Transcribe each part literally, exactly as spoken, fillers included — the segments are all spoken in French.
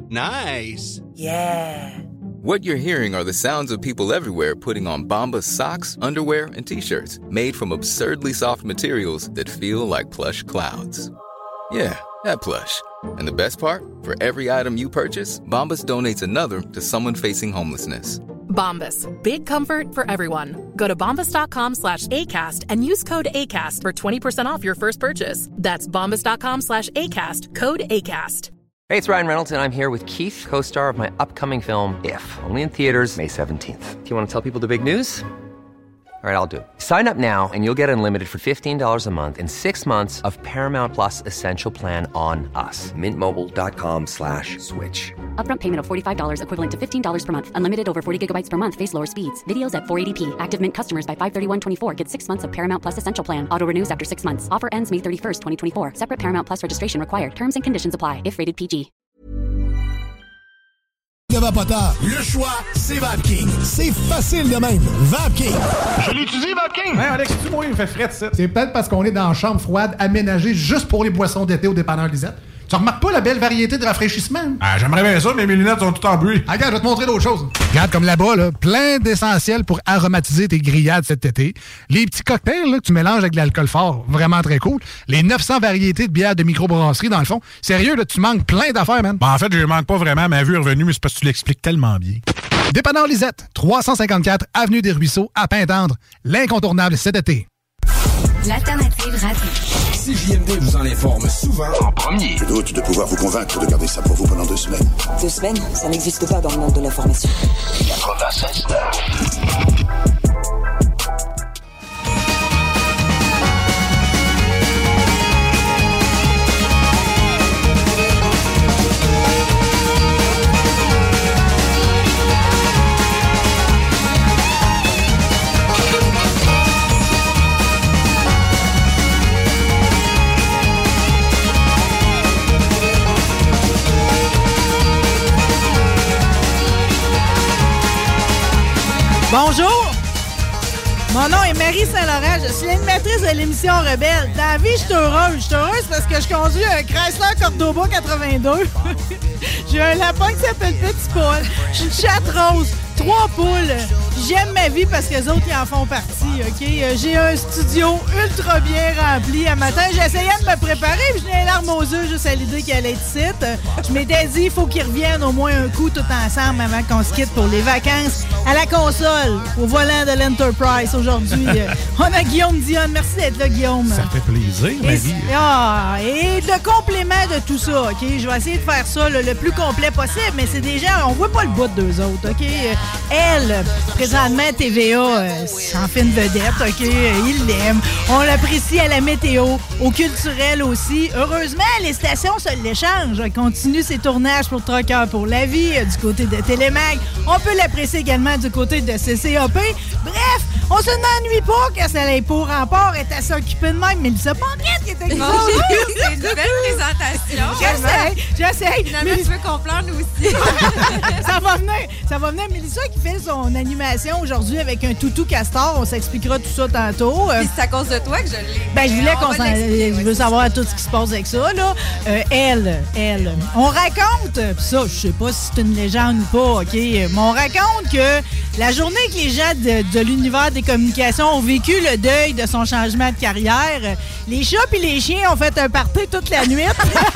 Nice. Yeah. What you're hearing are the sounds of people everywhere putting on Bombas socks, underwear, and T-shirts made from absurdly soft materials that feel like plush clouds. Yeah, that plush. And the best part? For every item you purchase, Bombas donates another to someone facing homelessness. Bombas. Big comfort for everyone. Go to bombas.com slash ACAST and use code ACAST for twenty percent off your first purchase. That's bombas.com slash ACAST. Code ACAST. Hey, it's Ryan Reynolds, and I'm here with Keith, co-star of my upcoming film, If, only in theaters May seventeenth. Do you want to tell people the big news? All right, I'll do it. Sign up now and you'll get unlimited for fifteen dollars a month and six months of Paramount Plus Essential Plan on us. Mint Mobile dot com slash switch. Upfront payment of forty-five dollars equivalent to fifteen dollars per month. Unlimited over forty gigabytes per month. Face lower speeds. Videos at four eighty p. Active Mint customers by five thirty-one twenty-four get six months of Paramount Plus Essential Plan. Auto renews after six months. Offer ends May thirty-first, twenty twenty-four. Separate Paramount Plus registration required. Terms and conditions apply if rated P G. De Vapoteur. Le choix, c'est VapKing. C'est facile de même. VapKing. Je l'utilise, VapKing. Hey, Alex, tu moi, il me fait frais de ça. C'est peut-être parce qu'on est dans une chambre froide aménagée juste pour les boissons d'été au dépanneur Lisette. Tu remarques pas la belle variété de rafraîchissement? Ah, j'aimerais bien ça, mais mes lunettes sont toutes en bruit. Ah, regarde, je vais te montrer d'autres choses. Regarde, comme là-bas, là, plein d'essentiels pour aromatiser tes grillades cet été. Les petits cocktails là, que tu mélanges avec de l'alcool fort, vraiment très cool. Les neuf cents variétés de bières de microbrasserie, dans le fond. Sérieux, là, tu manques plein d'affaires, man. Bon, en fait, je manque pas vraiment. Ma vue est revenue, mais c'est parce que tu l'expliques tellement bien. Dépanneur Lisette, trois cent cinquante-quatre Avenue des Ruisseaux, à Pintendre. L'incontournable cet été. L'alternative radio. Si J M D vous en informe souvent en premier. Je doute de pouvoir vous convaincre de garder ça pour vous pendant deux semaines. Deux semaines, ça n'existe pas dans le monde de l'information. quatre-vingt-seize neuf. Bonjour! Mon nom est Marie Saint-Laurent, je suis l'animatrice de l'émission Rebelle. Dans la vie, je suis heureuse. Je suis heureuse parce que je conduis un Chrysler Cordoba quatre-vingt-deux. J'ai un lapin qui s'appelle Petit Paul. Je suis une chatte rose, trois poules. J'aime ma vie parce que les autres, ils en font partie, OK? J'ai un studio ultra bien rempli. Un matin, j'essayais de me préparer, puis je n'ai les larmes aux yeux juste à l'idée qu'elle allait être ici. Je m'étais dit, il faut qu'ils reviennent au moins un coup tout ensemble avant qu'on se quitte pour les vacances à la console, au volant de l'Enterprise aujourd'hui. On a Guillaume Dionne. Merci d'être là, Guillaume. Ça fait plaisir, Marie. Et, ah, et le complément de tout ça, OK? Je vais essayer de faire ça là, le plus complet possible, mais c'est des gens, on voit pas le bout de deux autres, OK? Elle, présentement, T V A, euh, en fait une vedette, OK? Il l'aime. On l'apprécie à la météo, au culturel aussi. Heureusement, les stations se l'échangent. Elle continue ses tournages pour Truckers pour la vie, euh, du côté de Télémag. On peut l'apprécier également du côté de C C A P. Bref, on se n'ennuie pas que ça l'ait pour remport est à s'occuper de même. Mélissa Paquette qui était avec nous. C'est une belle présentation. J'essaie, j'essaie. Finalement, tu veux qu'on pleure, nous aussi. ça va venir. Ça va venir. Mélissa qui fait son animation aujourd'hui avec un toutou castor. On s'expliquera tout ça tantôt. Puis c'est à cause de toi que je l'ai. Ben, je voulais qu'on s'en... Je veux savoir tout ce qui se passe avec ça, là. Euh, elle, elle. On raconte, pis ça, je sais pas si c'est une légende ou pas, OK? Mais on raconte que la journée que les gens de, de l'univers des communications ont vécu le deuil de son changement de carrière, les chats et les chiens ont fait un party toute la nuit.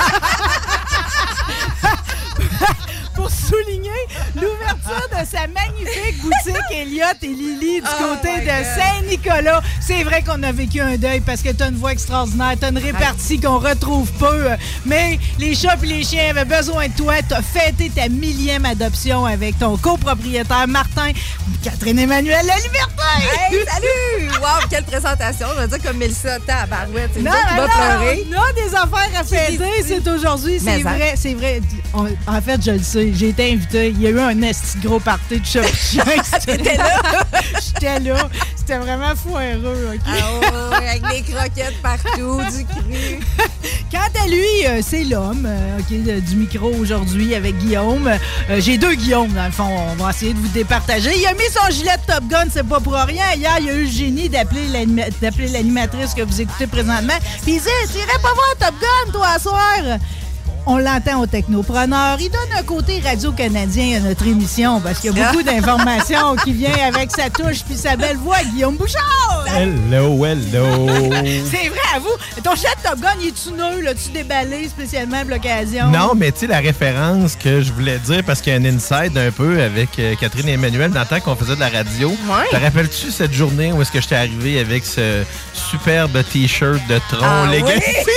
Pour souligner l'ouverture de sa magnifique boutique Elliott et Lily du oh côté de God. Saint-Nicolas. C'est vrai qu'on a vécu un deuil parce que t'as une voix extraordinaire, t'as une répartie qu'on retrouve peu, mais les chats et les chiens avaient besoin de toi. T'as fêté ta millième adoption avec ton copropriétaire Martin, Catherine Emmanuel La Liberté. Hey, salut! Wow, quelle présentation! Je veux dire comme Mélissa, tabarouette, c'est nous non, qui va pleurer. Non, des affaires à fêter, c'est aujourd'hui. C'est vrai, c'est vrai. On, en fait, je le sais. J'ai été invitée. Il y a eu un esti gros party de chat et chien. T'étais là? J'étais là. C'était vraiment foireux, OK? Ah oh, avec des croquettes partout, du cru. Quant à lui, euh, c'est l'homme, euh, OK, de, du micro aujourd'hui avec Guillaume. Euh, j'ai deux Guillaume, dans le fond. On va essayer de vous départager. Il a mis son gilet de Top Gun, c'est pas pour rien. Hier, il a eu le génie d'appeler, l'anima- d'appeler l'animatrice que vous écoutez présentement. Puis il dit, tu irais pas voir Top Gun, toi, à soir? on l'entend au Technopreneur. Il donne un côté radio-canadien à notre émission parce qu'il y a beaucoup d'informations qui viennent avec sa touche puis sa belle voix, Guillaume Bouchard! Hello, hello! C'est vrai, à vous. Ton chat de Top Gun, il est-tu nœud? L'as-tu déballé spécialement pour l'occasion? Non, mais tu sais, la référence que je voulais dire, parce qu'il y a un inside un peu avec euh, Catherine et Emmanuel dans le temps qu'on faisait de la radio. Ouais. Te rappelles-tu cette journée où est-ce que j'étais arrivé avec ce superbe T-shirt de Tron Ah, Legacy? Oui.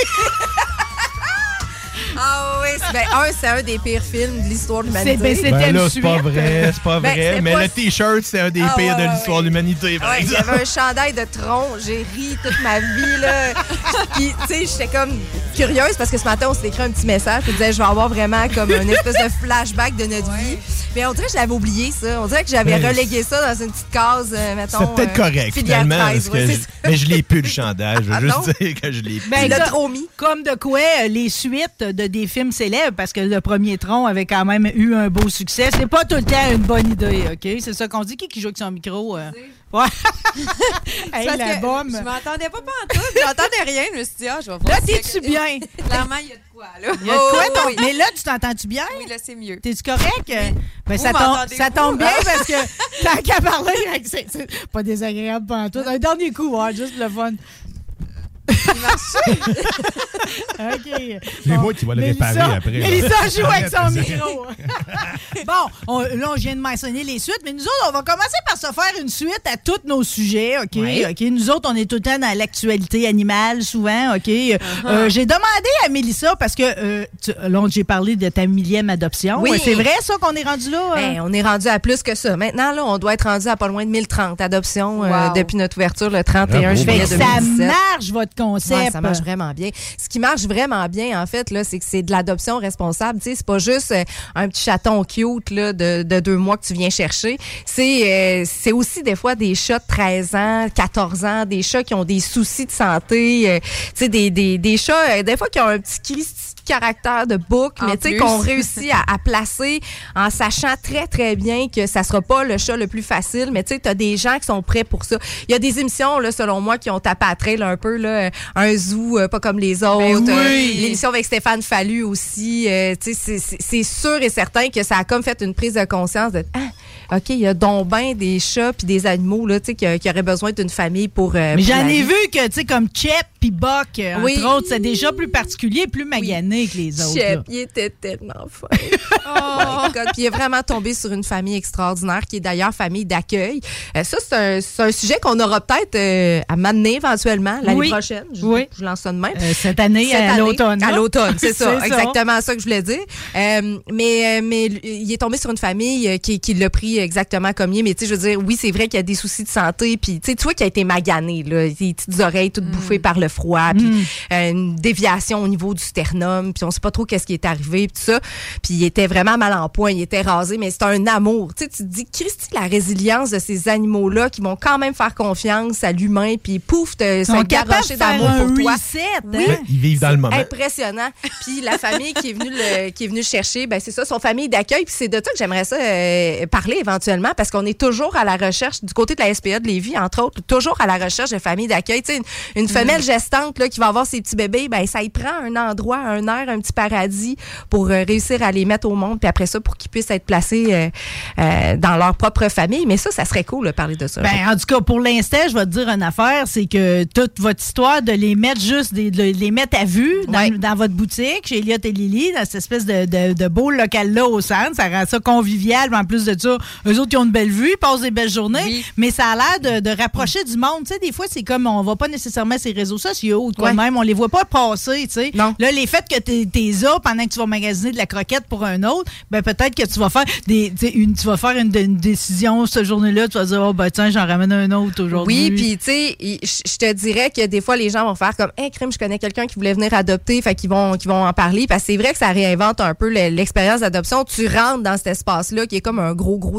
Ah oui, c'est, ben, un, c'est un des pires films de l'histoire de l'humanité. C'est, ben, c'était Ben là, une c'est pas suite. vrai, c'est pas Ben, vrai. c'est mais pas- le T-shirt, c'est un des Ah, pires ouais, de l'histoire ouais. de l'humanité, par Ouais, il y exemple. avait un chandail de tronc. J'ai ri toute ma vie, là. Puis, tu sais, j'étais comme curieuse parce que ce matin, on s'est écrit un petit message qui disait je vais avoir vraiment comme une espèce de flashback de notre vie. Mais on dirait que je l'avais oublié, ça. On dirait que j'avais Mais relégué ça dans une petite case, euh, mettons. C'est peut-être euh, correct, filière finalement. treize, parce que ouais, je- c'est ça. mais je l'ai plus, le chandail. Je veux Ah, juste non? dire que je l'ai plus. Ben, Tu l'as comme- trop mis. Comme de quoi, euh, les suites de des films célèbres, parce que le premier Tron avait quand même eu un beau succès. C'est pas tout le temps une bonne idée, OK? C'est ça qu'on dit. Qui qui joue avec son micro? euh? Ouais. Hey, Parce la que bombe. Je m'entendais pas pantoute. J'entendais rien. Je me suis dit, ah, je vais voir. Là, si- t'es-tu bien? Clairement, il y a de quoi, là. Il y a de quoi, Oh, ton- oui. Mais là, tu t'entends-tu bien? Oui, là, c'est mieux. T'es-tu correct? Ben, Vous ça, tombe, m'entendez-vous? ça tombe bien parce que tant qu'à parler, c'est, c'est pas désagréable pour tout. Un dernier coup, hein, juste le fun. OK. Les mots, tu vas le Mélissa- réparer après. là. Mélissa joue avec son Arrête, micro. Bon, on- là, on vient de mentionner les suites, mais nous autres, on va commencer par se faire une suite à tous nos sujets, OK? Ouais. OK. Nous autres, on est tout le temps dans l'actualité animale, souvent, OK? Uh-huh. Euh, j'ai demandé à Mélissa, parce que euh, tu- là, j'ai parlé de ta millième adoption. Oui. Euh, C'est vrai, ça, qu'on est rendu là? euh? Ben, on est rendu à plus que ça. Maintenant, là, on doit être rendu à pas loin de mille trente adoptions euh, Wow. depuis notre ouverture le trente et un Bravo. juillet Fait que deux ça mille dix-sept. marche, votre concept. Ouais, ça marche vraiment bien. Ce qui marche vraiment bien, en fait, là, c'est que c'est de l'adoption responsable. Tu sais, c'est pas juste euh, un petit chaton cute là, de, de deux mois que tu viens chercher. C'est euh, c'est aussi des fois des chats de treize ans, quatorze ans, des chats qui ont des soucis de santé. euh, tu sais, des, des, des chats, euh, des fois, qui ont un petit Christi de caractère de bouc, En mais tu sais, plus. qu'on réussit à, à placer en sachant très, très bien que ça sera pas le chat le plus facile. Mais tu sais, t'as des gens qui sont prêts pour ça. Il y a des émissions, là, selon moi, qui ont tapé à trail un peu, là, un zoo euh, pas comme les autres. Ben oui. Euh, l'émission avec Stéphane Fallu aussi. euh, tu sais, c'est- c'est c'est sûr et certain que ça a comme fait une prise de conscience de ah, OK, il y a donc ben des chats puis des animaux là, tu sais, qui, qui auraient besoin d'une famille pour. euh, Mais pour j'en la ai vie. vu que, tu sais, comme Chep puis Buck, euh, Oui. entre autres, c'est déjà plus particulier, plus magané que les autres. Chef, là. il était tellement fin. Oh my God. Puis il est vraiment tombé sur une famille extraordinaire qui est d'ailleurs famille d'accueil. Euh, ça, c'est un, c'est un sujet qu'on aura peut-être euh, à m'amener éventuellement l'année Oui. prochaine. Je, Oui. je lance ça de même. Euh, cette année, Cette à année, l'automne. À là. l'automne, c'est ça. C'est Exactement ça que je voulais dire. Euh, mais, euh, mais il est tombé sur une famille euh, qui, qui l'a pris exactement comme il est. Mais tu sais, je veux dire, oui, c'est vrai qu'il y a des soucis de santé. Puis tu sais, tu vois qu'il a été magané, là. Les petites oreilles toutes bouffées par le froid. Puis Mm. euh, une déviation au niveau du sternum. Puis on sait pas trop qu'est-ce qui est arrivé. Puis tout ça. Puis il était vraiment mal en point. Il était rasé. Mais c'est un amour. Tu sais, tu te dis, Christy, la résilience de ces animaux-là qui vont quand même faire confiance à l'humain. Puis pouf, te- Ils sont se capables garrocher de faire d'amour un pour toi. reset, Oui. hein? Ils vivent dans le moment. Impressionnant. Puis la famille qui est venue le, qui est venue le chercher, ben c'est ça, son famille d'accueil. Puis c'est de ça que j'aimerais ça euh, parler éventuellement, parce qu'on est toujours à la recherche du côté de la S P A de Lévis, entre autres, toujours à la recherche de familles d'accueil. Tu sais, une, une femelle gestante là qui va avoir ses petits bébés, ben ça y prend un endroit, un air, un petit paradis pour euh, réussir à les mettre au monde. Puis après ça, pour qu'ils puissent être placés euh, euh, dans leur propre famille. Mais ça, ça serait cool de parler de ça. Ben, en tout cas, pour l'instant, je vais te dire une affaire, c'est que toute votre histoire de les mettre juste, des- de les mettre à vue dans, Ouais. dans votre boutique, chez Elliott et Lily, dans cette espèce de, de, de beau local-là au centre, ça rend ça convivial. Mais en plus de ça, eux autres, ils ont une belle vue, ils passent des belles journées, Oui. mais ça a l'air de, de rapprocher du monde. Tu sais, des fois, c'est comme, on va pas nécessairement sur les réseaux sociaux ou de quoi Ouais. de même, on les voit pas passer, tu sais. Non. Là, les faits que t'es t'es là pendant que tu vas magasiner de la croquette pour un autre, ben peut-être que tu vas faire des, tu sais, une, tu vas faire une, une décision cette journée-là, tu vas dire, oh ben tiens, j'en ramène un autre aujourd'hui. Oui, puis tu sais, il- je je te dirais que des fois les gens vont faire comme, hey, crime, je connais quelqu'un qui voulait venir adopter, fait qu'ils vont, qu'ils vont en parler, parce que c'est vrai que ça réinvente un peu le- l'expérience d'adoption. Tu rentres dans cet espace-là qui est comme un gros, gros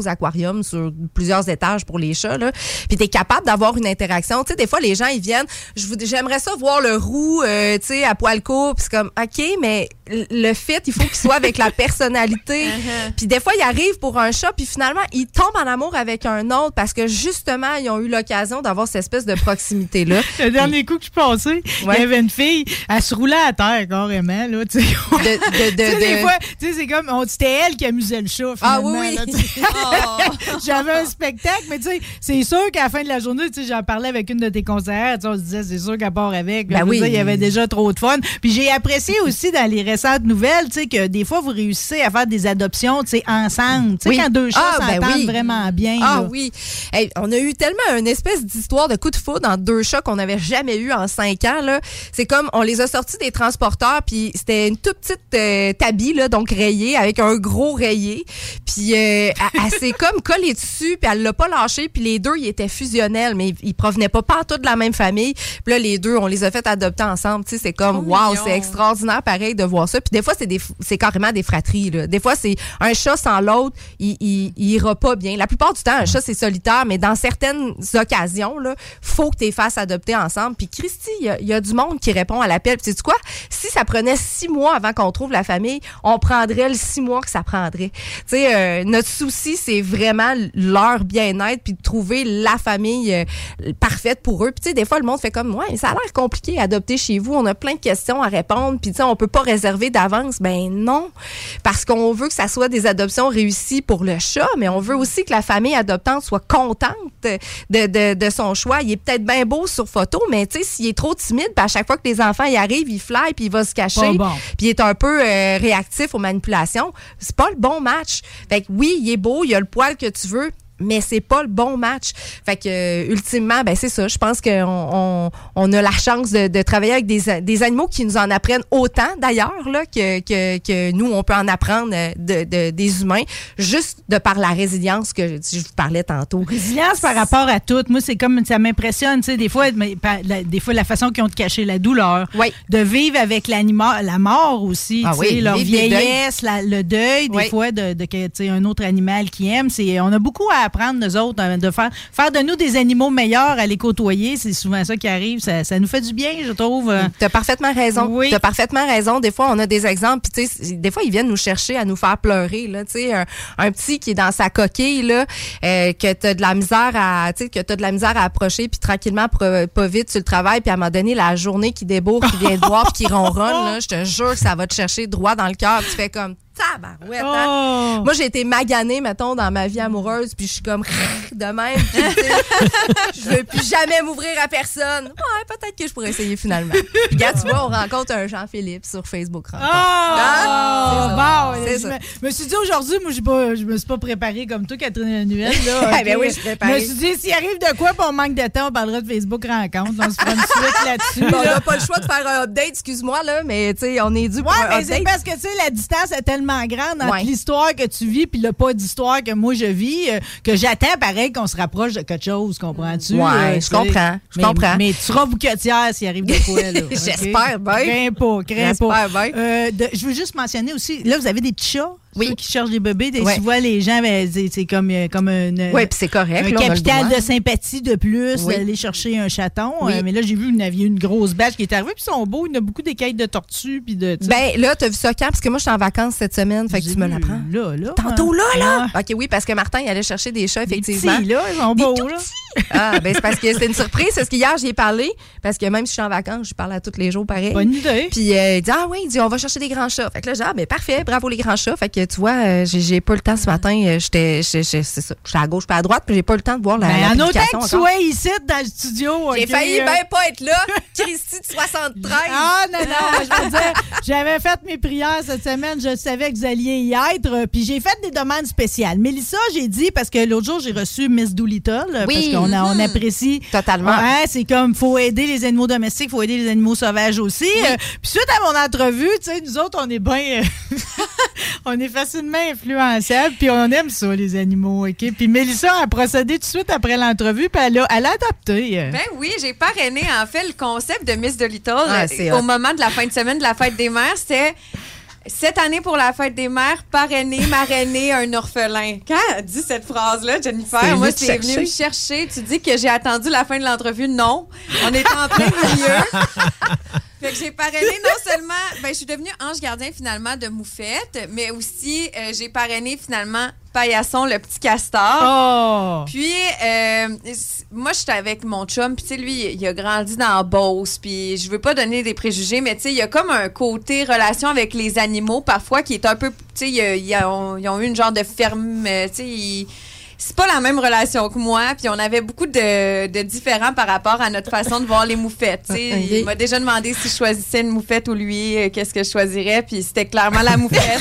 gros aquarium sur plusieurs étages pour les chats, là. Puis t'es capable d'avoir une interaction. Tu sais, des fois, les gens, ils viennent, je vous, j'aimerais ça voir le roux, euh, tu sais, à poil court. Puis c'est comme, OK, mais le fit, il faut qu'il soit avec la personnalité. Uh-huh. Puis des fois, ils arrivent pour un chat, puis finalement, ils tombent en amour avec un autre parce que justement, ils ont eu l'occasion d'avoir cette espèce de proximité-là. Le dernier coup que je passais, ouais. il y avait une fille, elle se roulait à terre carrément, là, tu sais. De, de, de, de... Des fois, tu sais, c'est comme, on, c'était elle qui amusait le chat, finalement. Ah oui, oui. Là, oh. J'avais un spectacle, mais tu sais, c'est sûr qu'à la fin de la journée, tu sais, j'en parlais avec une de tes conseillères, tu sais, on se disait, c'est sûr qu'elle part avec. Ben oui. Il y avait déjà trop de fun. Puis j'ai apprécié aussi dans les récentes nouvelles, tu sais, que des fois, vous réussissez à faire des adoptions, tu sais, ensemble. Tu sais, oui. quand deux chats ah, s'entendent ben oui. vraiment bien. Ah là. oui. Hey, on a eu tellement une espèce d'histoire de coup de foudre dans deux chats qu'on n'avait jamais eu en cinq ans, là. C'est comme, on les a sortis des transporteurs, puis c'était une toute petite euh, tabie, là, donc rayée, avec un gros rayé. Puis euh, elle, elle s'est comme collée dessus, puis elle l'a pas lâché, puis les deux, ils étaient fusionnels, mais ils, ils provenaient pas partout de la même famille. Puis là, les deux, on les a fait adopter ensemble. Tu sais, c'est comme, oh, wow, mignon. c'est extraordinaire, pareil, de voir ça. Puis des fois, c'est des, c'est carrément des fratries, là. Des fois, c'est un chat sans l'autre, il, il, il ira pas bien. La plupart du temps, un chat, c'est solitaire, mais dans certaines occasions, là, faut que tu les fasses adopter ensemble. Puis Christy, il y, y a du monde qui répond à l'appel. Puis sais-tu quoi? Si ça prenait six mois avant qu'on trouve la famille, on prendrait le six mois que ça prendrait. Tu sais, euh, notre souci, c'est vraiment leur bien-être puis de trouver la famille euh, parfaite pour eux. Puis tu sais, des fois, le monde fait comme, ouais, ça a l'air compliqué à adopter chez vous. On a plein de questions à répondre. Puis tu sais, on peut pas réserver d'avance. Ben non, parce qu'on veut que ça soit des adoptions réussies pour le chat, mais on veut aussi que la famille adoptante soit contente de, de, de son choix. Il est peut-être bien beau sur photo, mais tu sais, s'il est trop timide, puis à chaque fois que les enfants y arrivent, il fly puis il va se cacher, bon. puis il est un peu euh, réactif aux manipulations, c'est pas le bon match. Fait que oui, il est beau, il a le poil que tu veux, mais c'est pas le bon match. Fait que euh, ultimement, ben c'est ça. Je pense qu'on on, on a la chance de, de travailler avec des, des animaux qui nous en apprennent autant, d'ailleurs, là, que, que, que nous, on peut en apprendre de, de, des humains, juste de par la résilience que je vous parlais tantôt. Résilience par rapport à tout. Moi, c'est comme, ça m'impressionne, tu sais, des fois, mais, la, des fois, la façon qu'ils ont de cacher la douleur. Oui. De vivre avec l'animal, la mort aussi, ah tu sais, oui, leur vieillesse, la, le deuil, des oui. fois, de, de, de tu sais, un autre animal qui aime. C'est, on a beaucoup à apprendre, nous autres, de faire, faire de nous des animaux meilleurs à les côtoyer. C'est souvent ça qui arrive. Ça, ça nous fait du bien, je trouve. T'as parfaitement raison. Oui. T'as parfaitement raison. Des fois, on a des exemples. Puis, tu sais, des fois, ils viennent nous chercher à nous faire pleurer. Là, tu sais, un, un petit qui est dans sa coquille, là, euh, que t'as de la misère à, tu sais, que t'as de la misère à approcher, puis tranquillement, pas vite, tu le travailles, puis à un moment donné, la journée qui débourre, qui vient te voir, puis qui ronronne, là, je te jure que ça va te chercher droit dans le cœur. Tu fais comme tabarouette, hein? Oh. Moi, j'ai été maganée, mettons, dans ma vie amoureuse, puis je suis comme de même. Puis, je veux plus jamais m'ouvrir à personne. Ouais, peut-être que je pourrais essayer finalement. Puis, regarde, tu vois, on rencontre un Jean-Philippe sur Facebook. Oh! Ah, bon! c'est Je ça. me, me suis dit aujourd'hui, moi, pas, je me suis pas préparée comme toi, Catherine Lanuelle. Là, okay. Ben oui, je suis préparée. Je me suis dit, s'il arrive de quoi, puis on manque de temps, on parlera de Facebook Rencontre. On se fera une suite là-dessus. Bon, là. on n'a pas le choix de faire un update, excuse-moi, là, mais tu sais, on est dû pour ouais, un mais update. c'est parce que, tu sais, la distance est tellement grande entre ouais. l'histoire que tu vis puis le pas d'histoire que moi je vis, euh, que j'attends pareil qu'on se rapproche de quelque chose, comprends-tu? Ouais, euh, je comprends, je mais, comprends. Mais tu seras bouquetière s'il arrive de quoi, là. Okay? J'espère bien. Crains pas, crains pas. Bien. Euh, de, je veux juste mentionner aussi, là, vous avez des petits chats? Oui. Ceux qui cherchent des bébés, des, ouais. tu vois les gens, ben, c'est, c'est comme, comme une, oui, puis c'est correct, un là, capital de sympathie de plus oui. d'aller chercher un chaton. Oui. Euh, mais là, j'ai vu, il y avait une grosse bâche qui est arrivée, puis ils sont beaux, il y a beaucoup d'écailles de tortues. Puis de, ben là, t'as vu ça quand? Parce que moi, je suis en vacances cette semaine, fait que tu me l'apprends. Là, là. Tantôt là, là? Ah. OK, oui, parce que Martin, il allait chercher des chats, effectivement. Des petits, là, ils sont beaux, là. Ah, ben c'est parce que c'était une surprise, c'est ce qu'hier, j'y ai parlé, parce que même si je suis en vacances, je parle à tous les jours pareil. Bonne idée. Puis euh, il dit, ah oui, il dit, on va chercher des grands chats. Fait que là, j'ai ah, ben parfait, bravo les grands chats. Fait que tu vois, euh, j'ai, j'ai pas le temps ce matin, euh, j'étais, c'est ça, j'étais à gauche pas à droite, puis j'ai pas le temps de voir la, ben, la en autant publication que tu encore. sois ici dans le studio. J'ai okay, failli euh... bien pas être là. Christy de soixante-treize. Ah non, non, je veux dire, j'avais fait mes prières cette semaine, je savais que vous alliez y être, puis j'ai fait des demandes spéciales. Mélissa, j'ai dit, parce que l'autre jour, j'ai reçu Miss Doolittle, oui. parce qu'on a, on apprécie. Totalement. Ouais, c'est comme, faut aider les animaux domestiques, faut aider les animaux sauvages aussi. Oui. Euh, puis suite à mon entrevue, tu sais, nous autres, on est bien... on est facilement influençables, puis on aime ça, les animaux, OK? Puis Mélissa a procédé tout de suite après l'entrevue, puis elle a, elle a adopté. Ben oui, j'ai parrainé, en fait, le concept de Miss Doolittle ah, au hot. moment de la fin de semaine de la fête des mères, c'était... Cette année, pour la fête des mères, parrainer, marrainer un orphelin. Quand elle dit cette phrase-là, Jennifer, c'est moi, c'est venu me chercher. Tu dis que j'ai attendu la fin de l'entrevue. Non, on est en plein milieu. Fait que j'ai parrainé non seulement... Ben, je suis devenue ange gardien, finalement, de Moufette, mais aussi, euh, j'ai parrainé, finalement, Paillasson, le petit castor. Oh! Puis, euh, moi, j'étais avec mon chum, puis tu sais, lui, il a grandi dans la Beauce, puis je veux pas donner des préjugés, mais tu sais, il y a comme un côté relation avec les animaux, parfois, qui est un peu... Tu sais, ils ont, ils ont eu une genre de ferme... Tu sais, ils... C'est pas la même relation que moi, puis on avait beaucoup de, de différents par rapport à notre façon de voir les moufettes. Okay. Il m'a déjà demandé si je choisissais une moufette ou lui, euh, qu'est-ce que je choisirais, puis c'était clairement la moufette.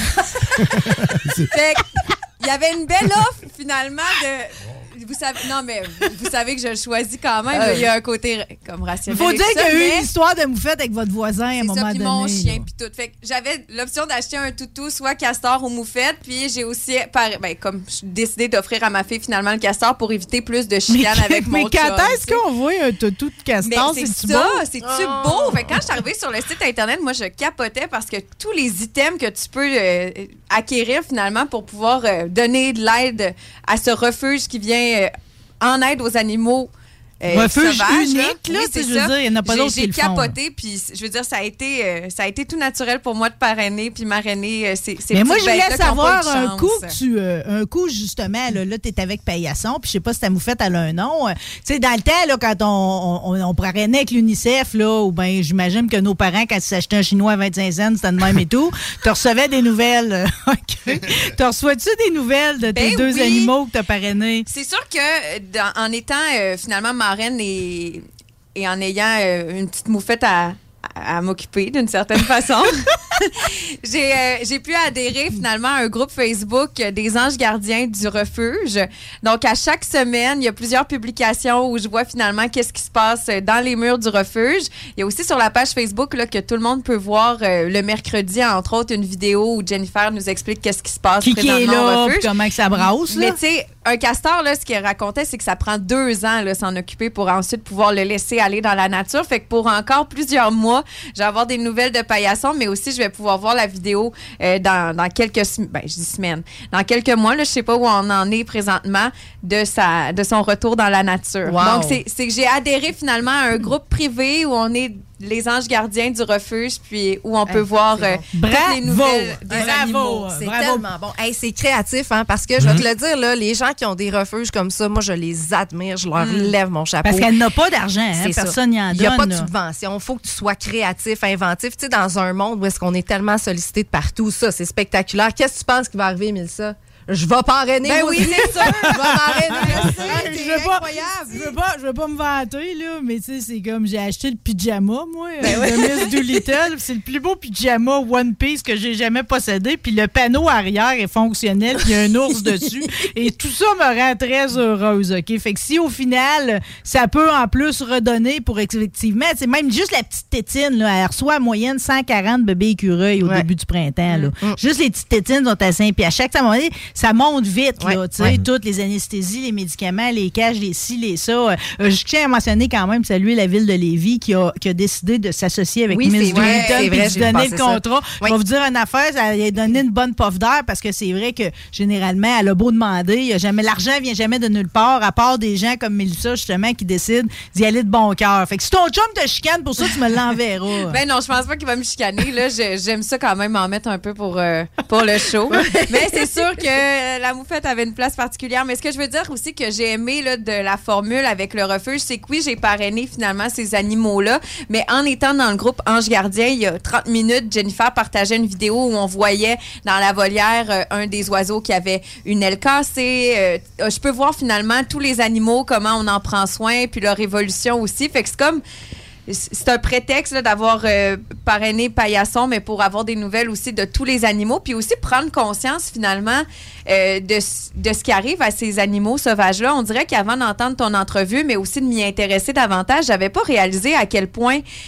Fait il y avait une belle offre, finalement, de... Vous savez, non, mais vous savez que je le choisis quand même. Euh, il y a un côté comme rationnel. Il faut dire qu'il y a eu une histoire de moufette avec votre voisin à un moment donné. C'est ça, puis mon chien, puis tout. Fait que j'avais l'option d'acheter un toutou, soit castor ou moufette, puis j'ai aussi, par, ben, comme décidé d'offrir à ma fille finalement le castor pour éviter plus de chicanes avec mon chien. Mais quand est-ce qu'on voit un toutou de castor? C'est C'est-tu ça, beau? c'est-tu oh. beau? Fait que quand je suis arrivée sur le site Internet, moi, je capotais parce que tous les items que tu peux euh, acquérir finalement pour pouvoir euh, donner de l'aide à ce refuge qui vient... Euh, en aide aux animaux euh, refuge sauvages. Unique, là, oui, c'est je veux dire, il n'y en a pas d'autres qui le font. J'ai capoté, puis je veux dire, ça a été euh, ça a été tout naturel pour moi de parrainer puis marrainer euh, ces, ces Mais moi, je voulais savoir un coup que tu, euh, un coup, justement, là, là tu es avec Paillasson, puis je sais pas si ta moufette, elle a un nom. Euh, tu sais, dans le temps, là, quand on, on, on parrainait avec l'UNICEF, là, ou bien j'imagine que nos parents, quand ils s'achetaient un chinois à vingt-cinq cents, c'était de même et tout, tu recevais des nouvelles. OK. Tu reçois-tu des nouvelles de tes ben deux oui. animaux que tu as parrainés? C'est sûr que, dans, en étant euh, finalement marraine et, et en ayant euh, une petite moufette à, à, à m'occuper d'une certaine façon, j'ai, euh, j'ai pu adhérer finalement à un groupe Facebook des anges gardiens du refuge. Donc, à chaque semaine, il y a plusieurs publications où je vois finalement qu'est-ce qui se passe dans les murs du refuge. Il y a aussi sur la page Facebook là, que tout le monde peut voir euh, le mercredi, entre autres, une vidéo où Jennifer nous explique qu'est-ce qui se passe qui présentement qui est là, au refuge. Comment que ça brasse. Mais tu sais, un castor, là, ce qu'il racontait, c'est que ça prend deux ans là, s'en occuper pour ensuite pouvoir le laisser aller dans la nature. Fait que pour encore plusieurs mois, je vais avoir des nouvelles de Paillasson, mais aussi je vais pouvoir voir la vidéo euh, dans, dans quelques ben, je dis semaines. Dans quelques mois, là, je sais pas où on en est présentement de sa de son retour dans la nature. Wow. Donc, c'est, c'est que j'ai adhéré finalement à un groupe privé où on est les anges gardiens du refuge, puis où on peut hey, voir euh, toutes les nouvelles des Bravo. animaux. C'est Bravo. tellement bon. Hey, c'est créatif, hein, parce que je vais mm-hmm. te le dire, là, les gens qui ont des refuges comme ça, moi, je les admire, je leur mm. lève mon chapeau. Parce qu'elle n'a pas d'argent, hein, personne n'y en donne. Il n'y a pas de subvention. Il faut que tu sois créatif, inventif. Tu sais, dans un monde où est-ce qu'on est tellement sollicité de partout, ça, c'est spectaculaire. Qu'est-ce que tu penses qui va arriver, Mélissa? Je vais parrainer. Ben oui, c'est ça. Je vais parrainer. C'est incroyable. Je veux pas, je veux pas me vanter, là, mais tu sais, c'est comme j'ai acheté le pyjama, moi, ben de Miss Doolittle. C'est le plus beau pyjama One Piece que j'ai jamais possédé. Puis le panneau arrière est fonctionnel, puis il y a un ours dessus. Et tout ça me rend très heureuse, OK? Fait que si au final, ça peut en plus redonner pour effectivement, c'est même juste la petite tétine, là, elle reçoit en moyenne cent quarante bébés écureuils au ouais. début du printemps, là. Mm-hmm. Juste les petites tétines sont à cinq pieds. À chaque moment donné, ça monte vite, ouais, là, tu sais, ouais. toutes les anesthésies, les médicaments, les cages, les ci, les ça. Euh, je tiens à mentionner quand même, saluer la ville de Lévis qui a, qui a décidé de s'associer avec oui, Miss Doolittle et de lui donner le contrat. Oui. Je vais vous dire une affaire, ça a donné une bonne puff d'air parce que c'est vrai que, généralement, elle a beau demander, y a jamais, l'argent vient jamais de nulle part, à part des gens comme Mélissa, justement, qui décident d'y aller de bon cœur. Fait que si ton chum te chicane pour ça, tu me l'enverras. Ben non, je pense pas qu'il va me chicaner. Là, j'aime ça quand même m'en mettre un peu pour, euh, pour le show. Mais c'est sûr que la moufette avait une place particulière. Mais ce que je veux dire aussi que j'ai aimé là, de la formule avec le refuge, c'est que oui, j'ai parrainé finalement ces animaux-là, mais en étant dans le groupe Ange Gardien, il y a trente minutes, Jennifer partageait une vidéo où on voyait dans la volière euh, un des oiseaux qui avait une aile cassée. Euh, je peux voir finalement tous les animaux, comment on en prend soin, puis leur évolution aussi. Fait que c'est comme... C'est un prétexte là, d'avoir euh, parrainé Paillasson, mais pour avoir des nouvelles aussi de tous les animaux, puis aussi prendre conscience finalement euh, de, de ce qui arrive à ces animaux sauvages-là. On dirait qu'avant d'entendre ton entrevue, mais aussi de m'y intéresser davantage, j'avais pas réalisé à quel point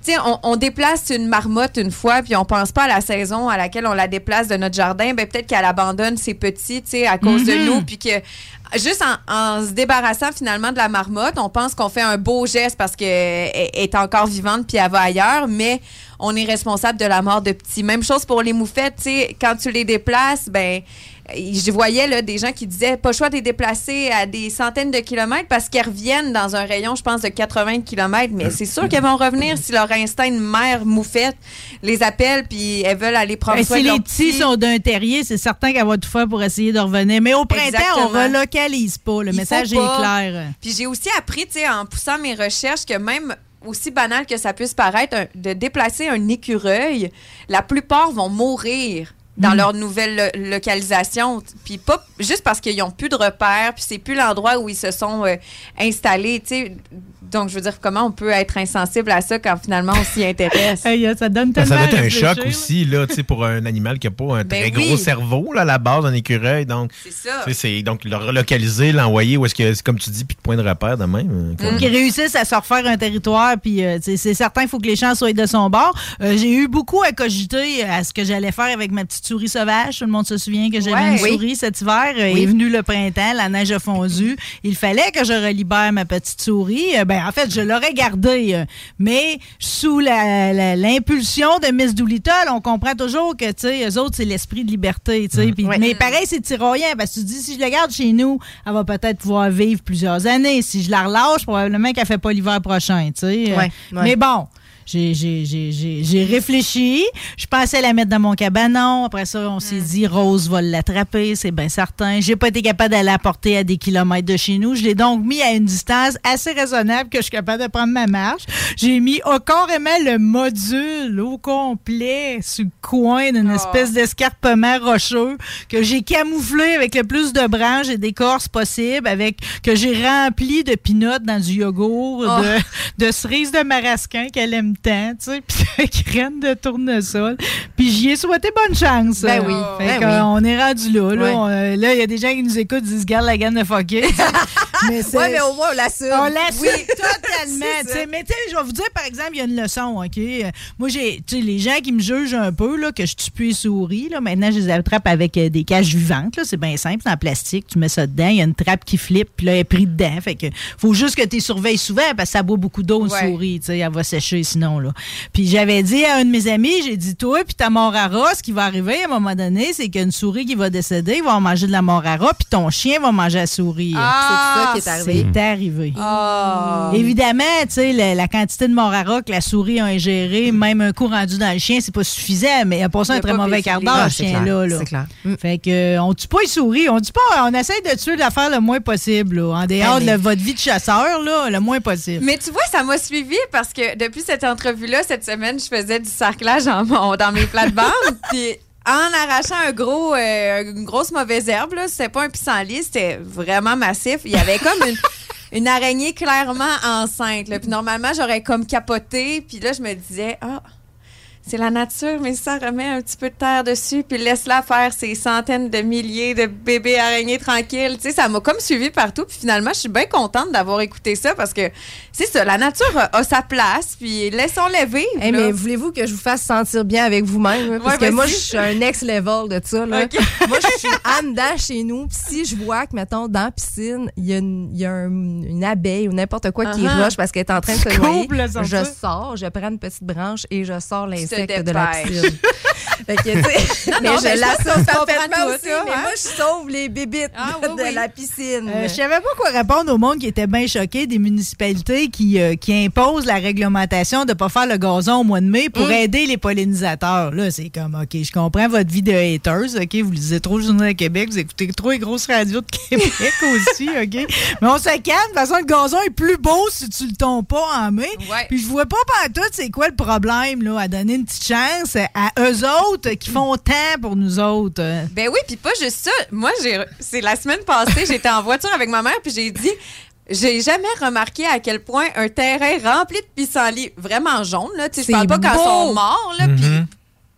tu sais, on, on déplace une marmotte une fois, puis on pense pas à la saison à laquelle on la déplace de notre jardin, ben peut-être qu'elle abandonne ses petits, tu sais, à cause mm-hmm. de nous, puis que juste en, en se débarrassant finalement de la marmotte, on pense qu'on fait un beau geste parce qu'elle est encore vivante puis elle va ailleurs, mais on est responsable de la mort de petits. Même chose pour les moufettes, tu sais, quand tu les déplaces, ben je voyais là, des gens qui disaient pas le choix de les déplacer à des centaines de kilomètres parce qu'elles reviennent dans un rayon, je pense, de quatre-vingts kilomètres. Mais c'est sûr qu'elles vont revenir si leur instinct de mère moufette les appelle puis elles veulent aller prendre ben, soin si de leurs les petits petits. sont d'un terrier, c'est certain qu'elle va tout faire pour essayer de revenir. Mais au printemps, Exactement. on relocalise pas. Le Il message est faut pas. clair. Puis j'ai aussi appris, tu sais, en poussant mes recherches, que même aussi banal que ça puisse paraître, un- de déplacer un écureuil, la plupart vont mourir dans Mm. leur nouvelle lo- localisation. Puis pas juste parce qu'ils n'ont plus de repères, puis c'est plus l'endroit où ils se sont euh, installés, tu sais. Donc, je veux dire, comment on peut être insensible à ça quand finalement on s'y intéresse? Hey, ça donne Ben, tellement ça doit être à un réfléchir, choc là. aussi, là, tu sais, pour un animal qui n'a pas un Ben très oui. gros cerveau, là, à la base, un écureuil. Donc, C'est ça. tu sais, c'est donc le relocaliser, l'envoyer où est-ce que, c'est comme tu dis, puis de point de repère de même. euh, comme- Qui réussissent à se refaire un territoire, puis euh, c'est c'est certain, il faut que les champs soient de son bord. Euh, j'ai eu beaucoup à cogiter à ce que j'allais faire avec ma petite souris sauvage. Tout le monde se souvient que j'avais Ouais. une Oui. souris cet hiver. Euh, Oui. est venu le printemps, la neige a fondu. Il fallait que je relibère ma petite souris. Euh, ben, en fait, je l'aurais gardée, euh, mais sous la- la- l'impulsion de Miss Doolittle, on comprend toujours que, tu sais, eux autres, c'est l'esprit de liberté, tu sais. Puis- Ouais. Mais pareil, c'est tiraillant, parce que tu te dis, si je la garde chez nous, elle va peut-être pouvoir vivre plusieurs années. Si je la relâche, probablement qu'elle fait pas l'hiver prochain, tu sais. Euh, Ouais, ouais. Mais bon. J'ai, j'ai, j'ai, j'ai, j'ai réfléchi. Je pensais la mettre dans mon cabanon. Après ça, on s'est dit, Rose va l'attraper, c'est bien certain. J'ai pas été capable d'aller la porter à des kilomètres de chez nous. Je l'ai donc mis à une distance assez raisonnable que je suis capable de prendre ma marche. J'ai mis au carrément le module au complet sur le coin d'une Oh. espèce d'escarpement rocheux que j'ai camouflé avec le plus de branches et d'écorce possible, avec que j'ai rempli de peanuts dans du yogourt, Oh. de, de cerises de marasquin qu'elle aime tant, tu sais, puis de graines de tournesol. Puis j'y ai souhaité bonne chance. Ben Euh, oui, Fait ben que, oui. euh, on est rendu là. Là, Ouais. On, euh, là, il y a des gens qui nous écoutent, ils disent, garde la gaine de fucker. mais c'est- Ouais, mais au moins, on l'assume. on l'assume Oui. totalement. C'est tu ça. sais. Mais tu sais, je vais vous dire, par exemple, il y a une leçon, OK? Euh, Moi, j'ai, tu sais, les gens qui me jugent un peu, là, que je tue plus les souris, là, maintenant, je les attrape avec euh, des cages vivantes, là. C'est bien simple, c'est en plastique. Tu mets ça dedans, il y a une trappe qui flippe, puis là, elle est prise dedans. Fait que faut juste que tu les surveilles souvent, parce que ça boit beaucoup d'eau, une Ouais. souris, tu sais, elle va sécher sinon, là. Puis j'avais dit à un de mes amis, j'ai dit, toi, puis ta morara, ce qui va arriver à un moment donné, c'est qu'une souris qui va décéder va manger de la morara, puis ton chien va manger la souris. Ah, c'est ça qui est arrivé. C'est arrivé. Ah. Évidemment, tu sais, la, la quantité de morara que la souris a ingéré, même un coup rendu dans le chien, c'est pas suffisant, mais il a passé Il un a très pas mauvais péfilé. quart d'heure, Ah, ce c'est clair, chien-là. Là. c'est clair. Mm. Fait que, euh, on tue pas les souris, on tue pas, on essaie de tuer l'affaire le moins possible, là, en dehors mais- de votre vie de chasseur, là, le moins possible. Mais tu vois, ça m'a suivi parce que depuis cette entrevue-là, cette semaine, je faisais du sarclage en- en- dans mes plates-bandes. Puis en arrachant un gros, euh, une grosse mauvaise herbe, là, c'était pas un pissenlit, c'était vraiment massif. Il y avait comme une, une araignée clairement enceinte. Là. Puis normalement, j'aurais comme capoté. Puis là, je me disais, ah, c'est la nature, mais ça remet un petit peu de terre dessus, puis laisse-la faire ses centaines de milliers de bébés araignées tranquilles. Tu sais, ça m'a comme suivi partout. Puis finalement, je suis bien contente d'avoir écouté ça parce que c'est ça, la nature a, a sa place, puis laissons-les vivre. Hey, là. mais voulez-vous que je vous fasse sentir bien avec vous-même? hein? Parce Ouais, que moi, vas-y. je suis un next level de ça. Là. Ok. Moi, je suis en dedans chez nous. Puis si je vois que, mettons, dans la piscine, il y a une, il y a un- une abeille ou n'importe quoi qui Uh-huh. rush parce qu'elle est en train de se Tu noyer, coupes le sortir. je sors, je prends une petite branche et je sors l'insecte de la dépêches. piscine. Fait que, tu sais, Non, mais non, je mais je pense l'assume qu'on se comprend parfaitement tous, aussi. là, Mais hein? moi, je sauve les bébites Ah, de, oui, de oui. la piscine. Euh, je savais pas quoi répondre au monde qui était bien choqué des municipalités qui, euh, qui imposent la réglementation de ne pas faire le gazon au mois de mai pour Mm. aider les pollinisateurs. Là, c'est comme, OK, je comprends votre vie de haters, OK? Vous lisez trop le Journal de Québec, vous écoutez trop les grosses radios de Québec aussi, OK? Mais on se calme. De toute façon, le gazon est plus beau si tu le tombes pas en mai. Ouais. Puis je vois pas pantoute c'est quoi le problème, là, à donner une petite chance à eux autres qui font tant pour nous autres. Ben oui, puis pas juste ça. Moi, j'ai, c'est la semaine passée, j'étais en voiture avec ma mère, puis j'ai dit, j'ai jamais remarqué à quel point un terrain rempli de pissenlits, vraiment jaunes, là, tu sais, je C'est parle pas quand ils beau. sont morts, là, puis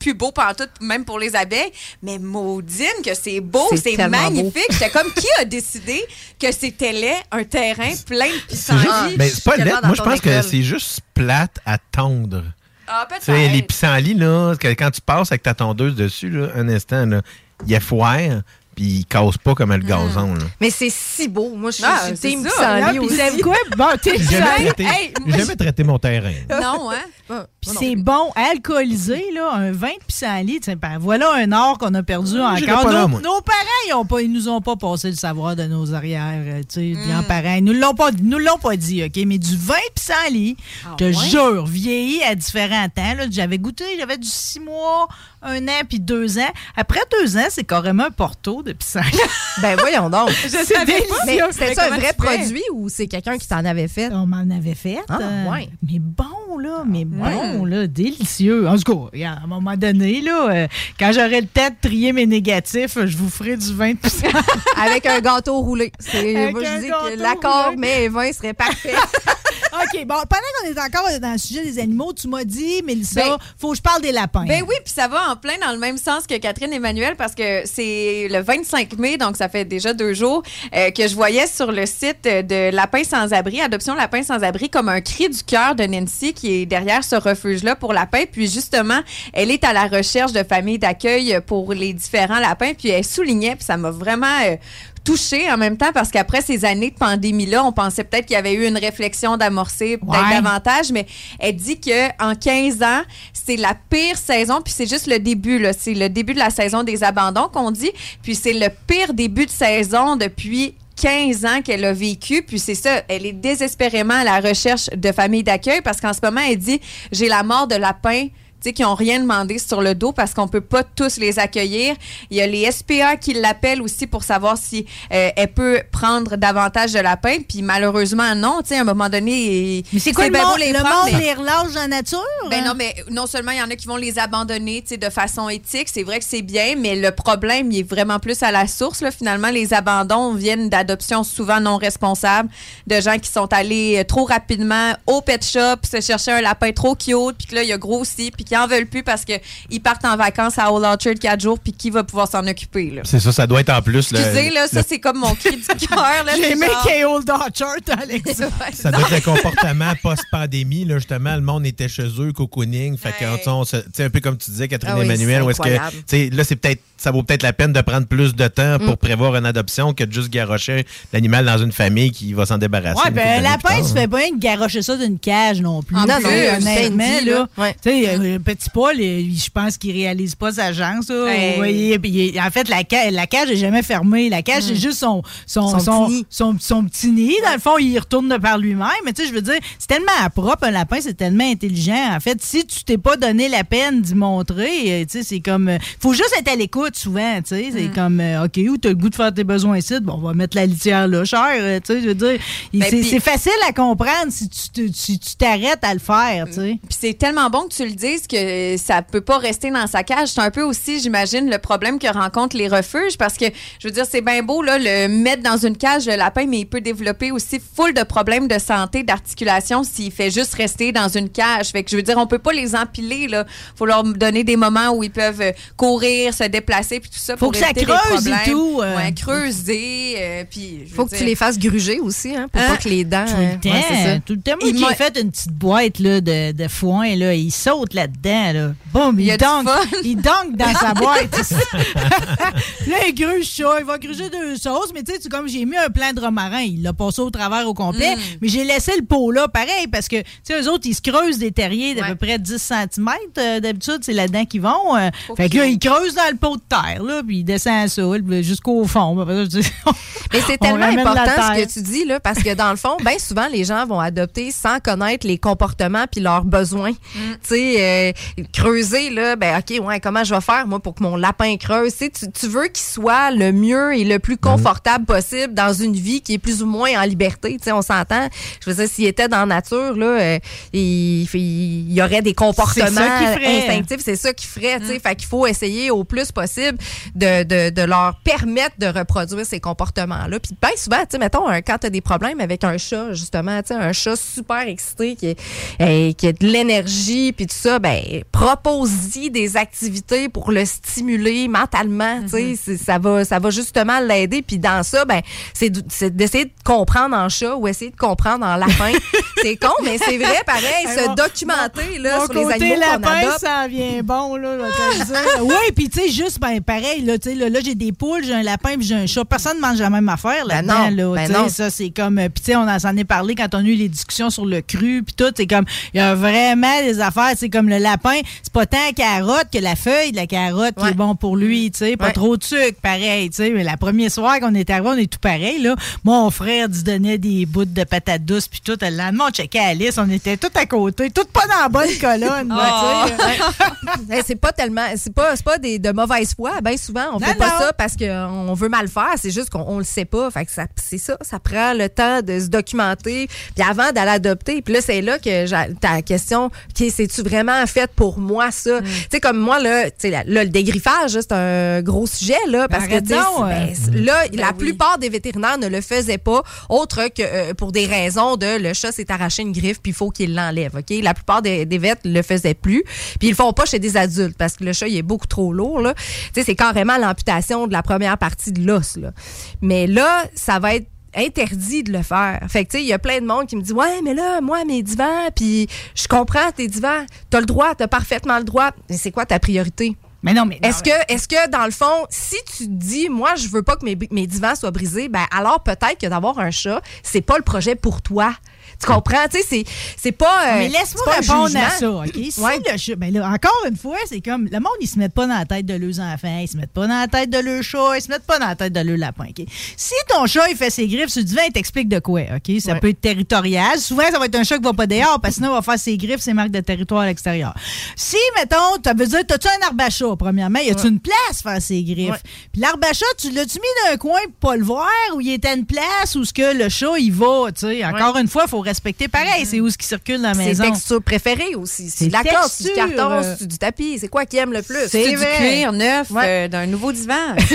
plus beau pantoute, même pour les abeilles. Mais maudine que c'est beau, c'est, c'est magnifique. J'étais comme, qui a décidé que c'était laid, un terrain plein de pissenlits? Mais c'est pas laid. Moi, je pense que c'est juste plate à tondre. Ah, peut-être. Tu sais, les pissenlits, là, quand tu passes avec ta tondeuse dessus, là, un instant, là, il y a foire. Puis il casse pas comme le gazon. Là. Mais c'est si beau. Moi, je suis ah, team pissenlit aussi. Vous quoi? Bon, t'es J'ai jamais, traité, hey, j'ai jamais traité mon terrain. Non, hein? Puis c'est bon, alcoolisé, là, un vin de pissenlit. Ben, voilà un or qu'on a perdu encore. Nos, là, nos parents, ils, ont pas, ils nous ont pas passé le savoir de nos arrières, tu sais, grands-parents. Ils nous l'ont pas, nous l'ont pas dit, OK? Mais du vin de pissenlit, je te ouais? jure, vieilli à différents temps. Là, j'avais goûté, j'avais du six mois, un an, puis deux ans. Après deux ans, c'est carrément un porto de pissenlit. Ben voyons donc. Je c'est délicieux. Mais c'était ça un vrai produit ou c'est quelqu'un qui t'en avait fait? On m'en avait fait. Ah, euh, ouais. Mais bon, là, mais bon, là, délicieux. En tout cas, regarde, à un moment donné, là, euh, quand j'aurai le temps de trier mes négatifs, je vous ferai du vin de pissenlit. Avec un gâteau roulé. C'est, Avec moi, je un dis gâteau que l'accord roulé. mais vin serait parfait. OK, bon, pendant qu'on est encore dans le sujet des animaux, tu m'as dit, Mélissa, Ben, faut que je parle des lapins. Ben oui, puis ça va en plein dans le même sens que Catherine Emmanuel parce que c'est le vingt-cinq mai, donc ça fait déjà deux jours, euh, que je voyais sur le site de Lapins sans abri, Adoption Lapins sans abri, comme un cri du cœur de Nancy qui est derrière ce refuge-là pour lapins. Puis justement, elle est à la recherche de familles d'accueil pour les différents lapins. Puis elle soulignait, puis ça m'a vraiment... Euh, touchée en même temps parce qu'après ces années de pandémie-là, on pensait peut-être qu'il y avait eu une réflexion d'amorcer peut-être ouais. davantage, mais elle dit qu'en quinze ans, c'est la pire saison, puis c'est juste le début, là. C'est le début de la saison des abandons qu'on dit, puis c'est le pire début de saison depuis quinze ans qu'elle a vécu, puis c'est ça, elle est désespérément à la recherche de familles d'accueil parce qu'en ce moment, elle dit « J'ai la mort de lapin ». Qui n'ont rien demandé sur le dos parce qu'on peut pas tous les accueillir. Il y a les S P A qui l'appellent aussi pour savoir si euh, elle peut prendre davantage de lapins. Puis malheureusement, non. Tu sais, à un moment donné... Mais c'est quoi c'est le monde? les le prendre, monde mais... les relâche dans la nature? Ben hein? non, mais non seulement il y en a qui vont les abandonner de façon éthique, c'est vrai que c'est bien, mais le problème, il est vraiment plus à la source. Là. Finalement, les abandons viennent d'adoptions souvent non responsables, de gens qui sont allés trop rapidement au pet shop, se chercher un lapin trop cute, puis que là, il a grossi, puis qui en veulent plus parce qu'ils partent en vacances à Old Orchard quatre jours, puis qui va pouvoir s'en occuper, là? C'est ça, ça doit être en plus. Excusez, là, ça, le... c'est comme mon cri du cœur. J'ai aimé qu'il y ait Old Orchard, Alex. Ça doit être le comportement post-pandémie, là, justement. Le monde était chez eux, cocooning. Fait hey. que, on se, un peu comme tu disais, Catherine ah oui, Emmanuel, où est-ce que, là, c'est peut-être, ça vaut peut-être la peine de prendre plus de temps pour mm. prévoir une adoption que de juste garrocher l'animal dans une famille qui va s'en débarrasser. Ouais, ben, lapin, tu fais pas rien que garrocher ça d'une cage non plus. En non, plus, non, honnêtement, là. Ouais. Tu sais, le petit Paul, je pense qu'il réalise pas sa chance, là. Hey. Vous voyez, puis, en fait, la, ca- la cage est jamais fermée. La cage, mm. c'est juste son, son, son, son, petit nid. son, son petit nid. Dans le fond, il retourne de par lui-même. Mais tu sais, je veux dire, c'est tellement propre, un lapin, c'est tellement intelligent. En fait, si tu t'es pas donné la peine d'y montrer, tu sais, c'est comme... Faut juste être à l'écoute souvent, tu sais. C'est mm. comme, OK, où t'as le goût de faire tes besoins ici? Bon, on va mettre la litière là, cher, tu sais, je veux dire. Ben, c'est, pis... c'est facile à comprendre si tu, te, si tu t'arrêtes à le faire, tu sais. Puis c'est tellement bon que tu le dises que ça peut pas rester dans sa cage. C'est un peu aussi, j'imagine, le problème que rencontrent les refuges parce que, je veux dire, c'est bien beau, là, le mettre dans une cage, le lapin, mais il peut développer aussi full de problèmes de santé, d'articulation s'il fait juste rester dans une cage. Fait que, je veux dire, on peut pas les empiler, là. Faut leur donner des moments où ils peuvent courir, se déplacer, puis tout ça. Faut pour que ça creuse et tout. Euh... Ouais, creuser, euh, puis... Faut que dire... tu les fasses gruger aussi, hein, pour hein? pas que les dents... Tout le temps, ouais, c'est ça. Tout le temps. Moi, qui ai fait une petite boîte, là, de, de foin, là, il saute là-dedans, là. Boum, il, il donk, il donk dans sa boîte. Là, il gruge ça. Il va gruger deux sauces, mais tu sais, comme j'ai mis un plein de romarin, il l'a passé au travers au complet, mm. mais j'ai laissé le pot là, pareil, parce que, tu sais, eux autres, ils se creusent des terriers d'à ouais. peu près dix centimètres. Euh, d'habitude, c'est là-dedans qu'ils vont. Euh, okay. Fait que là, ils creusent dans le pot de terre, là, puis ils descendent ça, là, jusqu'au fond. Mais c'est tellement important ce que tu dis, là, parce que dans le fond, bien souvent, les gens vont adopter sans connaître les comportements puis leurs besoins. Mm. Tu sais, euh, creuser, là, ben OK, ouais, comment je vais faire, moi, pour que mon lapin creuse? Tu, tu veux qu'il soit le mieux et le plus confortable mm. possible dans une vie qui est plus ou moins en liberté. Tu sais, on s'entend. Je veux dire, s'il était dans la nature, là, euh, il, il y aurait des comportements instinctifs. C'est ça qu'il ferait. Tu sais, mm. fait qu'il faut essayer au plus possible de, de, de leur permettre de reproduire ces comportements-là. Puis bien souvent, tu sais, mettons, un, quand tu as des problèmes avec un chat, justement, tu sais, un chat super excité qui, est, euh, qui a de l'énergie, puis tout ça, ben ben propose-y des activités pour le stimuler mentalement, mm-hmm. tu sais, ça va ça va justement l'aider. Puis dans ça, ben c'est, c'est d'essayer de comprendre en chat ou essayer de comprendre en lapin. C'est con, mais c'est vrai, pareil, se documenter là, sur les animaux lapin, qu'on adopte. Ça vient bon, là, je vais te le dire. Oui, puis tu sais, juste, ben pareil, là, tu sais, là, là, j'ai des poules, j'ai un lapin, puis j'ai un chat. Personne ne mange la même affaire là-dedans, ben non, là. Ben tu sais, non. ça, c'est comme, puis tu sais, on s'en est parlé quand on a eu les discussions sur le cru, puis tout, c'est comme, il y a vraiment des affaires, c'est comme le lapin, c'est pas tant la carotte que la feuille de la carotte ouais. qui est bon pour lui, tu sais, pas ouais. trop de sucre, pareil, tu sais. Mais la première soirée qu'on est arrivé, on est tout pareil, là. Mon frère se donnait des bouts de patates douces, puis tout. Le lendemain, on checkait Alice, on était tout à côté, tout pas dans la bonne colonne. Oh. Ouais, c'est pas tellement, c'est pas, c'est pas des, de mauvaise foi. Bien souvent, on non, fait pas non. ça parce qu'on veut mal faire. C'est juste qu'on on le sait pas. Fait que ça, c'est ça, ça prend le temps de se documenter. Puis avant d'aller adopter. Puis là, c'est là que j'ai, ta question, okay, c'est-tu vraiment fait pour moi ça? Mm. Tu sais, comme moi, là, là, là, le dégriffage, là, c'est un gros sujet, là, parce ben, que, non, ben, euh, là, ben, la oui. plupart des vétérinaires ne le faisaient pas, autre que euh, pour des raisons de le chat s'est arraché une griffe, puis il faut qu'il l'enlève, OK? La plupart des, des vêtes le faisaient plus. Puis ils le font pas chez des adultes, parce que le chat, il est beaucoup trop lourd, là. Tu sais, c'est carrément l'amputation de la première partie de l'os, là. Mais là, ça va être interdit de le faire. Fait que, tu sais, il y a plein de monde qui me dit « Ouais, mais là, moi, mes divans, puis je comprends tes divans, t'as le droit, t'as parfaitement le droit. Mais c'est quoi ta priorité? » Mais non, mais non, est-ce que, est-ce que dans le fond, si tu te dis, moi, je veux pas que mes, mes divans soient brisés, ben alors peut-être que d'avoir un chat, c'est pas le projet pour toi. Tu comprends? Tu sais, c'est, c'est pas. Euh, mais laisse-moi pas répondre à ça, OK? Si ouais. le chat, ben là, encore une fois, c'est comme le monde, ils se mettent pas dans la tête de leurs enfants, ils se mettent pas dans la tête de leur chat, ils se mettent pas dans la tête de leur lapin, OK? Si ton chat, il fait ses griffes sur le divan, il t'explique de quoi, OK? Ça ouais. peut être territorial. Souvent, ça va être un chat qui va pas dehors, parce que sinon, il va faire ses griffes, ses marques de territoire à l'extérieur. Si, mettons, ça veut dire, t'as-tu un arbre à chat, premièrement? Y a-tu ouais. une place pour faire ses griffes? Ouais. Puis l'arbre à chat, tu l'as-tu mis d'un coin pour pas le voir, ou il était à une place où ce que le chat, il va, tu sais? Encore ouais. une fois, il faut respecter pareil. C'est où ce qui circule dans la maison. C'est texture préférée aussi. C'est de la colle, c'est du carton, c'est du tapis. C'est quoi qui aime le plus? C'est, c'est du cuir neuf ouais. euh, d'un nouveau divan.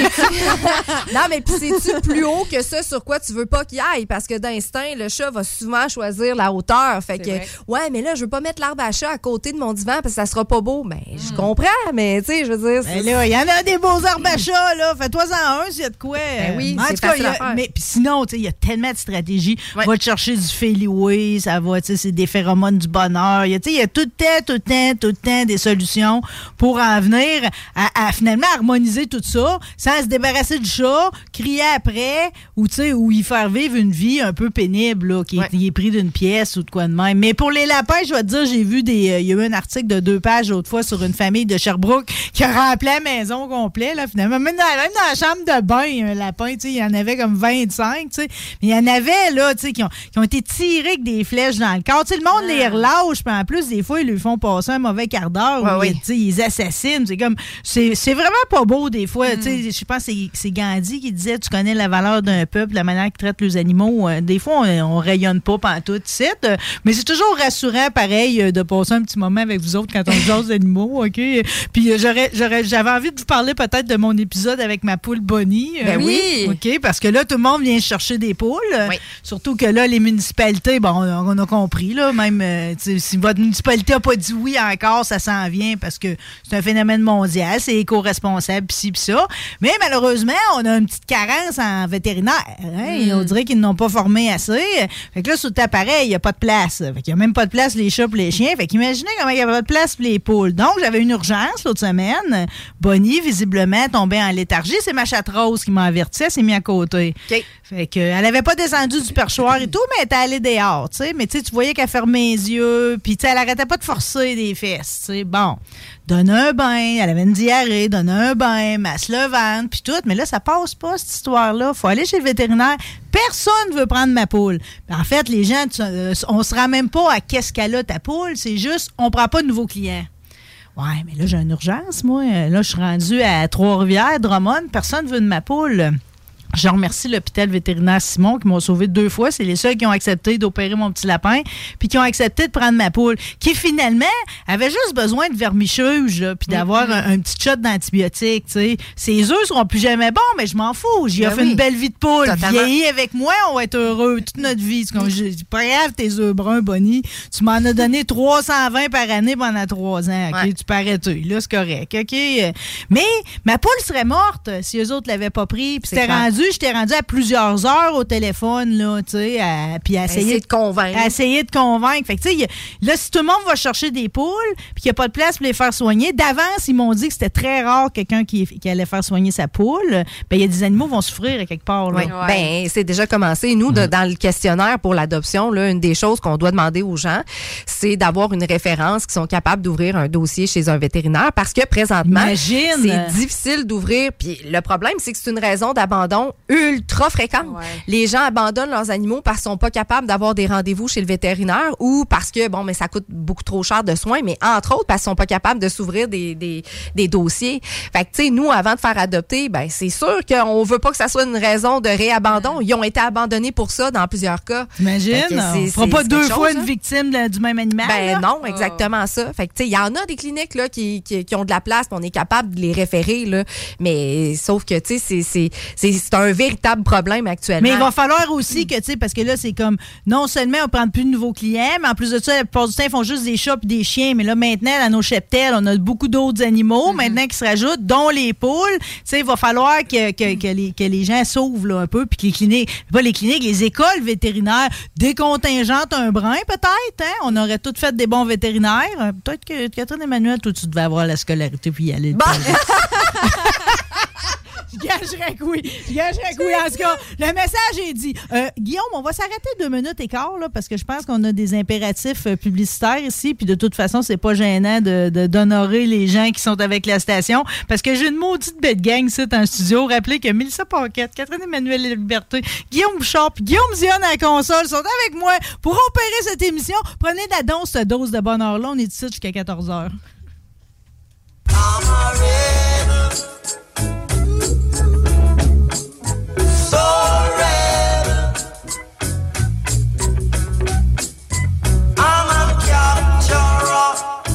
Non, mais puis c'est-tu plus haut que ça sur quoi tu veux pas qu'il aille? Parce que d'instinct, le chat va souvent choisir la hauteur. Fait c'est que, vrai. ouais, mais là, je veux pas mettre l'arbre à chat à côté de mon divan parce que ça sera pas beau. Ben, mm. je comprends, mais tu sais, je veux dire. Ben là, il y en a des beaux arbres à chat, là. Fais-toi-en un s'il y a de quoi. Ben oui, en c'est tout cas, facile a, à faire. Mais puis sinon, tu sais, il y a tellement de stratégies. Ouais. Va te chercher du Feliway, ça va, tu sais, c'est des phéromones du bonheur. Il y a, il y a tout le temps, tout le temps, tout le temps des solutions pour en venir à, à finalement harmoniser tout ça sans se débarrasser du chat, crier après ou, tu sais, ou y faire vivre une vie un peu pénible, là, qui, ouais. est, qui est pris d'une pièce ou de quoi de même. Mais pour les lapins, je vais te dire, j'ai vu des. Il euh, y a eu un article de deux pages l'autre fois sur une famille de Sherbrooke qui a rempli la maison complète, là, finalement. Même dans, même dans la chambre de bain, un lapin, tu sais, il y en avait comme vingt-cinq, tu sais. Mais il y en avait, là, tu sais, qui ont, qui ont été tirés avec des flèches dans le corps. Tu sais, le monde ah. les relâche, puis en plus, des fois, ils lui font passer un mauvais quart d'heure. Ouais, oui. Tu sais, ils assassinent. C'est comme. C'est, c'est vraiment pas beau, des fois. Mm. Tu sais, je pense que c'est, c'est Gandhi qui disait tu connais la valeur d'un peuple, la manière qu'ils traitent les animaux. Euh, des fois, on, on rayonne pas pantoute, ici. Euh, mais c'est toujours rassurant, pareil, euh, de passer un petit moment avec vous autres quand on jase d'animaux, OK? Puis euh, j'aurais, j'aurais, j'avais envie de vous parler peut-être de mon épisode avec ma poule Bonnie. Euh, ben oui! OK? Parce que là, tout le monde vient chercher des poules. Oui. Surtout que là, les municipalités, bon, on, on a compris, là, même euh, si votre municipalité n'a pas dit oui encore, ça s'en vient parce que c'est un phénomène mondial, c'est éco-responsable, pis ci, pis ça. Mais malheureusement, on a une petite carence en vétérinaire. Hein? Mm. On dirait qu'ils n'ont pas formé assez. Fait que là, sur le appareil, il n'y a pas de place. Fait qu'il n'y a même pas de place pour les chats et les chiens. Fait qu'imaginez comment il n'y a pas de place pour les poules. Donc, j'avais une urgence l'autre semaine. Bonnie, visiblement, tombait en léthargie. C'est ma chatte rose qui m'a averti. Elle s'est mise à côté. Okay. Fait qu'elle n'avait pas descendu du perchoir et tout, mais elle était allée dehors, tu sais. Mais tu sais, tu voyais qu'elle fermait les yeux, puis tu sais, elle arrêtait pas de forcer des fesses, tu sais. Bon, donne un bain, elle avait une diarrhée, donne un bain, masse le ventre, puis tout. Mais là, ça passe pas, cette histoire-là. Faut aller chez le vétérinaire. Personne veut prendre ma poule. En fait, les gens, tu, euh, on se rend même pas à qu'est-ce qu'elle a, ta poule. C'est juste, on prend pas de nouveaux clients. Ouais, mais là, j'ai une urgence, moi. Là, je suis rendue à Trois-Rivières, Drummond. Personne veut de ma poule. Je remercie l'hôpital vétérinaire Simon qui m'ont sauvé deux fois. C'est les seuls qui ont accepté d'opérer mon petit lapin puis qui ont accepté de prendre ma poule qui, finalement, avait juste besoin de vermifuge là, puis d'avoir mm-hmm. un, un petit shot d'antibiotiques. T'sais. Ses œufs seront plus jamais bons, mais je m'en fous. J'y ai ben fait oui. une belle vie de poule. Vieillis avec moi, on va être heureux toute notre vie. C'est comme, mm. je, pas grave, tes œufs bruns, Bonnie. Tu m'en as donné trois cent vingt par année pendant trois ans. Okay? Ouais. Tu peux arrêter. Là, c'est correct. OK? Mais ma poule serait morte si eux autres l'avaient pas pris. Puis c'était rendu, j'étais rendu à plusieurs heures au téléphone, là, tu sais, puis à essayer de convaincre. À essayer de convaincre. Fait que, tu sais, là, si tout le monde va chercher des poules, puis qu'il n'y a pas de place pour les faire soigner, d'avance, ils m'ont dit que c'était très rare quelqu'un qui, qui allait faire soigner sa poule. Ben, il y a des animaux qui vont souffrir à quelque part, là. Oui. Ouais. Ben, c'est déjà commencé. Nous, de, dans le questionnaire pour l'adoption, là, une des choses qu'on doit demander aux gens, c'est d'avoir une référence qui sont capables d'ouvrir un dossier chez un vétérinaire parce que présentement, Imagine. c'est difficile d'ouvrir. Puis le problème, c'est que c'est une raison d'abandon ultra fréquente. Ouais. Les gens abandonnent leurs animaux parce qu'ils sont pas capables d'avoir des rendez-vous chez le vétérinaire ou parce que, bon, mais ça coûte beaucoup trop cher de soins, mais entre autres parce qu'ils sont pas capables de s'ouvrir des, des, des dossiers. Fait que, tu sais, nous, avant de faire adopter, ben c'est sûr qu'on veut pas que ça soit une raison de réabandon. Ils ont été abandonnés pour ça dans plusieurs cas. Imagine, on fera pas deux fois chose, une victime de, du même animal. Ben là? non, exactement oh. ça. Fait que, tu sais, il y en a des cliniques là, qui, qui, qui ont de la place, on est capable de les référer, là. Mais sauf que, tu sais, c'est, c'est, c'est, c'est un véritable problème actuellement. Mais il va falloir aussi que, tu sais, parce que là, c'est comme, non seulement on ne prend plus de nouveaux clients, mais en plus de ça, la plupart du temps, ils font juste des chats et des chiens. Mais là, maintenant, dans nos cheptels, on a beaucoup d'autres animaux, mm-hmm. maintenant, qui se rajoutent, dont les poules. Tu sais, il va falloir que, que, que, les, que les gens s'ouvrent, là, un peu, puis que les cliniques, pas les cliniques, les écoles vétérinaires décontingentent un brin, peut-être, hein? On aurait toutes fait des bons vétérinaires. Peut-être que, Catherine Emmanuel, toi, tu devais avoir la scolarité puis y aller. Bon. Je gagerais que oui. Je gagerais que oui. En tout cas, le message est dit. Euh, Guillaume, on va s'arrêter deux minutes et quart, là, parce que je pense qu'on a des impératifs euh, publicitaires ici. Puis de toute façon, c'est pas gênant de, de, d'honorer les gens qui sont avec la station. Parce que j'ai une maudite bête gang ici dans le studio. Rappelez que Mélissa Paquette, Catherine Emmanuel Liberté, Guillaume Bouchard puis Guillaume Dion à la console sont avec moi pour opérer cette émission. Prenez de la dose, cette dose de bonheur-là. On est ici jusqu'à quatorze heures. So red, I'm a capturer,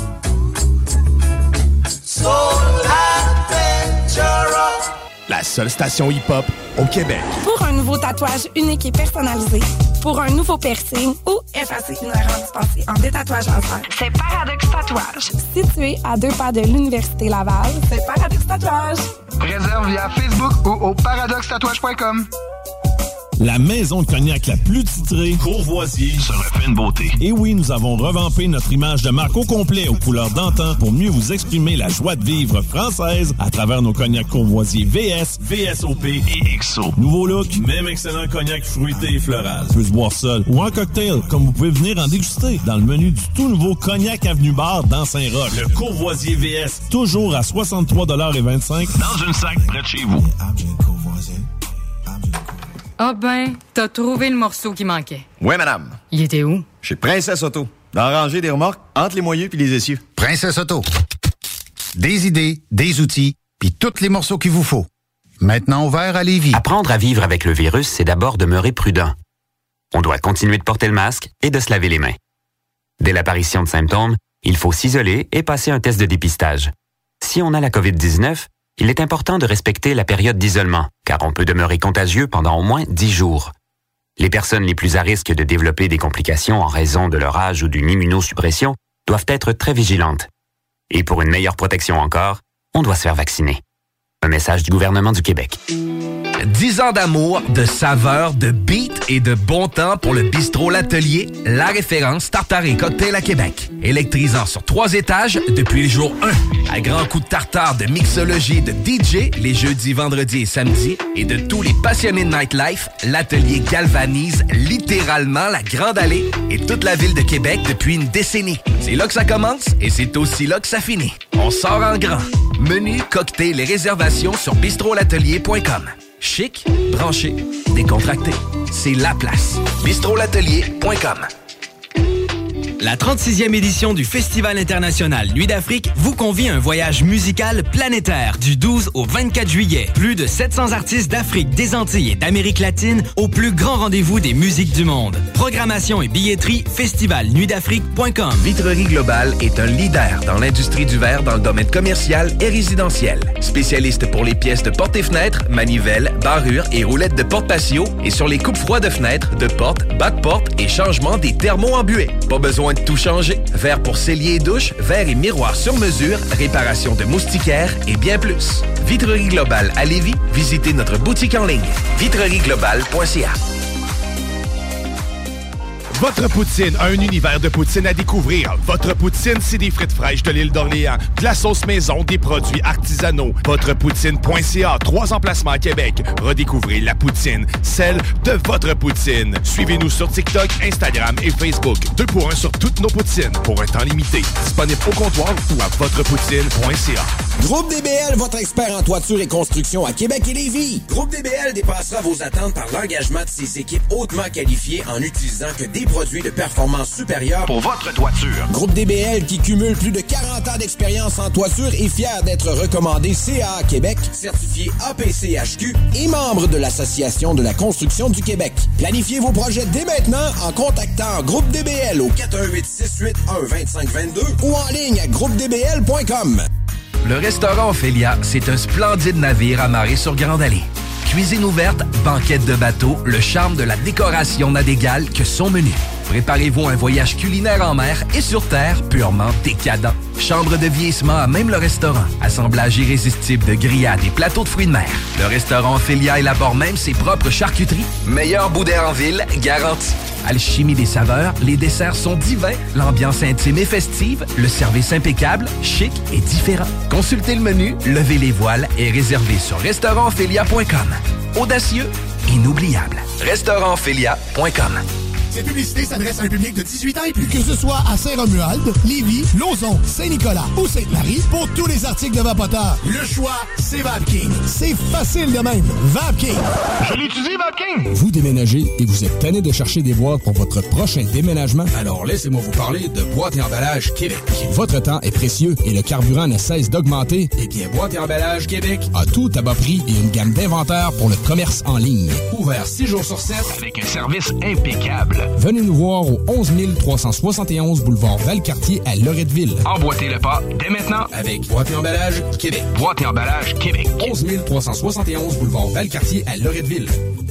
so adventurer. La seule station hip-hop au Québec. Pour un nouveau tatouage unique et personnalisé, pour un nouveau piercing ou effacer une erreur dispensée en détatouage laser, c'est Paradox Tatouage. Situé à deux pas de l'Université Laval, c'est Paradox Tatouage. Réserve via Facebook ou au paradoxe tatouage point com. La maison de cognac la plus titrée, Courvoisier, se refait une beauté. Et oui, nous avons revampé notre image de marque au complet aux couleurs d'antan pour mieux vous exprimer la joie de vivre française à travers nos cognacs Courvoisier V S, V S O P et X O. Nouveau look, même excellent cognac fruité et floral. Peut se boire seul ou en cocktail, comme vous pouvez venir en déguster dans le menu du tout nouveau Cognac Avenue Bar dans Saint-Roch. Le Courvoisier V S, toujours à soixante-trois vingt-cinq dans une sac près de chez vous. Ah ben, t'as trouvé le morceau qui manquait. Oui, madame. Il était où? Chez Princesse Auto. Dans la rangée des remorques, entre les moyeux puis les essieux. Princesse Auto. Des idées, des outils, puis tous les morceaux qu'il vous faut. Maintenant ouvert à Lévis. Apprendre à vivre avec le virus, c'est d'abord demeurer prudent. On doit continuer de porter le masque et de se laver les mains. Dès l'apparition de symptômes, il faut s'isoler et passer un test de dépistage. Si on a la covid dix-neuf, il est important de respecter la période d'isolement, car on peut demeurer contagieux pendant au moins dix jours. Les personnes les plus à risque de développer des complications en raison de leur âge ou d'une immunosuppression doivent être très vigilantes. Et pour une meilleure protection encore, on doit se faire vacciner. Un message du gouvernement du Québec. dix ans d'amour, de saveur, de beat et de bon temps pour le bistrot L'Atelier, la référence tartare et cocktail à Québec. Électrisant sur trois étages depuis le jour un. À grands coups de tartare, de mixologie, de D J, les jeudis, vendredis et samedis, et de tous les passionnés de nightlife, L'Atelier galvanise littéralement la Grande Allée et toute la ville de Québec depuis une décennie. C'est là que ça commence et c'est aussi là que ça finit. On sort en grand. Menu, cocktail et réservations sur bistrot l'atelier point com. Chic, branché, décontracté. C'est la place. bistrot l'atelier point com. La trente-sixième édition du Festival international Nuit d'Afrique vous convie à un voyage musical planétaire du douze au vingt-quatre juillet. Plus de sept cents artistes d'Afrique, des Antilles et d'Amérique latine au plus grand rendez-vous des musiques du monde. Programmation et billetterie festival nuit d'afrique point com. Vitrerie Globale est un leader dans l'industrie du verre dans le domaine commercial et résidentiel. Spécialiste pour les pièces de portes et fenêtres, manivelles, barrures et roulettes de porte patio et sur les coupes froides de fenêtres, de portes, bas de porte et changement des thermos embués. Pas besoin de tout changer. Verre pour cellier et douche, verre et miroir sur mesure, réparation de moustiquaires et bien plus. Vitrerie Globale à Lévis, visitez notre boutique en ligne vitrerie globale point c a. Votre poutine, un univers de poutine à découvrir. Votre poutine, c'est des frites fraîches de l'île d'Orléans, de la sauce maison, des produits artisanaux. Votrepoutine point c a, trois emplacements à Québec. Redécouvrez la poutine, celle de votre poutine. Suivez-nous sur TikTok, Instagram et Facebook. Deux pour un sur toutes nos poutines, pour un temps limité. Disponible au comptoir ou à votrepoutine point c a. Groupe D B L, votre expert en toiture et construction à Québec et Lévis. Groupe D B L dépassera vos attentes par l'engagement de ses équipes hautement qualifiées en utilisant que des produits de performance supérieure pour votre toiture. Groupe D B L, qui cumule plus de quarante ans d'expérience en toiture, est fier d'être recommandé C A A Québec, certifié A P C H Q et membre de l'Association de la construction du Québec. Planifiez vos projets dès maintenant en contactant Groupe D B L au quatre un huit, six huit un, deux cinq deux deux ou en ligne à groupe d b l point com. Le restaurant Ophélia, c'est un splendide navire amarré sur Grande Allée. Cuisine ouverte, banquette de bateau, le charme de la décoration n'a d'égal que son menu. Préparez-vous un voyage culinaire en mer et sur terre purement décadent. Chambre de vieillissement à même le restaurant. Assemblage irrésistible de grillades et plateaux de fruits de mer. Le restaurant Ophélia élabore même ses propres charcuteries. Meilleur boudin en ville, garanti. Alchimie des saveurs, les desserts sont divins, l'ambiance intime et festive, le service impeccable, chic et différent. Consultez le menu, levez les voiles et réservez sur restaurant ophélia point com. Audacieux, inoubliable. restaurant ophélia point com. Cette publicité s'adresse à un public de dix-huit ans et plus. Que ce soit à Saint-Romuald, Lévis, Lauson, Saint-Nicolas ou Sainte-Marie, pour tous les articles de Vapoteur, le choix, c'est VapKing. C'est facile de même. VapKing. Je l'utilise, VapKing. Vous déménagez et vous êtes tanné de chercher des boîtes pour votre prochain déménagement? Alors laissez-moi vous parler de Boîte et Emballage Québec. Votre temps est précieux et le carburant ne cesse d'augmenter. Eh bien, Boîte et Emballage Québec a tout à bas prix et une gamme d'inventaires pour le commerce en ligne. Ouvert six jours sur sept avec un service impeccable. Venez nous voir au onze mille trois cent soixante et onze boulevard Valcartier à Loretteville. Emboîtez le pas dès maintenant avec Boîte et Emballage Québec. Boîte et Emballage Québec. onze mille trois cent soixante et onze boulevard Valcartier à Loretteville.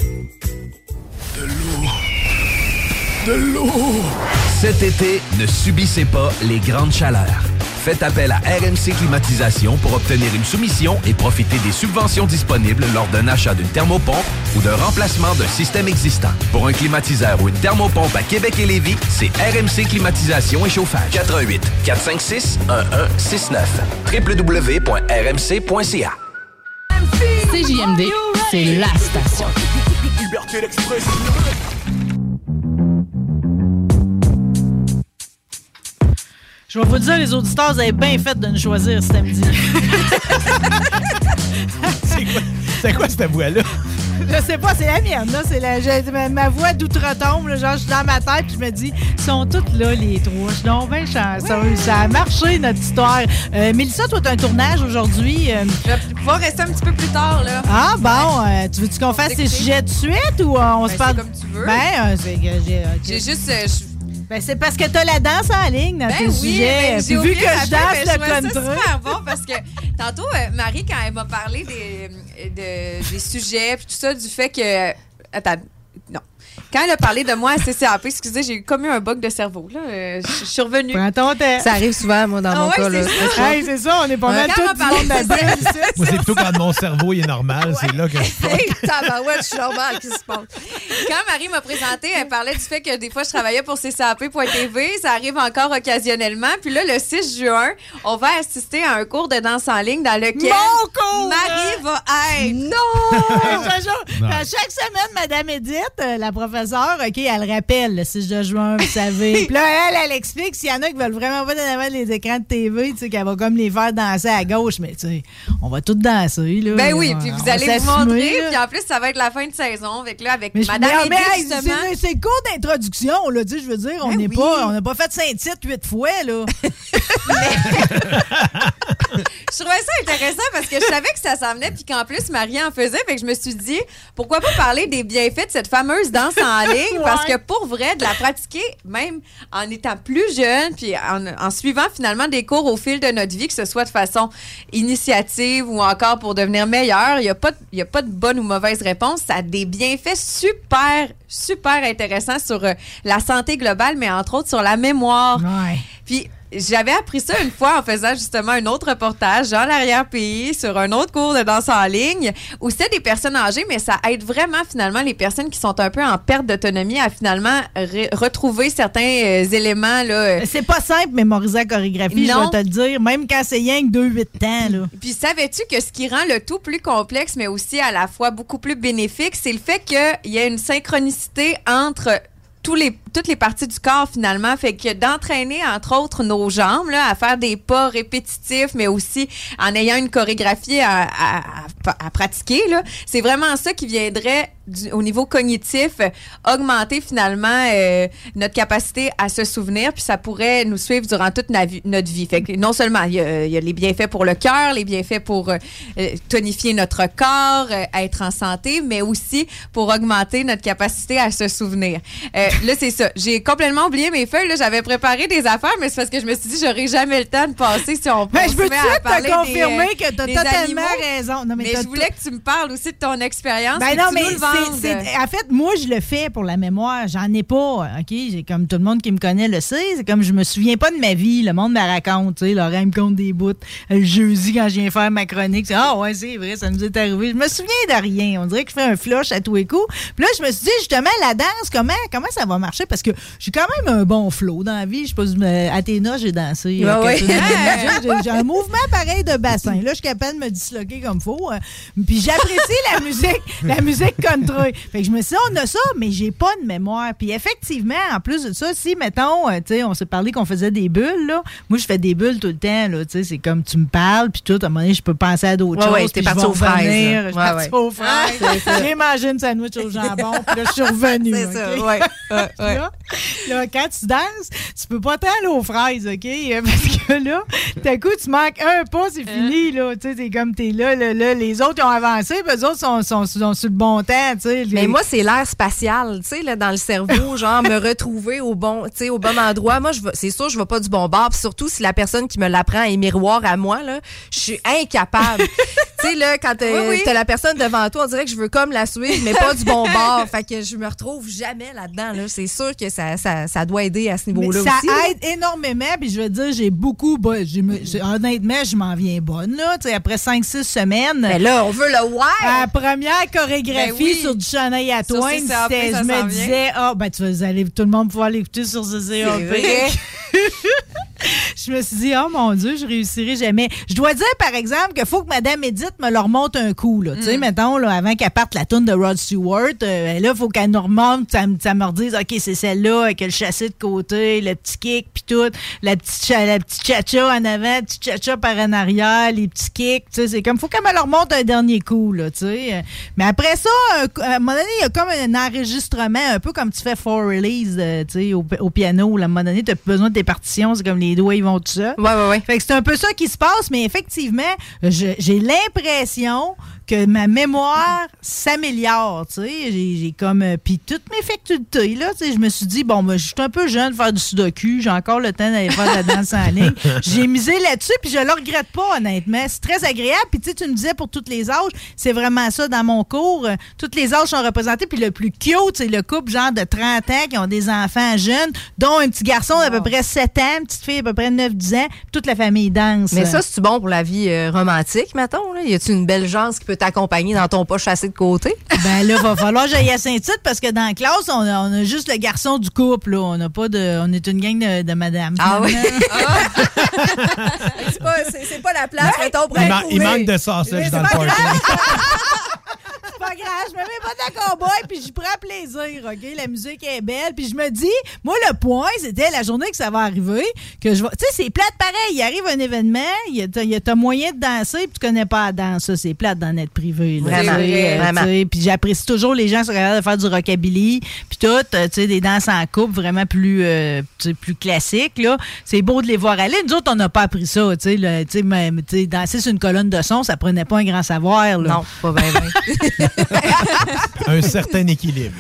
De l'eau. De l'eau. Cet été, ne subissez pas les grandes chaleurs. Faites appel à R M C Climatisation pour obtenir une soumission et profiter des subventions disponibles lors d'un achat d'une thermopompe ou d'un remplacement d'un système existant. Pour un climatiseur ou une thermopompe à Québec et Lévis, c'est R M C Climatisation et Chauffage. quatre un huit, quatre cinq six, un un six neuf. w w w point r m c point c a. C J M D, c'est la station. Liberté d'expression. Je vais vous dire, les auditeurs, vous avez bien fait de nous choisir ce samedi. C'est quoi, c'est quoi cette voix-là? Je sais pas, c'est la mienne, là. C'est la, j'ai, ma, ma voix d'outre-tombe, là, genre, je suis dans ma tête, puis je me dis, ils sont toutes là, les trois. Je suis donc bien chanceuse. Ça a marché, notre histoire. Euh, Mélissa, toi, tu as un tournage aujourd'hui. Euh... Je vais pouvoir rester un petit peu plus tard, là. Ah, bon. Euh, tu veux-tu qu'on fasse ces sujets de suite ou euh, on ben, se parle? C'est comme tu veux. Ben, euh, c'est que j'ai... Okay. J'ai juste... Euh, je... Ben, c'est parce que t'as la danse en ligne dans ben tes oui, sujets. Ben, Puis vu que je danse ben, le country. country. C'est super bon parce que tantôt, euh, Marie, quand elle m'a parlé des, de, des sujets puis tout ça, du fait que... Attends, non. Quand elle a parlé de moi à C C A P, excusez, j'ai eu comme eu un bug de cerveau. Là. Euh, je suis revenue. Prends ton temps. Ça arrive souvent, moi, dans ah, mon ouais, cas. C'est, là. ça. Hey, c'est ça, on est pas ouais, mal tout du monde d'habitude. Moi, c'est plutôt quand mon cerveau est normal, ouais. C'est là que je pense. Hey, tabarouette, je suis normale, qu'est-ce qui se passe? Quand Marie m'a présenté, elle parlait du fait que des fois, je travaillais pour C C A P point T V. Ça arrive encore occasionnellement. Puis là, le six juin, on va assister à un cours de danse en ligne dans lequel Mon cours! Marie va être. Non! À chaque semaine, Madame Edith, la professeure sa sœur, OK, elle le rappelle le six juin, vous savez. Puis là, elle, elle explique s'il y en a qui veulent vraiment pas dans les écrans de T V, tu sais, qu'elle va comme les faire danser à gauche, mais tu sais, on va tous danser, là. Ben oui, puis vous allez vous montrer, là. Puis en plus, ça va être la fin de saison. Avec, là, avec mais Madame je, mais, Edith, mais, justement. C'est, c'est le cours d'introduction, là, tu sais, je veux dire, on n'est oui. pas, on n'a pas fait Saint-Tite huit fois, là. Je trouvais ça intéressant parce que je savais que ça s'en venait puis qu'en plus, Marie en faisait. Fait que je me suis dit, pourquoi pas parler des bienfaits de cette fameuse danse en ligne? Ouais. Parce que pour vrai, de la pratiquer, même en étant plus jeune puis en, en suivant finalement des cours au fil de notre vie, que ce soit de façon initiative ou encore pour devenir meilleur, il n'y a pas de, il y a pas de bonne ou mauvaise réponse. Ça a des bienfaits super, super intéressants sur euh, la santé globale, mais entre autres sur la mémoire. Ouais. Puis, j'avais appris ça une fois en faisant justement un autre reportage dans l'arrière-pays sur un autre cours de danse en ligne où c'était des personnes âgées, mais ça aide vraiment finalement les personnes qui sont un peu en perte d'autonomie à finalement re- retrouver certains euh, éléments. Là. C'est pas simple mémoriser la chorégraphie, Non. je vais te le dire, même quand c'est rien que deux huit ans. Là. Puis savais-tu que ce qui rend le tout plus complexe, mais aussi à la fois beaucoup plus bénéfique, c'est le fait qu'il y a une synchronicité entre tous les, toutes les parties du corps, finalement. Fait que d'entraîner, entre autres, nos jambes là, à faire des pas répétitifs, mais aussi en ayant une chorégraphie à, à, à, à pratiquer, là, c'est vraiment ça qui viendrait du, au niveau cognitif, euh, augmenter finalement euh, notre capacité à se souvenir, puis ça pourrait nous suivre durant toute na- notre vie. Fait que non seulement il y, a, il y a les bienfaits pour le cœur, les bienfaits pour euh, tonifier notre corps, euh, être en santé, mais aussi pour augmenter notre capacité à se souvenir. Euh, là, c'est ça. J'ai complètement oublié mes feuilles. Là, j'avais préparé des affaires, mais c'est parce que je me suis dit j'aurais jamais le temps de passer si on peut. Ben, je veux te confirmer des, que tu as totalement animaux. raison. Non, mais mais je voulais que tu me parles aussi de ton expérience. Ben non, mais c'est, c'est, en fait, moi, je le fais pour la mémoire. J'en ai pas. OK? J'ai, comme tout le monde qui me connaît le sait. C'est comme je me souviens pas de ma vie. Le monde me raconte. Tu sais, Laurent me compte des bouts. Le jeudi, quand je viens faire ma chronique, c'est ah ouais, c'est vrai, ça nous est arrivé. Je me souviens de rien. On dirait que je fais un flush à tous les coups. Puis là, je me suis dit, justement, la danse, comment, comment ça va marcher? Parce que j'ai quand même un bon flow dans la vie. Je sais pas, à Athéna, j'ai dansé. Ah euh, oui. j'ai, j'ai un mouvement pareil de bassin. Là, je suis capable de me disloquer comme il faut. Puis j'apprécie la musique, la musique country. Fait que je me suis dit, on a ça, mais j'ai pas de mémoire. Puis effectivement, en plus de ça, si, mettons, tu sais, on s'est parlé qu'on faisait des bulles, là. Moi, je fais des bulles tout le temps, là. Tu sais, c'est comme tu me parles, puis tout, à un moment donné, je peux penser à d'autres ouais, choses. Ouais, t'es parti aux fraises. Je suis ouais, partie ouais. aux fraises. J'ai mangé une sandwich au jambon, puis là, je suis revenue. C'est okay? ça, ouais. ouais, ouais. Là, là, quand tu danses, tu peux pas t'aller aux fraises, OK? Parce que là, d'un coup, tu manques un pas, c'est fini, là. Tu sais, c'est comme t'es là, là, là. Les autres, ils ont avancé, puis eux autres sont, sont, sont, sont sur le bon temps, tu sais. Mais moi, c'est l'air spatial, tu sais, là, dans le cerveau, genre, me retrouver au bon, tu sais, au bon endroit. Moi, je vais, c'est sûr, je vais pas du bon bord. Puis surtout, si la personne qui me l'apprend est miroir à moi, là, je suis incapable. Tu sais, là, quand t'as, oui, oui. t'as la personne devant toi, on dirait que je veux comme la suivre, mais pas du bon bord. Fait que je me retrouve jamais là-dedans, là. C'est sûr que ça, ça, ça doit aider à ce niveau-là mais ça aussi. Ça aide là. énormément, puis je veux dire, j'ai beaucoup, bah, j'ai, j'ai, honnêtement, je m'en viens bonne, là, tu sais, après cinq six semaines. Mais là, on veut le ouais! La première chorégraphie ben oui. sur du Shania à toi, je me disais, ah, oh, ben, tu vas aller, tout le monde pouvoir l'écouter sur ce C A P. Je me suis dit, oh mon Dieu, je réussirai jamais. Je dois dire, par exemple, qu'il faut que Mme Edith me leur remonte un coup. Là. Mm. Tu sais, mettons, là, avant qu'elle parte la toune de Rod Stewart, euh, là, il faut qu'elle nous remonte, ça, ça me redise, OK, c'est celle-là, avec le chassé de côté, le petit kick, puis tout, la petite, cha- la petite cha-cha en avant, le petit cha-cha par en arrière, les petits kicks. Tu sais, c'est comme, il faut qu'elle me leur remonte un dernier coup, là, tu sais. Mais après ça, un, à un moment donné, il y a comme un enregistrement, un peu comme tu fais for release, euh, tu sais, au, au piano. Là, à un moment donné, tu as besoin de tes partitions, c'est comme les doigts, ils vont tout ça. Ouais, ouais, ouais. Fait que c'est un peu ça qui se passe, mais effectivement, je, j'ai l'impression que ma mémoire s'améliore, tu sais. J'ai, j'ai comme... Euh, puis toutes mes facultés, là, tu sais, je me suis dit, bon, ben, je suis un peu jeune de faire du sudoku, j'ai encore le temps d'aller faire de la danse en ligne. J'ai misé là-dessus, puis je le regrette pas, honnêtement. C'est très agréable, puis tu sais, tu me disais pour tous les âges, c'est vraiment ça dans mon cours. Euh, toutes les âges sont représentés, puis le plus cute, c'est le couple genre de trente ans qui ont des enfants jeunes, dont un petit garçon d'à peu près sept ans, une petite fille d'à peu près neuf dix ans, puis toute la famille danse. Mais ça, c'est-tu bon pour la vie euh, romantique, mettons? Là? Y a-tu une belle chance qui peut t'accompagner dans ton pas chassé de côté? Ben là, va falloir que j'aille à Saint-Tite parce que dans la classe, on a, on a juste le garçon du couple. Là. On n'a pas de. On est une gang de, de madame. Ah oui? c'est, pas, c'est, c'est pas la place, ben, mettons, pour il, man- il manque de sausage dans le party. C'est pas grave. je me mets mes bottes de cowboy, puis je prends plaisir, OK? La musique est belle, puis je me dis, moi, le point, c'était la journée que ça va arriver, que je vais... Tu sais, c'est plate pareil. Il arrive un événement, il y a, t'as moyen de danser, puis tu connais pas la danse. Ça, c'est plate d'en être privé. Là, vraiment, euh, vraiment. Puis j'apprécie toujours les gens qui sont capables de faire du rockabilly, puis tout, tu sais, des danses en couple vraiment plus, euh, plus classiques, là. C'est beau de les voir aller. Nous autres, on n'a pas appris ça, tu sais. Danser sur une colonne de son, ça prenait pas un grand savoir, là. Non, pas bien, bien. Un certain équilibre.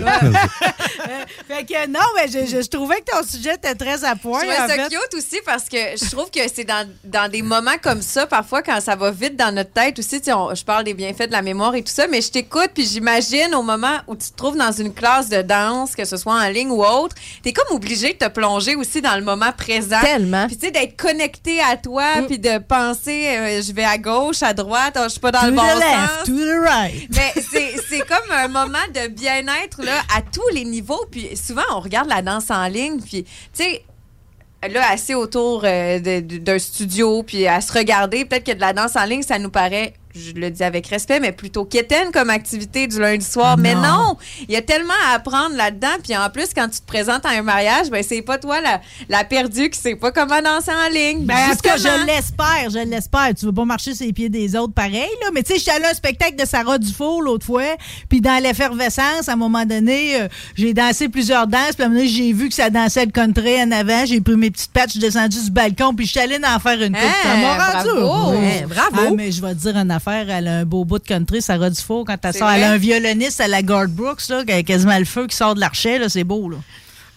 Fait que non, mais je, je, je trouvais que ton sujet était très à point. Je trouvais en ça fait. cute aussi parce que je trouve que c'est dans, dans des moments comme ça, parfois quand ça va vite dans notre tête aussi, tu sais, on, je parle des bienfaits de la mémoire et tout ça, mais je t'écoute puis j'imagine au moment où tu te trouves dans une classe de danse, que ce soit en ligne ou autre, t'es comme obligé de te plonger aussi dans le moment présent. Tellement. Puis tu sais, d'être connecté à toi Mm. puis de penser, euh, je vais à gauche, à droite, oh, je suis pas dans To le the bon left, sens. to the right. Mais c'est, c'est comme un moment de bien-être là, à tous les niveaux. Puis souvent, on regarde la danse en ligne, puis tu sais, là, assis autour euh, de, de, d'un studio, puis à se regarder, peut-être que de la danse en ligne, ça nous paraît, je le dis avec respect, mais plutôt quétaine comme activité du lundi soir. Non. Mais non! Il y a tellement à apprendre là-dedans. Puis en plus, quand tu te présentes à un mariage, ben c'est pas toi la, la perdue qui sait pas comment danser en ligne. Ben, en tout cas, Justement. je l'espère, je l'espère. Tu veux pas marcher sur les pieds des autres pareil, là. Mais tu sais, j'étais allée à un spectacle de Sarah Dufour l'autre fois, puis dans l'effervescence, à un moment donné, euh, j'ai dansé plusieurs danses, puis à un moment donné, j'ai vu que ça dansait le country en avant, j'ai pris mes petites pattes, je suis descendue du balcon, puis je suis allée en faire une coupe. Hein, Ça m'a rendu. bravo. Oui. Hein, bravo. Ah, mais je vais te dire une affaire, elle a un beau bout de country, Sarah Dufour, quand elle C'est sort, elle a vrai? un violoniste à la Garth Brooks, là, qui a quasiment le feu qui sort de l'archet, là, c'est beau, là.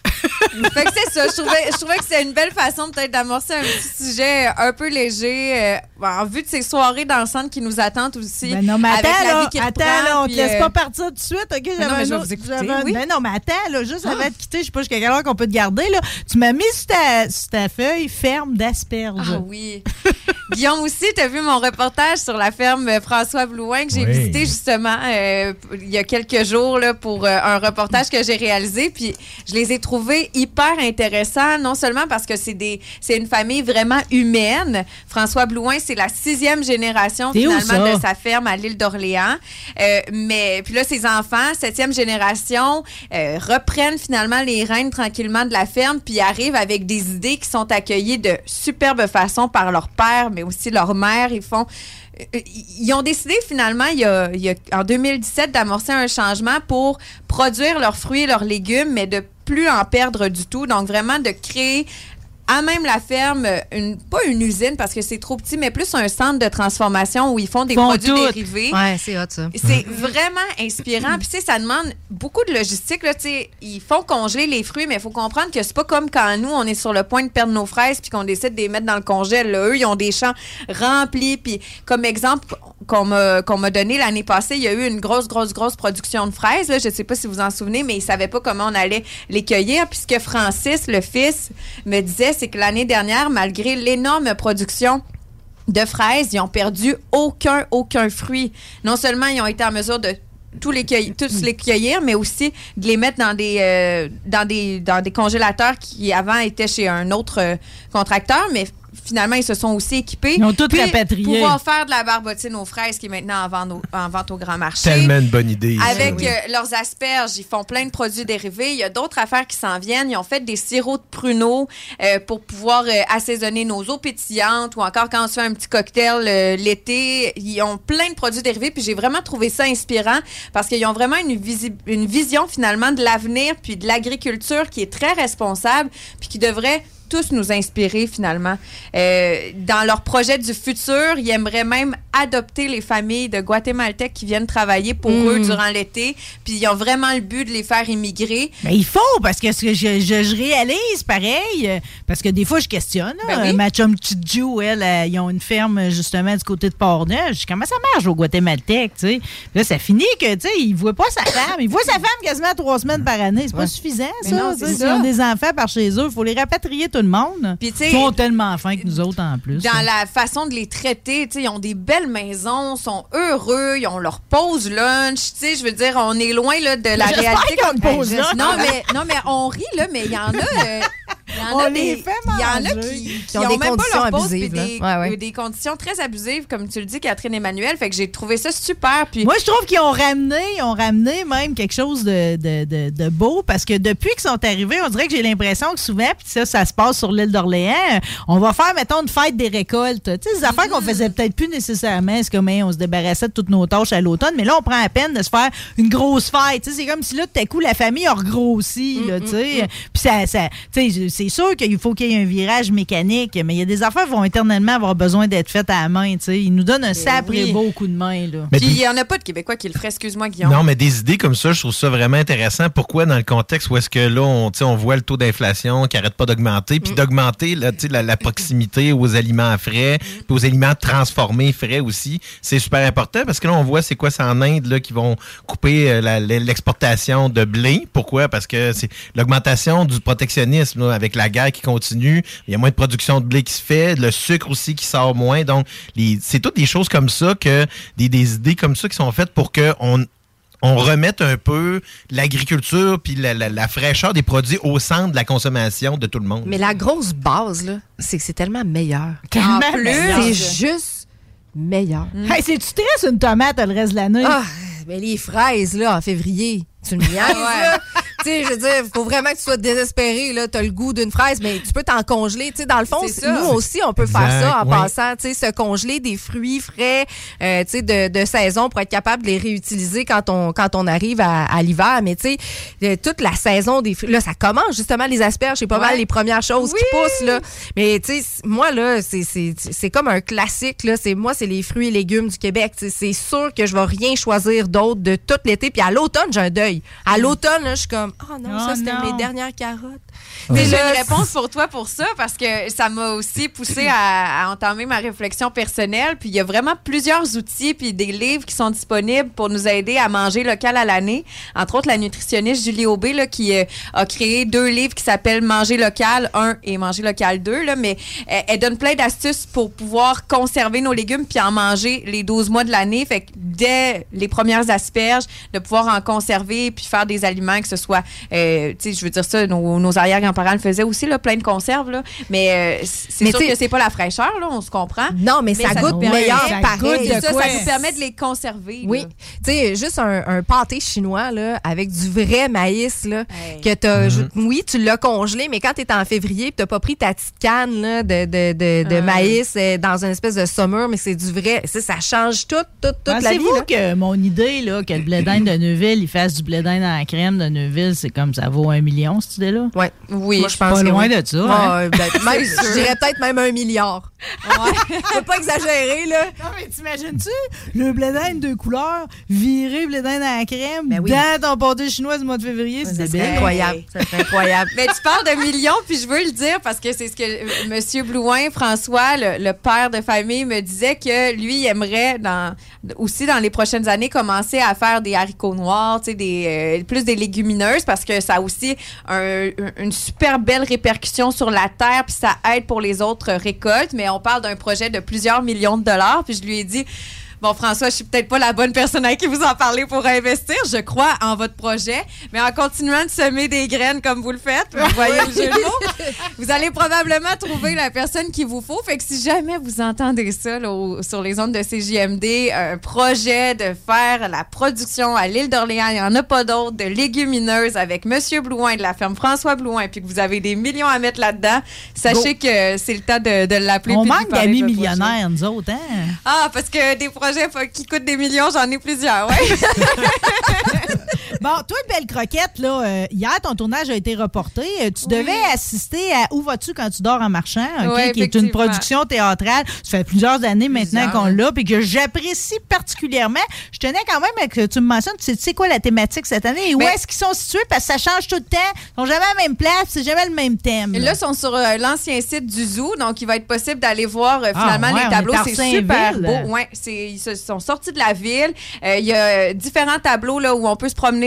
Fait que c'est ça. Je trouvais, je trouvais que c'est une belle façon peut-être d'amorcer un petit sujet un peu léger euh, en vue de ces soirées dansantes qui nous attendent aussi. Ben non, mais avec attends, la là, vie qui attends, reprend, là, on te puis, laisse euh, pas partir tout de suite, OK? non, J'avais mais un je vais autre- vous écouter, j'avais un- oui. Ben non, mais attends, là, juste avant de quitter, je sais pas jusqu'à quelle heure qu'on peut te garder, là. Tu m'as mis sur ta, sur ta feuille ferme d'asperges. Ah oui. Guillaume aussi, tu as vu mon reportage sur la ferme François Blouin que j'ai Oui. visité justement euh, il y a quelques jours là, pour euh, un reportage que j'ai réalisé. Puis je les ai trouvés hyper intéressants, non seulement parce que c'est des c'est une famille vraiment humaine. François Blouin, c'est la sixième génération C'est où, finalement ça? de sa ferme à l'île d'Orléans. Euh, mais puis là, ses enfants, septième génération, euh, reprennent finalement les rênes tranquillement de la ferme, puis arrivent avec des idées qui sont accueillies de superbe façon par leur père, mais aussi leur mère. Ils font euh, ils ont décidé finalement, il y a, il y a, en deux mille dix-sept, d'amorcer un changement pour produire leurs fruits et leurs légumes, mais de plus en perdre du tout. Donc, vraiment de créer à même la ferme, une, pas une usine parce que c'est trop petit, mais plus un centre de transformation où ils font des Font produits tout. dérivés. Ouais, c'est hot, ça. C'est vraiment inspirant. Puis, tu sais, ça demande beaucoup de logistique. Là, tu sais, ils font congeler les fruits, mais il faut comprendre que c'est pas comme quand nous, on est sur le point de perdre nos fraises puis qu'on décide de les mettre dans le congèle. Là, eux, ils ont des champs remplis. Puis, comme exemple qu'on m'a, qu'on m'a donné l'année passée, il y a eu une grosse, grosse, grosse production de fraises. Là. Je sais pas si vous en souvenez, mais ils savaient pas comment on allait les cueillir. Puis, ce que Francis, le fils, me disait, c'est que l'année dernière, malgré l'énorme production de fraises, ils ont perdu aucun, aucun fruit. Non seulement ils ont été en mesure de tous les cueillir, tous les cueillir, mais aussi de les mettre dans des, euh, dans des, dans des congélateurs qui avant étaient chez un autre euh, contracteur, mais finalement, ils se sont aussi équipés. Ils ont tout Puis, rapatrié. pouvoir faire de la barbotine aux fraises qui est maintenant en vente au, en vente au grand marché. Tellement une bonne idée. ça. Avec Oui. euh, leurs asperges, ils font plein de produits dérivés. Il y a d'autres affaires qui s'en viennent. Ils ont fait des sirops de pruneaux euh, pour pouvoir euh, assaisonner nos eaux pétillantes ou encore quand on se fait un petit cocktail euh, l'été. Ils ont plein de produits dérivés. Puis j'ai vraiment trouvé ça inspirant parce qu'ils ont vraiment une, visi- une vision finalement de l'avenir puis de l'agriculture qui est très responsable puis qui devrait tous nous inspirer finalement. Euh, dans leur projet du futur, ils aimeraient même adopter les familles de Guatémaltèques qui viennent travailler pour Mm. eux durant l'été. Puis ils ont vraiment le but de les faire immigrer. Mais il faut, parce que ce que je, je, je réalise, pareil, euh, parce que des fois, je questionne. Là, Ben oui. Euh, ma chum Chidjou, elle, euh, ils ont une ferme, justement, du côté de Port-Neuf. Je dis, comment ça marche au Guatémaltèque, tu sais? Puis là, ça finit que, tu sais, il ne voit pas sa femme. Il voit sa femme quasiment trois semaines par année. C'est pas Ouais. suffisant, Mais ça. non, tu c'est sais, ça. S'ils ont des enfants par chez eux, il faut les rapatrier tout le monde. Puis, tu sais, Ils sont tellement fins que nous autres, en plus. dans la façon de les traiter, tu sais, ils ont des belles maisons, sont heureux, ils ont leur pause lunch, tu sais, je veux dire, on est loin là, de la J'espère réalité. qu'ils ont une pause Ben, lunch. je- Non, mais, non, mais on rit, là, mais il y en a... euh, Il y en On a les des, fait il y en a manger. qui, qui Qui ont ont, des même pas conditions leur pause, abusives, puis des, là. Ouais, ouais. des conditions très abusives, comme tu le dis, Catherine Emmanuel. Fait que j'ai trouvé ça super. Puis Moi, je trouve qu'ils ont ramené, ils ont ramené même quelque chose de, de, de, de beau parce que depuis qu'ils sont arrivés, on dirait que j'ai l'impression que souvent, puis ça, ça se passe sur l'île d'Orléans, on va faire, mettons, une fête des récoltes. Tu sais, des affaires qu'on faisait peut-être plus nécessairement. C'est comme, hein, on se débarrassait de toutes nos tâches à l'automne, mais là, on prend la peine de se faire une grosse fête. Tu sais, c'est comme si là, tout à coup, la famille a regrossi, là, tu sais. Puis ça, ça tu sais, c'est sûr qu'il faut qu'il y ait un virage mécanique, mais il y a des affaires qui vont éternellement avoir besoin d'être faites à la main, tu sais. Ils nous donnent un sacré oui. beau coup de main, là. Puis il n'y en a pas de Québécois qui le feraient, excuse-moi, Guillaume. Non, mais des idées comme ça, je trouve ça vraiment intéressant. Pourquoi, dans le contexte où est-ce que là, on, on voit le taux d'inflation qui n'arrête pas d'augmenter, puis mm. d'augmenter là, la, la proximité aux aliments frais, mm. puis aux aliments transformés frais aussi, c'est super important parce que là, on voit c'est quoi, c'est en Inde là, qui vont couper la, l'exportation de blé. Pourquoi? Parce que c'est l'augmentation du protectionnisme là, avec la guerre qui continue. Il y a moins de production de blé qui se fait, le sucre aussi qui sort moins. Donc, les, c'est toutes des choses comme ça, que des, des idées comme ça qui sont faites pour qu'on on remette un peu l'agriculture puis la, la, la fraîcheur des produits au centre de la consommation de tout le monde. Mais la grosse base, là, c'est que c'est tellement meilleur. Tellement en plus, meilleur. c'est juste meilleur. Mm. Hey, c'est-tu stresses une tomate le reste de l'année? Ah, mais les fraises, là, en février, tu me niaises, là. Tu sais, je veux dire, faut vraiment que tu sois désespéré, là. T'as le goût d'une fraise, mais tu peux t'en congeler. Tu sais, dans le fond, C'est ça. nous aussi, on peut Exact, faire ça en oui. passant, tu sais, se congeler des fruits frais, euh, tu sais, de, de saison pour être capable de les réutiliser quand on, quand on arrive à, à l'hiver. Mais tu sais, euh, toute la saison des fruits, là, ça commence justement les asperges, c'est pas Ouais. mal les premières choses Oui. qui poussent, là. Mais tu sais, moi, là, c'est, c'est, c'est comme un classique, là. C'est, moi, c'est les fruits et légumes du Québec. Tu sais, c'est sûr que je vais rien choisir d'autre de tout l'été. Puis à l'automne, j'ai un deuil. À l'automne, là, je suis comme, oh non, Oh ça, c'était non. mes dernières carottes. Mais Mais j'ai là, une réponse pour toi pour ça parce que ça m'a aussi poussé à, à entamer ma réflexion personnelle. Puis il y a vraiment plusieurs outils puis des livres qui sont disponibles pour nous aider à manger local à l'année. Entre autres, la nutritionniste Julie Aubé là, qui euh, a créé deux livres qui s'appellent Manger local un et Manger local deux. Là, mais euh, elle donne plein d'astuces pour pouvoir conserver nos légumes puis en manger les douze mois de l'année. Fait que dès les premières asperges, de pouvoir en conserver puis faire des aliments que ce soit, euh, tu sais, je veux dire ça, nos, nos arrière-grands-parents le faisaient aussi, là, plein de conserves, là. Mais euh, c'est Mais sûr t'sais- que c'est pas la fraîcheur, là, on se comprend. Non, mais, ça, goûte nous permet- meilleur ça pareil. goûte de ça, quoi? ça Ça nous permet de les conserver. Oui. là. Tu sais, juste un, un pâté chinois, là, avec du vrai maïs, là, Hey. que t'as, Mhm. je- oui, tu l'as congelé, mais quand t'es en février pis t'as pas pris ta petite canne, là, de, de, de, de Ah. maïs euh, dans une espèce de summer, mais c'est du vrai, ça, ça change tout, toute, toute la vie, Pensez-vous là. que mon idée, là, que le blé d'Inde de Neuville, il fasse du blé d'Inde dans la crème de Neuville, c'est comme ça vaut un million, cette idée-là? Ouais. Oui. Moi, je pense Pas que loin oui. de ça. hein? Ouais, ben, même, C'est sûr. je dirais peut-être même un milliard. Ouais. Faut pas exagérer, là. Non, mais t'imagines-tu le blé d'Inde de couleur, viré blé d'Inde à la crème, Ben oui. dans ton pâté chinois du mois de février? Ça C'est serait débile. incroyable. Ça serait incroyable. Mais tu parles de millions, puis je veux le dire parce que c'est ce que euh, M. Blouin, François, le, le père de famille, me disait que lui, il aimerait dans, aussi dans les prochaines années commencer à faire des haricots noirs, tu sais, des, euh, plus des légumineuses parce que ça a aussi un- une super belle répercussion sur la terre, puis ça aide pour les autres récoltes. Mais on parle d'un projet de plusieurs millions de dollars, puis je lui ai dit... Bon, François, je suis peut-être pas la bonne personne à qui vous en parler pour investir. Je crois en votre projet, mais en continuant de semer des graines comme vous le faites, vous voyez le jeu de mots, vous allez probablement trouver la personne qu'il vous faut. Fait que si jamais vous entendez ça là, au- sur les ondes de C J M D, un projet de faire la production à l'île d'Orléans, il n'y en a pas d'autre, de légumineuses avec Monsieur Blouin de la ferme François Blouin, puis que vous avez des millions à mettre là-dedans, sachez que c'est le temps de, de l'appeler. On puis de lui manque parler d'amis de votre projet. millionnaires, nous autres, hein? Ah, parce que des projets faut- qui coûtent des millions, j'en ai plusieurs, ouais. Bon, toi, Belle Croquette, là, euh, hier, ton tournage a été reporté. Euh, Tu devais assister à Où vas-tu quand tu dors en marchant, ok, Oui, qui est une effectivement. production théâtrale. Ça fait plusieurs années maintenant Plusieurs. qu'on l'a, puis que j'apprécie particulièrement. Je tenais quand même à que tu me mentionnes, tu sais, tu sais quoi la thématique cette année et où Mais- est-ce qu'ils sont situés, parce que ça change tout le temps. Ils sont jamais à la même place, c'est jamais le même thème. Là, ils sont sur euh, l'ancien site du zoo, donc il va être possible d'aller voir euh, Ah, finalement ouais, les on tableaux. est à C'est Saint-Ville. super beau. Ouais, c'est, ils se sont sortis de la ville. Euh, Il y a différents tableaux là, où on peut se promener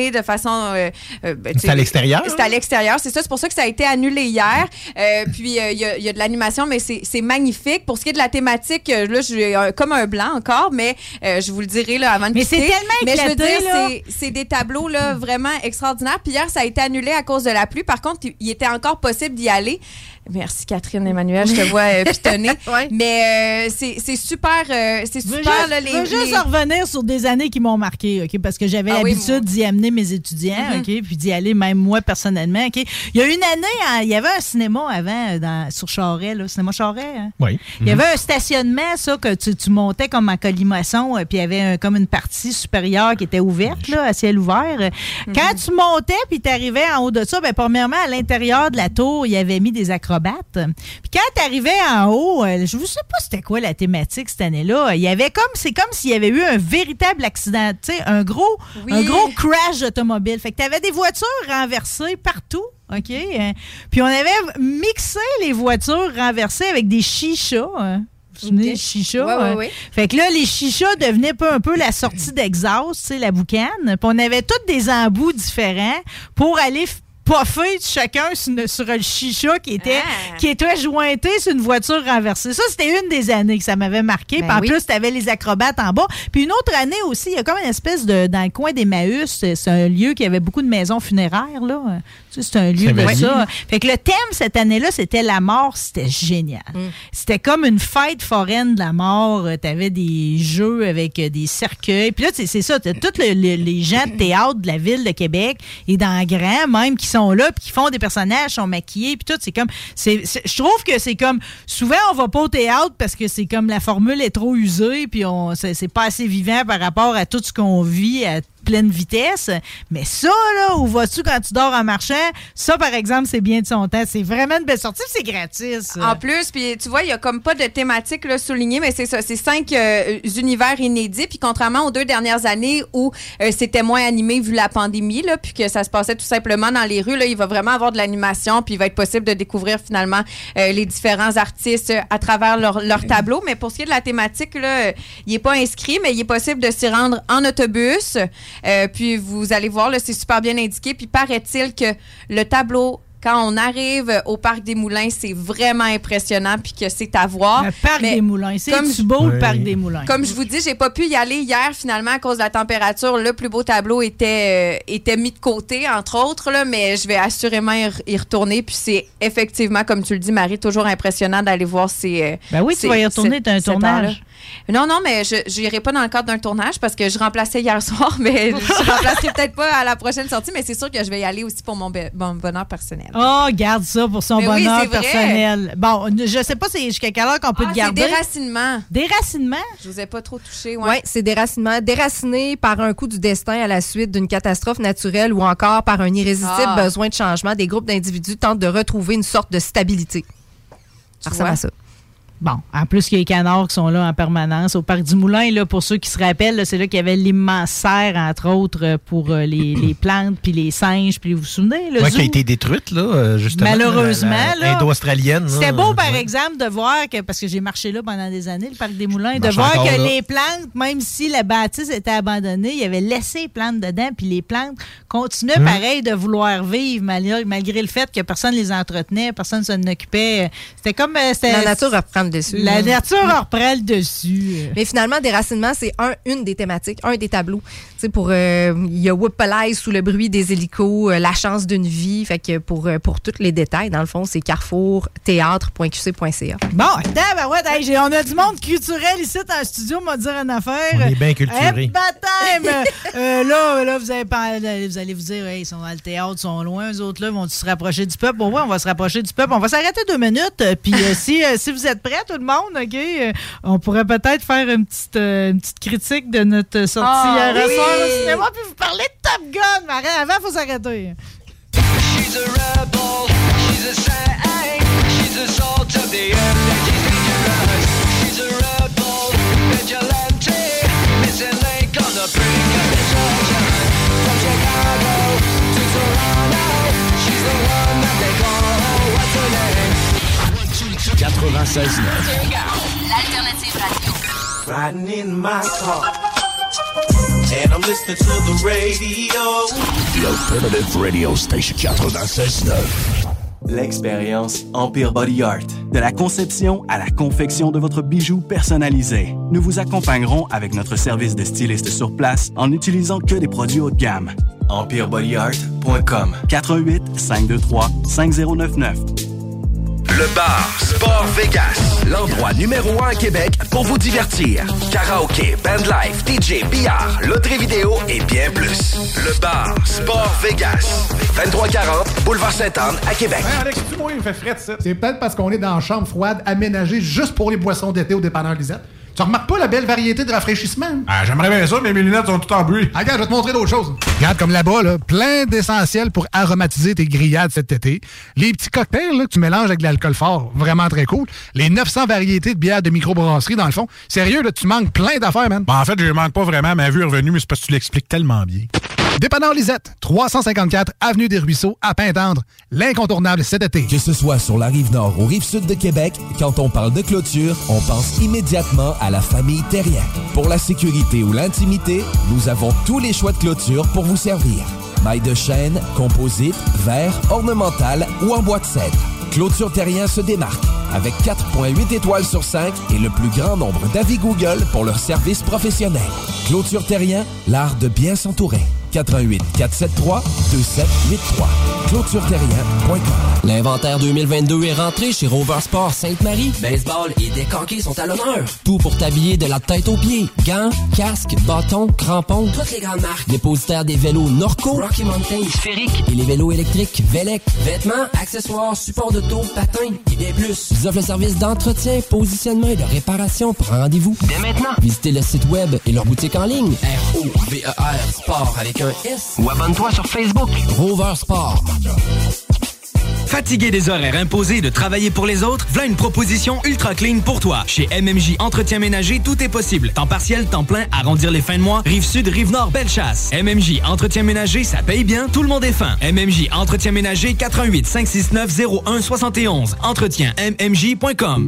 tourner de façon... Euh, euh, ben, c'est à l'extérieur? C'est à l'extérieur, c'est ça. C'est pour ça que ça a été annulé hier. Euh, puis, il euh, y, y a de l'animation, mais c'est, c'est magnifique. Pour ce qui est de la thématique, là, j'ai euh, comme un blanc encore, mais euh, je vous le dirai là, avant de mais quitter. Mais c'est tellement éclaté, Mais je veux dire, là. c'est, c'est des tableaux là, vraiment extraordinaires. Puis hier, ça a été annulé à cause de la pluie. Par contre, il était encore possible d'y aller. Merci Catherine Emmanuel, je te vois euh, pitonner. Ouais. Mais euh, c'est, c'est super, euh, c'est super. Je veux là, juste, les, je veux juste les... revenir sur des années qui m'ont marqué, ok, parce que j'avais ah, l'habitude oui, d'y amener mes étudiants, mm-hmm. ok, puis d'y aller même moi personnellement, ok. Il y a une année, hein, il y avait un cinéma avant dans, sur Charest, là, cinéma Charest. Hein? Oui. Mm-hmm. Il y avait un stationnement, ça que tu, tu montais comme en colimaçon, puis il y avait un, comme une partie supérieure qui était ouverte là, à ciel ouvert. Mm-hmm. Quand tu montais, puis tu arrivais en haut de ça, ben premièrement à l'intérieur de la tour, il y avait mis des acrobates. Puis quand t'arrivais en haut, euh, je ne sais pas c'était quoi la thématique cette année-là. Il y avait comme, c'est comme s'il y avait eu un véritable accident, tu sais, un gros, oui. un gros crash automobile. Fait que t'avais des voitures renversées partout. OK? Euh, puis on avait mixé les voitures renversées avec des chichas. Hein. Vous vous souvenez, okay. chicha? Ouais, ouais, ouais. Fait que là, les chichas devenaient pas un peu la sortie d'exhaust, tu sais, la boucane. Puis on avait tous des embouts différents pour aller poffer chacun sur, sur le chicha qui était, ah. qui était jointé sur une voiture renversée. Ça, c'était une des années que ça m'avait marqué. Ben puis en oui. plus, tu avais les acrobates en bas. Puis une autre année aussi, il y a comme une espèce de... Dans le coin d'Emmaüs, c'est, c'est un lieu qui avait beaucoup de maisons funéraires, là. Tu sais, c'est un lieu c'est de vrai. ça. Fait que le thème cette année-là, c'était la mort. C'était génial. Mm. C'était comme une fête foraine de la mort. Tu avais des jeux avec des cercueils. Puis là, c'est, c'est ça. T'as tous le, le, les gens de théâtre de la ville de Québec et dans Grand, même, qui sont là puis qui font des personnages, sont maquillés puis tout. C'est comme... C'est, c'est, je trouve que c'est comme... Souvent, on va pas au théâtre parce que c'est comme la formule est trop usée puis on, c'est, c'est pas assez vivant par rapport à tout ce qu'on vit à pleine vitesse. Mais ça, là, où vas-tu quand tu dors en marchant? Ça, par exemple, c'est bien de son temps. C'est vraiment une belle sortie, c'est gratis. En plus, puis tu vois, il y a comme pas de thématique là, soulignée, mais c'est ça, c'est cinq euh, univers inédits. Puis contrairement aux deux dernières années où euh, c'était moins animé vu la pandémie, là, puis que ça se passait tout simplement dans les rues, là, il va vraiment avoir de l'animation, puis il va être possible de découvrir finalement euh, les différents artistes à travers leur, leur tableau. Mais pour ce qui est de la thématique, là, il n'est pas inscrit, mais il est possible de s'y rendre en autobus. Euh, puis vous allez voir, là, c'est super bien indiqué. Puis paraît-il que le tableau, quand on arrive au Parc des Moulins, c'est vraiment impressionnant puis que c'est à voir. Le Parc Mais des Moulins, c'est du beau, oui. le Parc des Moulins. Comme je vous dis, j'ai pas pu y aller hier finalement à cause de la température. Le plus beau tableau était, euh, était mis de côté, entre autres, là, mais je vais assurément y retourner. Puis c'est effectivement, comme tu le dis, Marie, toujours impressionnant d'aller voir ces... Euh, ben oui, ces, tu vas y retourner, t'as un tournage. Non, non, mais je n'irai pas dans le cadre d'un tournage parce que je remplaçais hier soir, mais je remplacerai peut-être pas à la prochaine sortie, mais c'est sûr que je vais y aller aussi pour mon, be- mon bonheur personnel. Oh, garde ça pour son mais bonheur oui, personnel. Bon, je sais pas c'est jusqu'à quelle heure qu'on peut ah, te garder. C'est déracinement. Déracinement? Je vous ai pas trop touché. Ouais, ouais c'est déracinement. Déraciné par un coup du destin à la suite d'une catastrophe naturelle ou encore par un irrésistible ah. besoin de changement, des groupes d'individus tentent de retrouver une sorte de stabilité. Ça ressemble à ça. Bon, en plus qu'il y a les canards qui sont là en permanence. Au Parc du Moulin, là, pour ceux qui se rappellent, là, c'est là qu'il y avait l'immense serre, entre autres, pour euh, les, les plantes, puis les singes, puis vous vous souvenez? Oui, qui a été détruite, là, justement. Malheureusement. La, la, là, Indo-australienne. C'était là, beau, par ouais. exemple, de voir que, parce que j'ai marché là pendant des années, le Parc des Moulins, de Marche voir encore, que là. les plantes, même si la bâtisse était abandonnée, il avait laissé les plantes dedans, puis les plantes continuaient mmh. pareil de vouloir vivre, malgré, malgré le fait que personne ne les entretenait, personne ne s'en occupait. C'était comme... C'était, la nature reprend le dessus. La hein. nature on reprend le dessus. Mais finalement, déracinement, c'est un, une des thématiques, un des tableaux. Tu sais, pour, euh, il y a Whoop-a-Lies sous le bruit des hélicos, euh, La chance d'une vie. Fait que pour, euh, pour tous les détails, dans le fond, c'est carrefour théâtre point q c point c a. Bon, attends, ben ouais, hey, j'ai, on a du monde culturel ici dans le studio, on va dire une affaire. On est bien culturés. Hey, baptême! euh, là, là, vous allez, vous allez vous dire, hey, ils sont dans le théâtre, ils sont loin, eux autres, là, vont se rapprocher du peuple? Bon, ouais, on va se rapprocher du peuple. On va s'arrêter deux minutes, puis euh, si, euh, si vous êtes prêts, tout le monde, OK? Euh, on pourrait peut-être faire une petite, euh, une petite critique de notre sortie oh, hier oui. soir au cinéma, puis vous parler de Top Gun. Mais avant, il faut s'arrêter. She's a rebel, she's a saint, she's a salt of the earth, she's dangerous. She's a rebel, vigilante, missing link on the brink of destruction. From Chicago to Toronto, she's the one that they call, what's her name? quatre-vingt-seize neuf L'alternative radio. Riding in my car. and I'm listening to the radio. The Alternative Radio Station quatre-vingt-seize neuf. L'expérience Empire Body Art. De la conception à la confection de votre bijou personnalisé. Nous vous accompagnerons avec notre service de styliste sur place en n'utilisant que des produits haut de gamme. empire body art point com quatre un huit, cinq deux trois, cinq zéro neuf neuf. Le bar Sport Vegas, l'endroit numéro un à Québec pour vous divertir. Karaoké, bandlife, D J, billard, loterie vidéo et bien plus. Le bar Sport Vegas, vingt-trois quarante Boulevard Sainte-Anne à Québec. Hey Alex, tu moi, il me fait fret, ça. C'est peut-être parce qu'on est dans une chambre froide aménagée juste pour les boissons d'été au dépanneur Lisette. Tu remarques pas la belle variété de rafraîchissement? Ah, j'aimerais bien ça, mais mes lunettes sont toutes en bruit. Ah, regarde, je vais te montrer d'autres choses. Regarde, comme là-bas, là, plein d'essentiels pour aromatiser tes grillades cet été. Les petits cocktails là, que tu mélanges avec de l'alcool fort, vraiment très cool. Les neuf cents variétés de bières de microbrasserie, dans le fond. Sérieux, là, tu manques plein d'affaires, man. Bon, en fait, je manque pas vraiment. Ma vue est revenue, mais c'est parce que tu l'expliques tellement bien. Dépanneur Lisette, trois cent cinquante-quatre Avenue des Ruisseaux, à Pintendre. L'incontournable cet été. Que ce soit sur la Rive-Nord ou Rive-Sud de Québec, quand on parle de clôture, on pense immédiatement à la famille Terrien. Pour la sécurité ou l'intimité, nous avons tous les choix de clôture pour vous servir. Maille de chêne, composite, verre, ornemental ou en bois de cèdre. Clôture Terrien se démarque avec quatre virgule huit étoiles sur cinq et le plus grand nombre d'avis Google pour leur service professionnel. Clôture Terrien, l'art de bien s'entourer. quatre un huit, quatre sept trois, deux sept huit trois. clôture terrien point com. L'inventaire deux mille vingt-deux est rentré chez Rover Sport Sainte-Marie. Baseball et décanqués sont à l'honneur. Tout pour t'habiller de la tête aux pieds. Gants, casques, bâtons, crampons. Toutes les grandes marques. Dépositaire des vélos Norco, Rocky Mountain, Sphérique et les vélos électriques Velec. Vêtements, accessoires, supports d'auto, patins et bien plus. Ils offrent le service d'entretien, positionnement et de réparation. Prends rendez-vous dès maintenant. Visitez le site web et leur boutique en ligne. R O V E R Sport avec un S. Ou abonne-toi sur Facebook. Rover Sport. Fatigué des horaires imposés de travailler pour les autres? Voilà une proposition ultra clean pour toi. Chez M M J Entretien Ménager, tout est possible. Temps partiel, temps plein, arrondir les fins de mois. Rive-Sud, Rive-Nord, Bellechasse. M M J Entretien Ménager, ça paye bien, tout le monde est fin. M M J Entretien Ménager, quatre un huit, cinq six neuf, zéro un sept un. entretien m m j point com.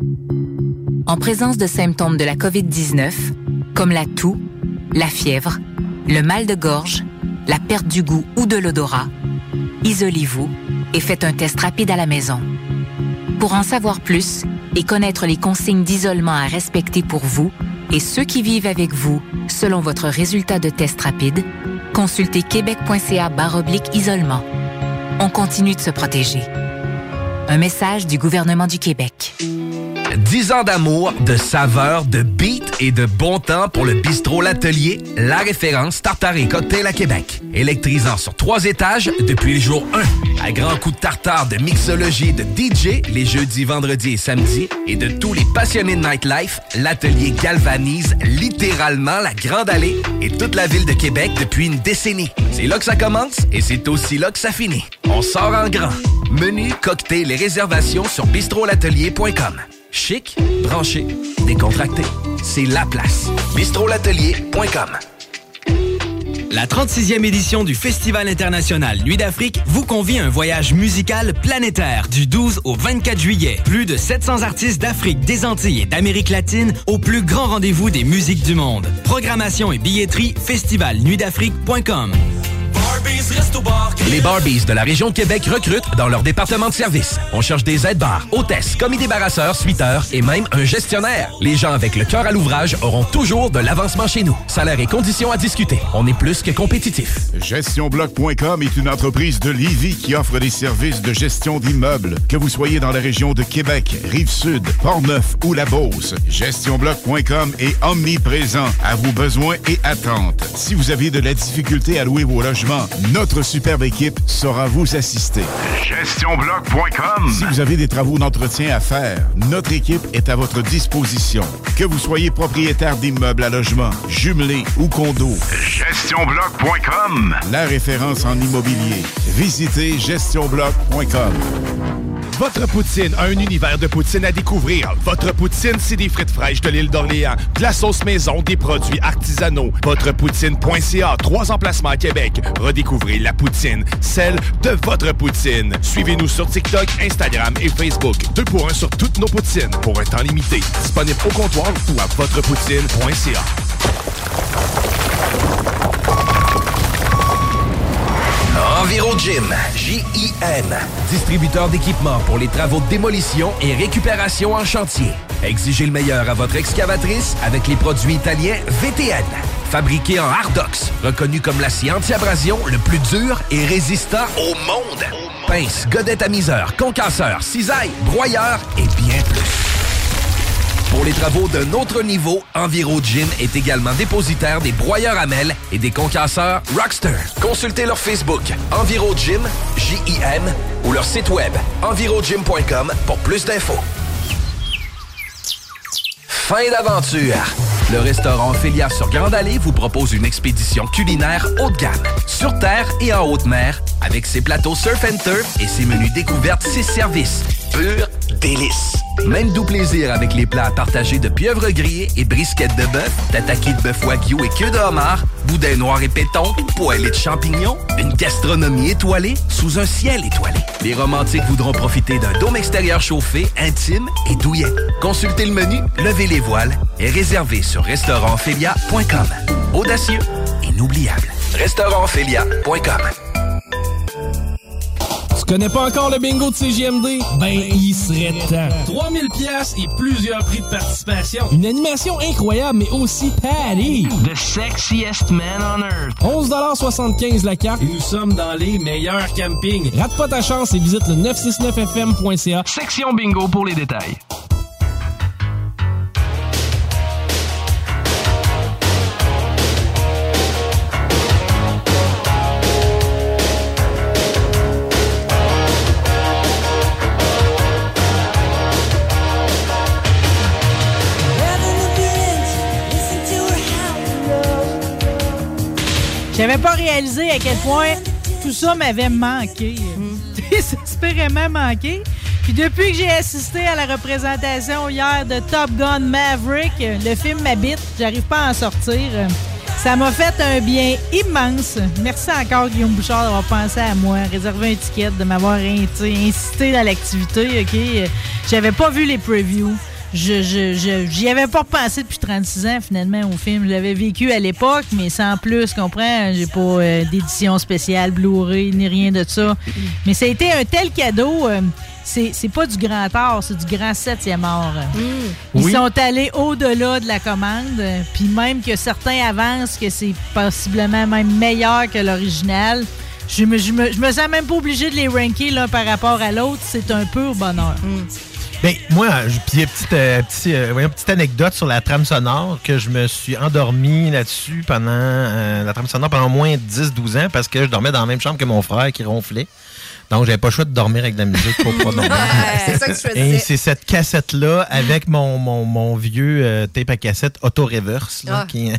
En présence de symptômes de la covid dix-neuf, comme la toux, la fièvre, le mal de gorge, la perte du goût ou de l'odorat, isolez-vous et faites un test rapide à la maison. Pour en savoir plus et connaître les consignes d'isolement à respecter pour vous et ceux qui vivent avec vous selon votre résultat de test rapide, consultez québec point c a barre oblique isolement. On continue de se protéger. Un message du gouvernement du Québec. dix ans d'amour, de saveur, de beat et de bon temps pour le bistrot L'Atelier, la référence tartare et cocktail à Québec. Électrisant sur trois étages depuis le jour un. À grands coups de tartare, de mixologie, de D J, les jeudis, vendredis et samedis, et de tous les passionnés de nightlife, L'Atelier galvanise littéralement la Grande Allée et toute la ville de Québec depuis une décennie. C'est là que ça commence et c'est aussi là que ça finit. On sort en grand. Menu, cocktail et réservations sur bistrot l'atelier point com. Chic, branché, décontracté. C'est la place. bistrot l'atelier point com. La trente-sixième édition du Festival international Nuit d'Afrique vous convie à un voyage musical planétaire du douze au vingt-quatre juillet. Plus de sept cents artistes d'Afrique, des Antilles et d'Amérique latine au plus grand rendez-vous des musiques du monde. Programmation et billetterie festival nuit d'afrique point com. Les Barbies de la région de Québec recrutent dans leur département de service. On cherche des aides-bars, hôtesses, commis débarrasseurs, suiteurs et même un gestionnaire. Les gens avec le cœur à l'ouvrage auront toujours de l'avancement chez nous. Salaire et conditions à discuter. On est plus que compétitif. gestion bloc point com est une entreprise de Lévis qui offre des services de gestion d'immeubles. Que vous soyez dans la région de Québec, Rive-Sud, Portneuf ou La Beauce, gestion bloc point com est omniprésent à vos besoins et attentes. Si vous avez de la difficulté à louer vos logements, notre superbe équipe saura vous assister. gestion bloc point com. Si vous avez des travaux d'entretien à faire, notre équipe est à votre disposition. Que vous soyez propriétaire d'immeubles à logement, jumelés ou condos, gestion bloc point com. La référence en immobilier. Visitez gestion bloc point com. Votre poutine, un univers de poutine à découvrir. Votre poutine, c'est des frites fraîches de l'île d'Orléans, de la sauce maison, des produits artisanaux. Votrepoutine point c a, trois emplacements à Québec. Redécouvrez la poutine, celle de votre poutine. Suivez-nous sur TikTok, Instagram et Facebook. Deux pour un sur toutes nos poutines, pour un temps limité. Disponible au comptoir ou à votrepoutine point c a. EnviroGym, J I M, distributeur d'équipements pour les travaux de démolition et récupération en chantier. Exigez le meilleur à votre excavatrice avec les produits italiens V T N. Fabriqué en Hardox, reconnu comme l'acier anti-abrasion le plus dur et résistant au monde. Pince, godette amiseur, concasseur, cisaille, broyeur et bien plus. Pour les travaux d'un autre niveau, EnviroGym est également dépositaire des broyeurs à mêles et des concasseurs Rockster. Consultez leur Facebook EnviroGym, J I M, ou leur site web envirogym point com pour plus d'infos. Fin d'aventure! Le restaurant Ophélia sur Grande Allée vous propose une expédition culinaire haut de gamme, sur terre et en haute mer, avec ses plateaux surf and turf et ses menus découvertes, ses services. Pur délice! Même doux plaisir avec les plats partagés de pieuvres grillées et brisquettes de bœuf, tataki de bœuf wagyu et queue de homard, boudin noir et péton, poêlée de champignons, une gastronomie étoilée sous un ciel étoilé. Les romantiques voudront profiter d'un dôme extérieur chauffé, intime et douillet. Consultez le menu, levez les voiles et réservez sur restaurant ophélia point com. Audacieux, inoubliable. restaurant ophélia point com. Tu connais pas encore le bingo de C J M D? Ben, il serait temps. trois mille piastres et plusieurs prix de participation. Une animation incroyable, mais aussi Patty. The sexiest man on earth. onze soixante-quinze la carte et nous sommes dans les meilleurs campings. Rate pas ta chance et visite le neuf cent soixante-neuf F M point C A. Section bingo pour les détails. J'avais pas réalisé à quel point tout ça m'avait manqué. Mm. Désespérément manqué. Puis depuis que j'ai assisté à la représentation hier de Top Gun Maverick, le film m'habite, j'arrive pas à en sortir. Ça m'a fait un bien immense. Merci encore, Guillaume Bouchard, d'avoir pensé à moi, réservé un ticket, de m'avoir incité dans l'activité. Ok, j'avais pas vu les previews. Je, je, je, j'y avais pas repensé depuis trente-six ans, finalement, au film. Je l'avais vécu à l'époque, mais sans plus, comprends? J'ai pas euh, d'édition spéciale, Blu-ray, ni rien de ça. Mais ça a été un tel cadeau. Euh, c'est, c'est pas du grand art, c'est du grand septième art. Mm. Ils oui. sont allés au-delà de la commande, puis même que certains avancent que c'est possiblement même meilleur que l'original. Je me, je me, je me sens même pas obligé de les ranker l'un par rapport à l'autre. C'est un pur bonheur. Mm. Ben moi, puis petite, euh, petit, euh, voyons, petite anecdote sur la trame sonore, que je me suis endormi là-dessus pendant euh, la trame sonore pendant au moins dix douze ans parce que je dormais dans la même chambre que mon frère qui ronflait. Donc, j'avais pas le choix de dormir avec de la musique pour pas dormir. C'est ça que je faisais. Et c'est cette cassette-là, avec mon, mon, mon vieux euh, tape à cassette auto-reverse. Là, ah. qui...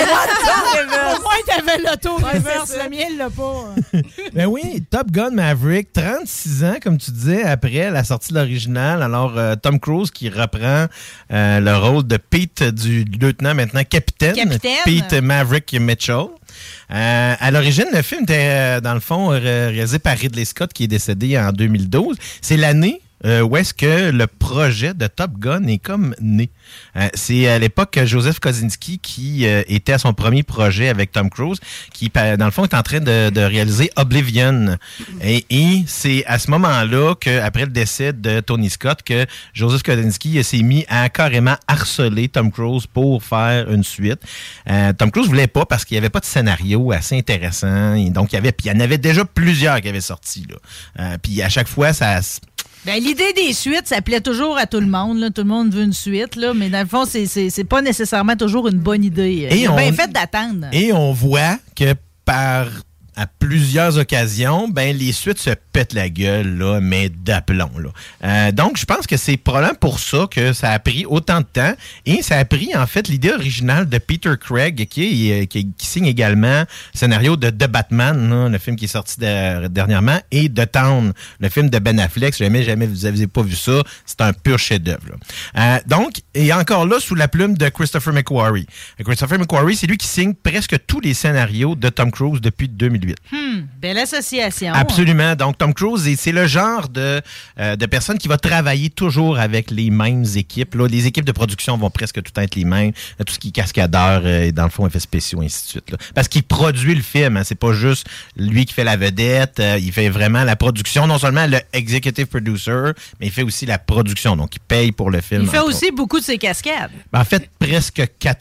Au moins, t'avais l'auto-reverse. Ouais, le mien, il l'a pas. Ben oui, Top Gun Maverick, trente-six ans, comme tu disais, après la sortie de l'original. Alors, euh, Tom Cruise qui reprend euh, le rôle de Pete, du lieutenant, maintenant capitaine. Capitaine. Pete Maverick Mitchell. Euh, à l'origine, le film était, euh, dans le fond, réalisé par Ridley Scott, qui est décédé en deux mille douze. C'est l'année euh, où est-ce que le projet de Top Gun est comme né. Euh, c'est à l'époque Joseph Kosinski qui euh, était à son premier projet avec Tom Cruise, qui, dans le fond, est en train de, de réaliser Oblivion. Et, et c'est à ce moment-là, qu'après le décès de Tony Scott, que Joseph Kosinski s'est mis à carrément harceler Tom Cruise pour faire une suite. Euh, Tom Cruise voulait pas parce qu'il n'y avait pas de scénario assez intéressant. Et donc, il y avait, puis il y en avait déjà plusieurs qui avaient sorti. Là. Euh, puis à chaque fois, ça... Ben, l'idée des suites, ça plaît toujours à tout le monde. Là. Tout le monde veut une suite, là, mais dans le fond, c'est, c'est, c'est pas nécessairement toujours une bonne idée. Et on, bien fait d'attendre. Et on voit que par... à plusieurs occasions, ben les suites se pètent la gueule, là, mais d'aplomb. Là. Euh, donc, je pense que c'est probablement pour ça que ça a pris autant de temps. Et ça a pris, en fait, l'idée originale de Peter Craig, qui, est, qui, qui signe également le scénario de The Batman, là, le film qui est sorti de, dernièrement, et The Town, le film de Ben Affleck. Si jamais, jamais vous n'avez pas vu ça, c'est un pur chef-d'œuvre. Euh, donc, et encore là, sous la plume de Christopher McQuarrie. Christopher McQuarrie, c'est lui qui signe presque tous les scénarios de Tom Cruise depuis deux mille huit. Hmm. Belle association. Absolument. Donc, Tom Cruise, c'est le genre de, euh, de personne qui va travailler toujours avec les mêmes équipes. Là, les équipes de production vont presque tout être les mêmes. Tout ce qui est cascadeur, euh, dans le fond, effets spéciaux, ainsi de suite. Là. Parce qu'il produit le film. Hein. C'est pas juste lui qui fait la vedette. Euh, il fait vraiment la production. Non seulement le executive producer, mais il fait aussi la production. Donc, il paye pour le film. Il fait aussi autres. beaucoup de ses cascades. Ben, en fait, presque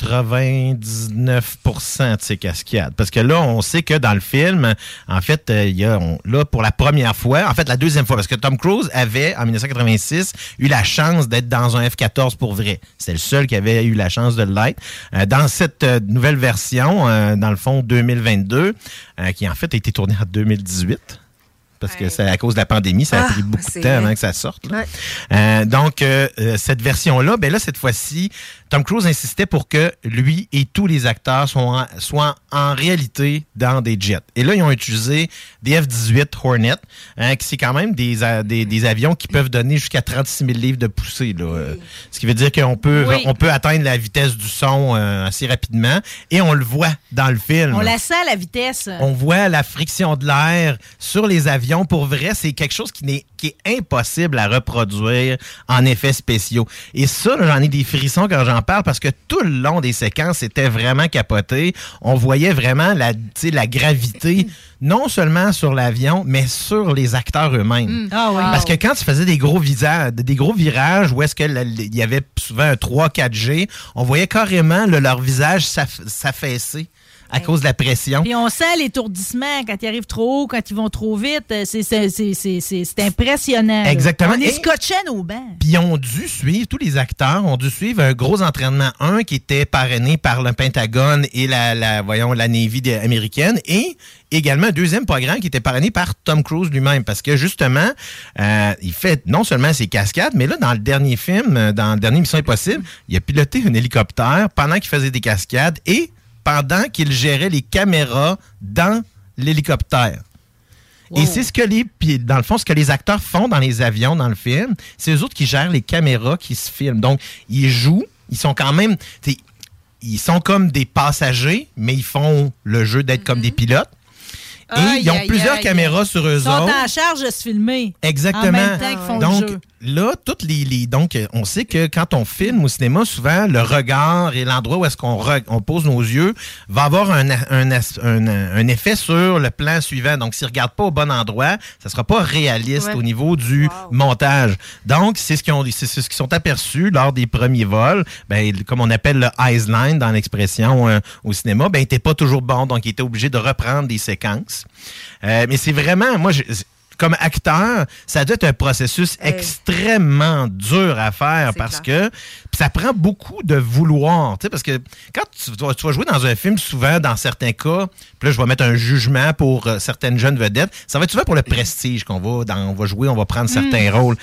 quatre-vingt-dix-neuf pour cent de ses cascades. Parce que là, on sait que dans le film, en fait, il euh, y a on, là, pour la première fois, en fait, la deuxième fois, parce que Tom Cruise avait, en dix-neuf cent quatre-vingt-six, eu la chance d'être dans un F quatorze pour vrai. C'est le seul qui avait eu la chance de l'être. Euh, dans cette euh, nouvelle version, euh, dans le fond, deux mille vingt-deux, euh, qui en fait a été tournée en deux mille dix-huit, parce que c'est à cause de la pandémie, ça a ah, pris beaucoup de temps avant que ça sorte. Ouais. Euh, donc, euh, cette version-là, ben là, cette fois-ci, Tom Cruise insistait pour que lui et tous les acteurs soient en, soient en réalité dans des jets. Et là, ils ont utilisé des F dix-huit Hornet, hein, qui c'est quand même des, des, des avions qui peuvent donner jusqu'à trente-six mille livres de poussée. Là, euh, ce qui veut dire qu'on peut, oui. on peut atteindre la vitesse du son euh, assez rapidement. Et on le voit dans le film. On la sent, la vitesse. On voit la friction de l'air sur les avions. Pour vrai, c'est quelque chose qui, n'est, qui est impossible à reproduire en effets spéciaux. Et ça, là, j'en ai des frissons quand j'en parle parce que tout le long des séquences, c'était vraiment capoté. On voyait vraiment la, la gravité, non seulement sur l'avion, mais sur les acteurs eux-mêmes. Mmh. Ah oui. Parce que quand tu faisais des gros, visages, des gros virages où est-ce qu'il y avait souvent un trois quatre G, on voyait carrément là, leur visage s'aff- s'affaisser. À cause de la pression. Puis on sent l'étourdissement quand ils arrivent trop haut, quand ils vont trop vite. C'est, c'est, c'est, c'est, c'est, c'est impressionnant. Exactement. Là. On est Et, scotchés au banc. Puis ils ont dû suivre, tous les acteurs ont dû suivre un gros entraînement. Un qui était parrainé par le Pentagone et la, la, voyons, la Navy américaine. Et également un deuxième programme qui était parrainé par Tom Cruise lui-même. Parce que justement, euh, il fait non seulement ses cascades, mais là, dans le dernier film, dans le dernier Mission Impossible, il a piloté un hélicoptère pendant qu'il faisait des cascades et pendant qu'il gérait les caméras dans l'hélicoptère. Wow. Et c'est ce que les, dans le fond, ce que les acteurs font dans les avions, dans le film, c'est eux autres qui gèrent les caméras qui se filment. Donc, ils jouent, ils sont quand même, ils sont comme des passagers, mais ils font le jeu d'être mm-hmm. comme des pilotes. Et aïe, ils ont aïe, plusieurs aïe, caméras aïe. sur eux autres. Ils sont en charge de se filmer. Exactement. En même temps qu'ils font donc, le jeu. Là, toutes les, les donc on sait que quand on filme au cinéma, souvent le regard et l'endroit où est-ce qu'on re, on pose nos yeux va avoir un, un, un, un effet sur le plan suivant. Donc, s'ils ne regardent pas au bon endroit, ça ne sera pas réaliste ouais. au niveau du wow. montage. Donc, c'est ce qu'ils ont, c'est ce qu'ils sont aperçus lors des premiers vols. Ben, comme on appelle le eyes line dans l'expression euh, au cinéma, ben, il n'était pas toujours bon. Donc, ils étaient obligés de reprendre des séquences. Euh, mais c'est vraiment, moi, je, comme acteur, ça doit être un processus hey. extrêmement dur à faire c'est parce clair. que ça prend beaucoup de vouloir. Tu sais, parce que quand tu, tu vas jouer dans un film, souvent, dans certains cas, puis là, je vais mettre un jugement pour euh, certaines jeunes vedettes, ça va être souvent pour le prestige qu'on va, dans, on va jouer, on va prendre mm. certains rôles.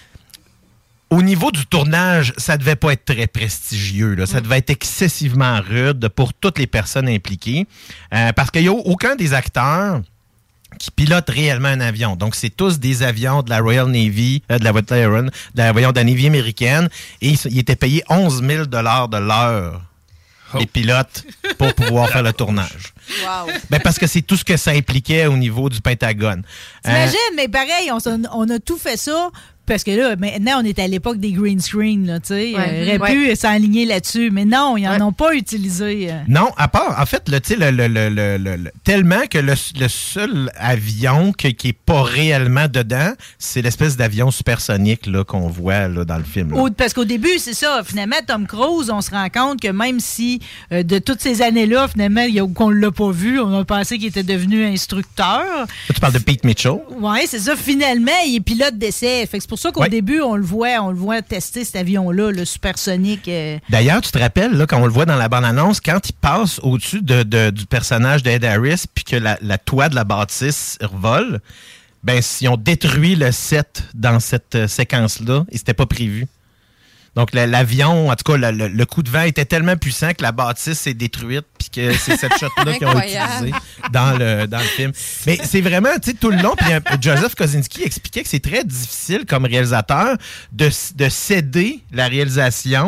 Au niveau du tournage, ça devait pas être très prestigieux. Là. Ça devait être excessivement rude pour toutes les personnes impliquées euh, parce qu'il n'y a aucun des acteurs qui pilotent réellement un avion. Donc, c'est tous des avions de la Royal Navy, euh, de la de la, voyons, de la Navy américaine, et ils, ils étaient payés onze mille dollars de l'heure, oh. les pilotes, pour pouvoir faire le tournage. Wow. Ben parce que c'est tout ce que ça impliquait au niveau du Pentagone. T'imagines, euh, mais pareil, on, on a tout fait ça. Parce que là, maintenant, on est à l'époque des green screen, là, tu sais. Ouais, il aurait ouais. pu s'enligner là-dessus. Mais non, ils n'en ouais. ont pas utilisé. Non, à part, en fait, tu sais, le, le, le, le, le, tellement que le, le seul avion que, qui n'est pas réellement dedans, c'est l'espèce d'avion supersonique là, qu'on voit là, dans le film. Là. Parce qu'au début, c'est ça. Finalement, Tom Cruise, on se rend compte que même si, euh, de toutes ces années-là, finalement, il y a, qu'on ne l'a pas vu, on a pensé qu'il était devenu instructeur. Là, tu parles de Pete Mitchell. Oui, c'est ça. Finalement, il est pilote d'essai. Fait que c'est pour ça qu'au ouais. début, on le voit, on le voit tester cet avion-là, le supersonique. Euh... D'ailleurs, tu te rappelles, là, quand on le voit dans la bande-annonce, quand il passe au-dessus de, de, du personnage d'Ed Harris, puis que la, la toit de la bâtisse revole, ben, ils ont détruit le set dans cette euh, séquence-là, et c'était pas prévu. Donc, la, l'avion, en tout cas, le, le, le coup de vent était tellement puissant que la bâtisse s'est détruite, puis que c'est cette shot-là qu'ils ont utilisé dans le, dans le film. Mais c'est vraiment, tu sais, tout le long, puis euh, Joseph Kosinski expliquait que c'est très difficile comme réalisateur de, de céder la réalisation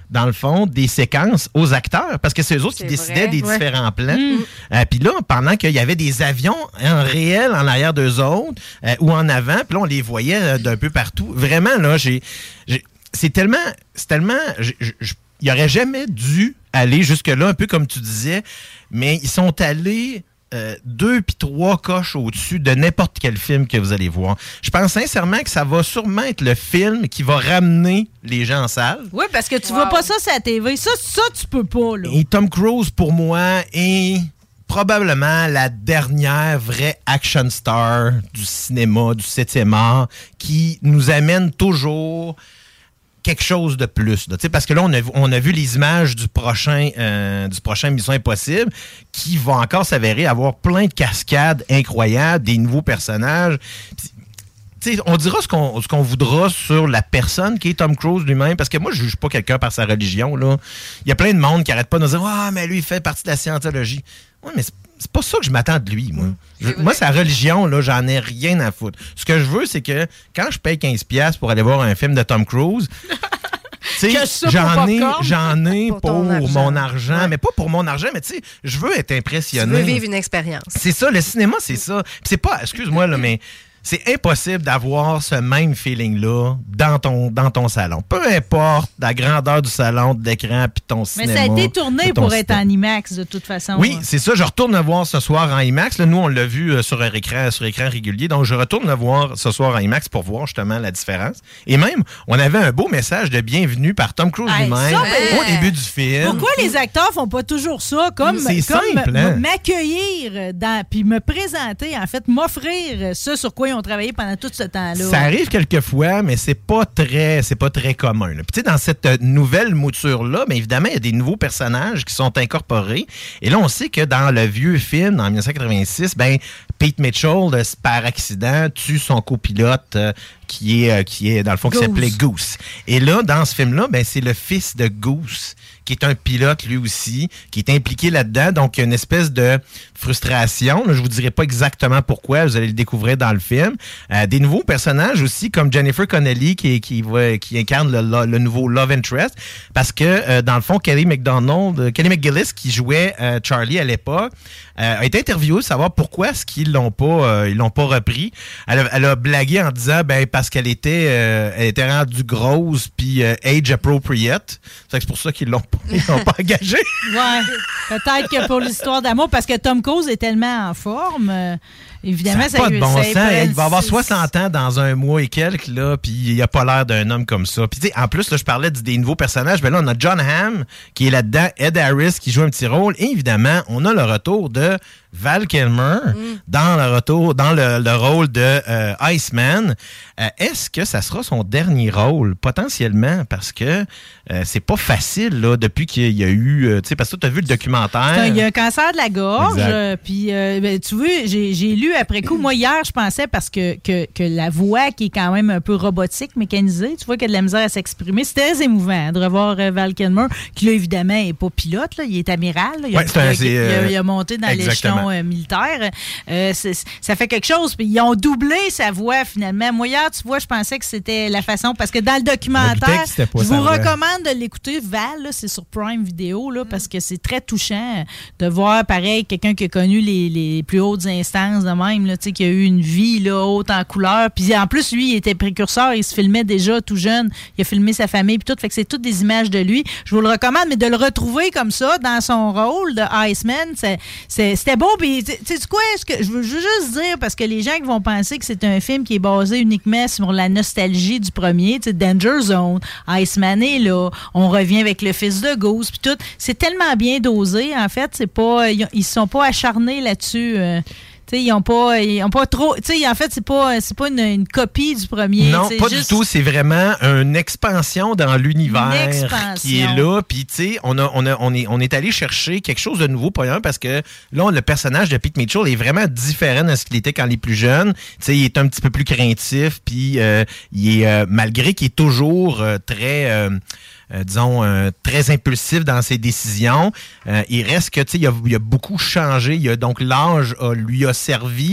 dans le fond, des séquences aux acteurs, parce que c'est eux autres C'est qui décidaient vrai. des Ouais. différents plans. Mm. Euh, puis là, pendant qu'il y avait des avions en réel en arrière d'eux autres, euh, ou en avant, puis là, on les voyait euh, d'un peu partout. Vraiment, là, j'ai, j'ai c'est tellement, c'est tellement, j'ai- j'ai- il aurait jamais dû aller jusque-là, un peu comme tu disais, mais ils sont allés euh, deux puis trois coches au-dessus de n'importe quel film que vous allez voir. Je pense sincèrement que ça va sûrement être le film qui va ramener les gens en salle. Oui, parce que tu vois pas ça sur la T V. Ça, ça tu peux pas, là. Et Tom Cruise, pour moi, est probablement la dernière vraie action star du cinéma, du septième art, qui nous amène toujours quelque chose de plus. Là. Tu sais, parce que là, on a, on a vu les images du prochain, euh, du prochain Mission Impossible qui va encore s'avérer avoir plein de cascades incroyables, des nouveaux personnages. Puis, tu sais, on dira ce qu'on, ce qu'on voudra sur la personne qui est Tom Cruise lui-même, parce que moi, je juge pas quelqu'un par sa religion. Là. Il y a plein de monde qui arrête pas de nous dire « Ah, mais lui, il fait partie de la scientologie. » Oui, mais c'est, c'est pas ça que je m'attends de lui, moi. Je- moi, sa religion, là, j'en ai rien à foutre. Ce que je veux, c'est que quand je paye quinze dollars pour aller voir un film de Tom Cruise, tu sais, Que ça pour j'en ai, popcorn. j'en ai Pour pour, ton argent. mon argent. Mais pas pour mon argent, mais tu sais, je veux être Tu impressionné. veux vivre une expérience. C'est ça, le cinéma, c'est ça. Puis c'est pas, excuse-moi, là, mais c'est impossible d'avoir ce même feeling-là dans ton, dans ton salon. Peu importe la grandeur du salon, de l'écran, puis ton Mais cinéma. ça a été tourné de ton pour être système. en IMAX, de toute façon. Oui, là. c'est ça. Je retourne le voir ce soir en IMAX. Là, nous, on l'a vu euh, sur un écran, sur écran régulier. Donc, je retourne le voir ce soir en IMAX pour voir justement la différence. Et même, on avait un beau message de bienvenue par Tom Cruise Hey, lui-même ça, ben, au début du film. Pourquoi les acteurs font pas toujours ça? Comme, C'est comme simple, m- hein? m'accueillir dans- puis me présenter, en fait, m'offrir ce sur quoi ils ont travaillé pendant tout ce temps-là. Ça arrive quelquefois, mais c'est pas très, c'est pas très commun. là. Puis tu sais, dans cette euh, nouvelle mouture-là, bien évidemment, il y a des nouveaux personnages qui sont incorporés. Et là, on sait que dans le vieux film, en dix-neuf cent quatre-vingt-six, ben Pete Mitchell, euh, par accident, tue son copilote euh, qui est, euh, qui est dans le fond, qui Goose. s'appelait Goose. Et là, dans ce film-là, ben c'est le fils de Goose qui est un pilote lui aussi, qui est impliqué là-dedans. Donc, il y a une espèce de frustration. Là, je vous dirai pas exactement pourquoi, vous allez le découvrir dans le film. Euh, des nouveaux personnages aussi, comme Jennifer Connelly, qui, qui, va- qui incarne le, lo- le nouveau Love Interest, parce que, euh, dans le fond, Kelly McDonald, euh, Kelly McGillis, qui jouait euh, Charlie à l'époque, euh, a été interviewée pour savoir pourquoi est-ce qu'ils l'ont pas, euh, ils l'ont pas repris. Elle a, elle a blagué en disant, ben parce qu'elle était, euh, elle était rendue grosse puis euh, age appropriate. Fait que c'est pour ça qu'ils l'ont pas, ils l'ont pas engagée. Ouais. Peut-être que pour l'histoire d'amour, parce que Tom Cruise est tellement en forme, euh, évidemment, Ça ça n'a pas de bon ça sens. prend- Il va avoir soixante ans dans un mois et quelques, là, puis il a pas l'air d'un homme comme ça. Puis tu sais, en plus, là, je parlais du- des nouveaux personnages. Ben là, on a John Hamm qui est là-dedans, Ed Harris qui joue un petit rôle, et évidemment, on a le retour de Val Kilmer dans le retour, dans le, le rôle de euh, Iceman. Euh, est-ce que ça sera son dernier rôle, potentiellement, parce que euh, c'est pas facile là depuis qu'il y a eu, euh, tu sais, parce que tu as vu le documentaire. C'est un- Il y a un cancer de la gorge. Exact. euh, Puis, euh, ben, tu vois, j'ai j'ai lu après coup. Moi, hier, je pensais parce que, que, que la voix qui est quand même un peu robotique, mécanisée, tu vois, qu'il y a de la misère à s'exprimer. C'était très émouvant hein, de revoir euh, Val Kilmer, qui là, évidemment, n'est pas pilote. Là, il est amiral. là. Il, a, Ouais, c'est un- il a- c'est, il a- euh, il a monté dans exactement. l'échelon euh, militaire. Euh, c'est- ça fait quelque chose. Puis, ils ont doublé sa voix, finalement. Moi, hier, tu vois, je pensais que c'était la façon. Parce que dans le Je me doutais documentaire, que c'était pas je sa vous voix. recommande de l'écouter. Val, là, c'est sur Prime Video, là, parce que c'est très touchant de voir, pareil, quelqu'un qui a connu les, les plus hautes instances de même, là, tu sais, qui a eu une vie là, haute en couleur. Puis en plus, lui, il était précurseur, il se filmait déjà tout jeune. Il a filmé sa famille, puis tout. Fait que c'est toutes des images de lui. Je vous le recommande, mais de le retrouver comme ça, dans son rôle de Iceman, c'est- c'est- c'était beau. Puis, tu sais quoi, ce que je veux je veux juste dire, parce que les gens qui vont penser que c'est un film qui est basé uniquement sur la nostalgie du premier, tu sais, Danger Zone, Iceman est là, on revient avec le fils de Goose, puis tout. C'est tellement bien dosé, en fait. C'est pas, ils, ils sont pas acharnés là-dessus. euh, tu sais, ils ont pas, ils ont pas trop. Tu sais, en fait, c'est pas, c'est pas une, une copie du premier. Non, c'est pas juste- du tout. C'est vraiment une expansion dans l'univers Une expansion. qui est là. Puis, tu sais, on, a, on, a, on, est, on est allé chercher quelque chose de nouveau, pour un, parce que là, on- le personnage de Pete Mitchell est vraiment différent de ce qu'il était quand il est plus jeune. Tu sais, il est un petit peu plus craintif. Puis, euh, il est, euh, malgré qu'il est toujours euh, très... euh, Euh, disons, euh, très impulsif dans ses décisions. Euh, il reste que, tu sais, il a, il a beaucoup changé. Il a, donc, l'âge a- lui a servi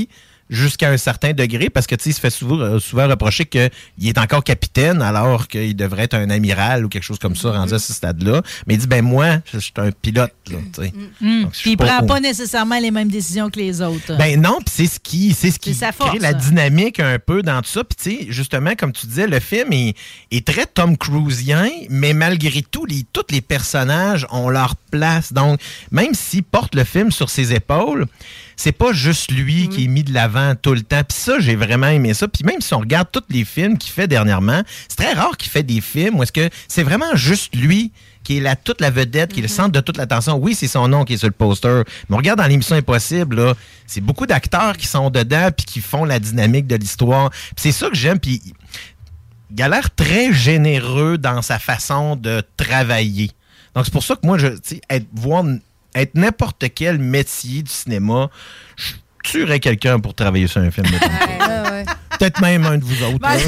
jusqu'à un certain degré, parce que, tu sais, il se fait souvent, souvent reprocher qu'il est encore capitaine, alors qu'il devrait être un amiral ou quelque chose comme ça, rendu à ce stade-là. Mais il dit, ben moi, je suis un pilote, là, tu sais. Mm. Donc, Puis il pas prend au- pas nécessairement les mêmes décisions que les autres. Ben non, puis c'est ce qui, c'est ce qui C'est sa crée force, la ça. dynamique un peu dans tout ça. Puis tu sais, justement, comme tu disais, le film est, est très Tom Cruisien, mais malgré tout, les, tous les personnages ont leur place. Donc, même s'il porte le film sur ses épaules, c'est pas juste lui qui est mis de l'avant tout le temps. Puis ça, j'ai vraiment aimé ça. Puis même si on regarde tous les films qu'il fait dernièrement, c'est très rare qu'il fait des films où est-ce que c'est vraiment juste lui qui est la, toute la vedette, qui est le centre de toute l'attention. Oui, c'est son nom qui est sur le poster, mais on regarde dans l'émission Impossible, là, c'est beaucoup d'acteurs qui sont dedans puis qui font la dynamique de l'histoire. Puis c'est ça que j'aime. Puis il a l'air très généreux dans sa façon de travailler. Donc c'est pour ça que moi, je, tu sais, être, voir, être n'importe quel métier du cinéma, je tuerais quelqu'un pour travailler sur un film de Tom Cruise. Peut-être même un de vous autres. là.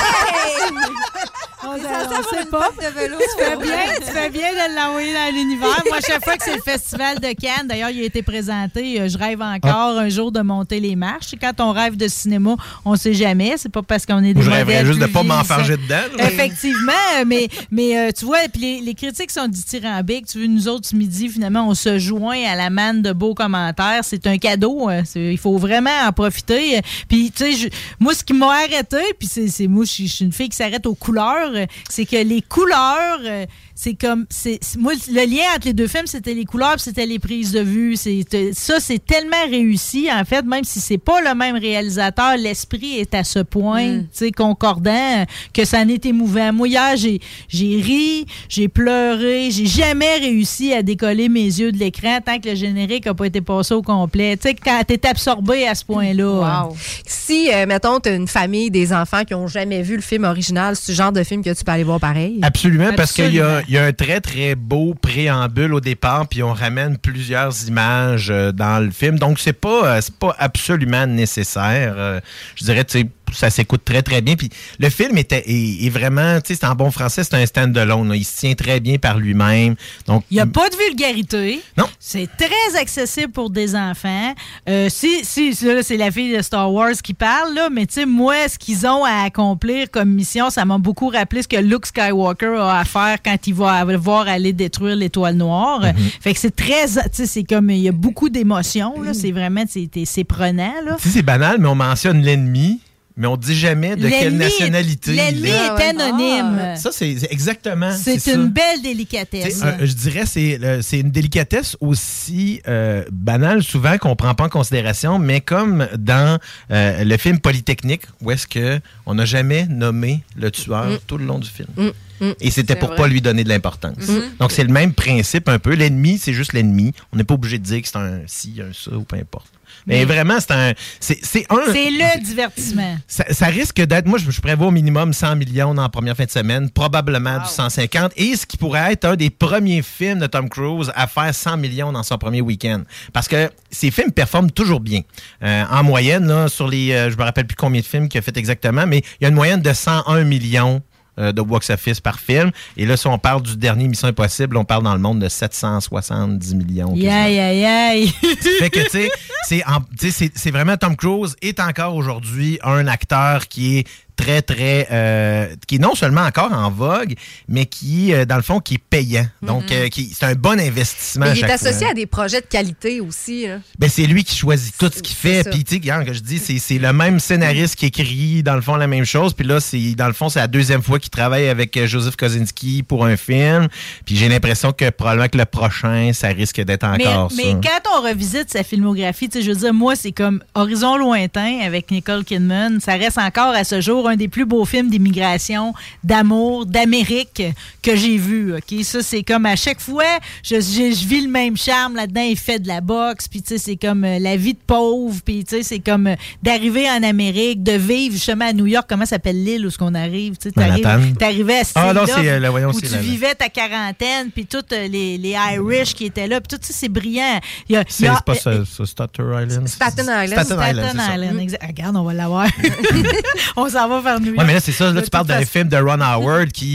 On ne sait pas. Tu fais bien, tu fais bien de l'envoyer dans l'univers. Moi, à chaque fois que c'est le Festival de Cannes, d'ailleurs, il a été présenté, euh, je rêve encore un jour de monter les marches. Quand on rêve de cinéma, on ne sait jamais. C'est pas parce qu'on est des Je modèles rêverais juste de plus ne pas vieillissants. m'enfarger dedans. là. Effectivement, mais, mais euh, tu vois, puis les, les critiques sont dithyrambiques. Tu veux, nous autres, ce midi, finalement, on se joint à la manne de beaux commentaires. C'est un cadeau. hein. C'est- il faut vraiment en profiter. Puis, tu sais, je- moi, ce qui m'a arrêté, puis c'est, c'est moi, je suis je suis une fille qui s'arrête aux couleurs, euh, c'est que les couleurs, euh, c'est comme... c'est c'est- moi, le lien entre les deux films, c'était les couleurs puis c'était les prises de vue. C'est, euh, ça, c'est tellement réussi, en fait, même si c'est pas le même réalisateur, l'esprit est à ce point, Mm. tu sais, concordant, euh, que ça en est émouvant. Moi, hier, j'ai, j'ai ri, j'ai pleuré, j'ai jamais réussi à décoller mes yeux de l'écran tant que le générique n'a pas été passé au complet. Tu sais, quand t'es absorbé à ce point-là. Wow. Si, euh, mettons, tu as une famille, des enfants qui n'ont jamais vu le film original, c'est le genre de film que tu peux aller voir pareil? Absolument, parce qu'il y a, Absolument. il y a un très, très beau préambule au départ, puis on ramène plusieurs images euh, dans le film. Donc, c'est pas, euh, c'est pas absolument nécessaire. Euh, je dirais, tu sais, ça s'écoute très, très bien. Puis le film était, est, est vraiment, tu sais, c'est en bon français, c'est un stand-alone. là. Il se tient très bien par lui-même. Donc, Il n'y a pas de vulgarité. Non. C'est très accessible pour des enfants. Euh, si, si, là, c'est la fille de Star Wars qui parle, là, mais tu sais, moi, ce qu'ils ont à accomplir comme mission, ça m'a beaucoup rappelé ce que Luke Skywalker a à faire quand il va voir aller détruire l'étoile noire. Mm-hmm. Fait que c'est très, tu sais, c'est comme, il y a beaucoup d'émotions, là. C'est vraiment, c'est, c'est prenant, là. tu sais, c'est banal, mais on mentionne l'ennemi, mais on dit jamais de quelle L'ennemi- nationalité L'ennemi il est. est anonyme. Ça, c'est c'est exactement. C'est ça. une belle Tu délicatesse. sais, un- je dirais c'est euh, c'est une délicatesse aussi euh, banale souvent qu'on prend pas en considération, mais comme dans euh, le film Polytechnique où est-ce que on n'a jamais nommé le tueur Mm. tout le long du film. Mm. Mm. Et c'était C'est pour vrai. pas lui donner de l'importance. Mm. Donc c'est le même principe un peu. L'ennemi, c'est juste l'ennemi. On n'est pas obligé de dire que c'est un ci, un ça ou peu importe. Mais Mais- vraiment, c'est un. C'est c'est un. C'est le divertissement. Ça, ça risque d'être, moi, je, je prévois au minimum cent millions dans la première fin de semaine, probablement du cent cinquante, et ce qui pourrait être un des premiers films de Tom Cruise à faire cent millions dans son premier week-end. Parce que ces films performent toujours bien. Euh, en moyenne, là, sur les, euh, je me rappelle plus combien de films qu'il a fait exactement, mais il y a une moyenne de cent un millions euh, de box-office par film. Et là, si on parle du dernier Mission Impossible, on parle dans le monde de sept cent soixante-dix millions. Aïe, aïe, aïe. Fait que, tu sais, c'est en- tu sais, c'est c'est vraiment Tom Cruise est encore aujourd'hui un acteur qui est très, très... euh, qui est non seulement encore en vogue, mais qui, euh, dans le fond, qui est payant. Donc, Mhm. euh, qui c'est un bon investissement Mais à il est chaque associé fois. à des projets de qualité aussi. Là. Ben, c'est lui qui choisit tout ce qu'il fait. ça. Puis, tu sais, regarde, que je dis, c'est c'est le même scénariste qui écrit, dans le fond, la même chose. Puis là, c'est dans le fond, c'est la deuxième fois qu'il travaille avec euh, Joseph Kosinski pour un film. Puis j'ai l'impression que probablement que le prochain, ça risque d'être encore mais, ça. mais quand on revisite sa filmographie, tu sais, je veux dire, moi, c'est comme Horizon lointain avec Nicole Kidman. Ça reste encore à ce jour un des plus beaux films d'immigration, d'amour, d'Amérique que j'ai vu. Ok, ça, c'est comme à chaque fois, je, je, je vis le même charme là-dedans. Il fait de la boxe, puis tu sais, c'est comme euh, la vie de pauvre, puis tu sais, c'est comme euh, d'arriver en Amérique, de vivre justement à New York. Comment s'appelle l'île où ce qu'on arrive? Tu sais, t'arrives- Manhattan. t'arrivais à cette Ah non, île-là c'est, euh, le- voyons, où c'est tu la- vivais ta quarantaine, puis tous euh, les, les Irish qui étaient là, puis tout ça, c'est brillant. Il y a, il C'est y a- c'est pas ça, ça, Staten Island. Staten Island. Staten Staten Island, c'est ça. Island, exact. Regarde, on va l'avoir. On s'en va vers New York. Ouais, mais là, c'est ça. Là, De tu parles toute d'un façon- film de Ron Howard qui,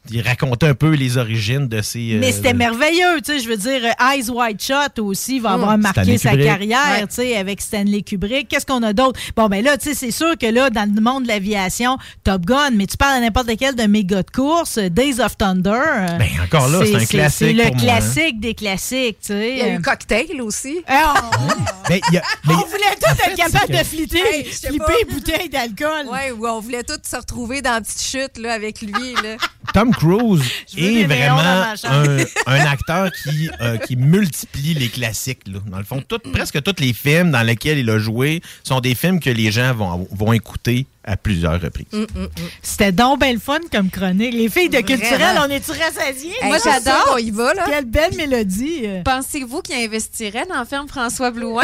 il racontait un peu les origines de ces... Mais euh, c'était de... merveilleux, tu sais, je veux dire, Eyes Wide Shut aussi va avoir Mmh. marqué Stanley sa Kubrick. carrière, Ouais. tu sais, avec Stanley Kubrick. Qu'est-ce qu'on a d'autre? Bon, ben là, tu sais, c'est sûr que là, dans le monde de l'aviation, Top Gun, mais tu parles à n'importe lequel de méga de course, Days of Thunder. euh, Ben, encore là, c'est un classique C'est le pour moi, hein. classique des classiques, tu sais. Il y a eu Cocktail aussi. Ah, Ben, il y a- mais- on voulait tous être capables de flipper, Hey, je sais flipper pas. une bouteille d'alcool. Oui, où on voulait tous se retrouver dans la petite chute là, avec lui. Là. Tom Cruise Je veux est des néons dans vraiment ma chambre. un, un acteur qui, euh, qui multiplie les classiques. Là. Dans le fond, tout- presque tous les films dans lesquels il a joué sont des films que les gens vont, vont écouter à plusieurs reprises. Mm, mm, mm. C'était donc bien le fun comme chronique. Les filles de Vraiment. culturel, on est-tu rassasiés? Hey, Moi, c'est ça, j'adore. on y va, là. Quelle belle mélodie. euh. Pensez-vous qu'il investirait dans le film François Blouin?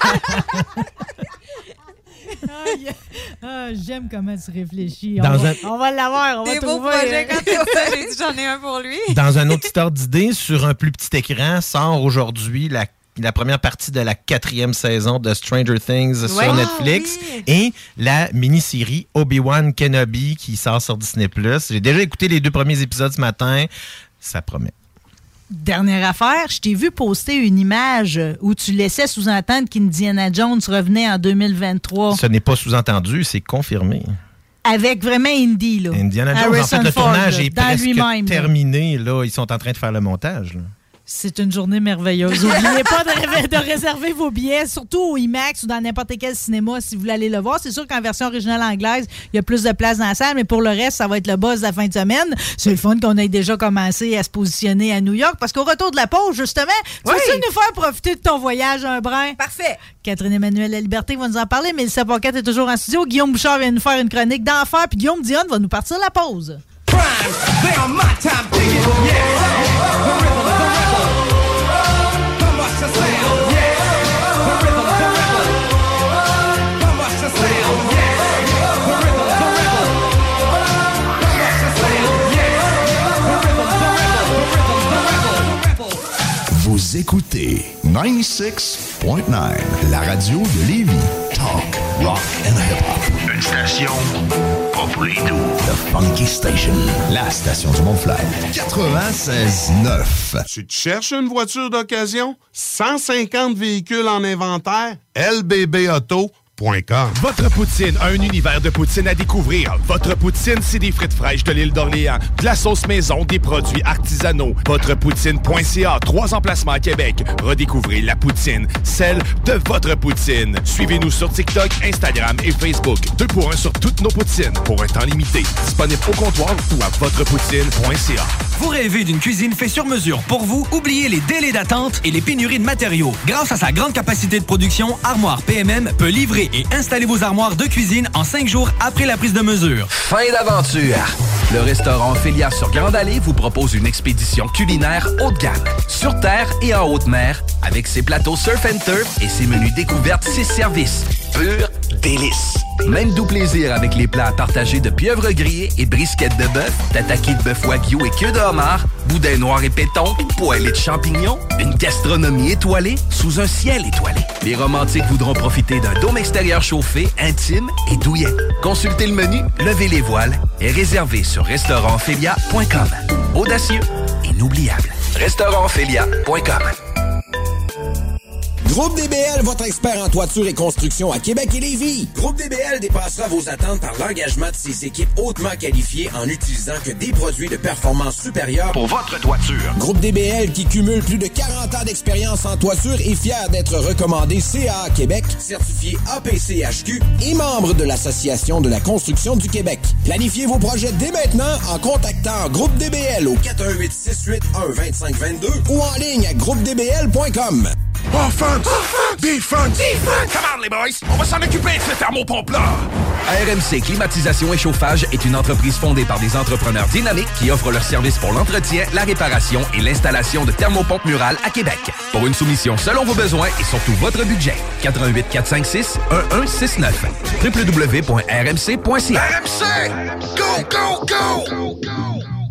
Ah, yeah. Ah, j'aime comment tu réfléchis. Dans on, va, un- on va l'avoir. On va Des beaux trouver, projets euh, quand t'es ça, j'ai dit j'en ai un pour lui. Dans un autre petit ordre d'idée, sur un plus petit écran, sort aujourd'hui la, la première partie de la quatrième saison de Stranger Things Ouais. sur Ah, Netflix oui. et la mini-série Obi-Wan Kenobi qui sort sur Disney plus. J'ai déjà écouté les deux premiers épisodes ce matin. Ça promet. Dernière affaire, je t'ai vu poster une image où tu laissais sous-entendre qu'Indiana Jones revenait en deux mille vingt-trois Ce n'est pas sous-entendu, c'est confirmé. avec vraiment Indy. Là. Indiana Jones, en fait, Harrison le Ford, tournage là, est dans presque lui-même, là. terminé. Là. Ils sont en train de faire le montage. là. C'est une journée merveilleuse. N'oubliez pas de, ré- de réserver vos billets, surtout au IMAX ou dans n'importe quel cinéma si vous voulez aller le voir. C'est sûr qu'en version originale anglaise, il y a plus de place dans la salle, mais pour le reste, ça va être le buzz de la fin de semaine. C'est le fun qu'on ait déjà commencé à se positionner à New York parce qu'au retour de la pause, justement, tu Oui. veux nous faire profiter de ton voyage un brin? Parfait. Catherine Emmanuel La Liberté va nous en parler, mais Mélissa Paquette est toujours en studio. Guillaume Bouchard vient nous faire une chronique d'enfer, puis Guillaume Dionne va nous partir la pause. Vous écoutez quatre-vingt-six point neuf, la radio de Lévis. Talk, rock and hip-hop. Une station pas pour les doux. The Funky Station, la station du Mont-Flair. quatre-vingt-seize neuf. Tu te cherches une voiture d'occasion? cent cinquante véhicules en inventaire? L B B auto point com. Votre poutine, un univers de poutine à découvrir. Votre poutine, c'est des frites fraîches de l'île d'Orléans, de la sauce maison, des produits artisanaux. Votrepoutine point c a, trois emplacements à Québec. Redécouvrez la poutine, celle de votre poutine. Suivez-nous sur TikTok, Instagram et Facebook. Deux pour un sur toutes nos poutines, pour un temps limité. Disponible au comptoir ou à votrepoutine point c a. Vous rêvez d'une cuisine faite sur mesure pour vous? Oubliez les délais d'attente et les pénuries de matériaux. Grâce à sa grande capacité de production, Armoire P M M peut livrer et installer vos armoires de cuisine en cinq jours après la prise de mesure. Fin d'aventure! Le restaurant Ophélia sur Grande Allée vous propose une expédition culinaire haut de gamme, sur terre et en haute mer, avec ses plateaux surf and turf et ses menus découvertes, six services. Pur délice! Même doux plaisir avec les plats partagés de pieuvres grillées et brisquettes de bœuf, tataki de bœuf wagyu et queue de homard, boudin noir et péton, poêlée de champignons, une gastronomie étoilée sous un ciel étoilé. Les romantiques voudront profiter d'un dôme extérieur chauffé, intime et douillet. Consultez le menu, levez les voiles et réservez sur restaurant ophélia point com. Audacieux, inoubliable. restaurant ophélia point com. Groupe D B L, votre expert en toiture et construction à Québec et Lévis. Groupe D B L dépassera vos attentes par l'engagement de ses équipes hautement qualifiées en n'utilisant que des produits de performance supérieure Pour votre toiture. Groupe D B L qui cumule plus de quarante ans d'expérience en toiture est fier d'être recommandé C A A Québec, certifié A P C H Q et membre de l'Association de la construction du Québec. Planifiez vos projets dès maintenant en contactant Groupe D B L au quatre un huit, six huit un, deux cinq deux deux ou en ligne à groupe d b l point com. Offense! Defense! Defense! Come on, les boys! On va s'en occuper de ce thermopompe-là! R M C Climatisation et Chauffage est une entreprise fondée par des entrepreneurs dynamiques qui offrent leurs services pour l'entretien, la réparation et l'installation de thermopompes murales à Québec. Pour une soumission selon vos besoins et surtout votre budget, quatre un huit, quatre cinq six, un un six neuf. w w w point r m c point c a. R M C! Go, go, go!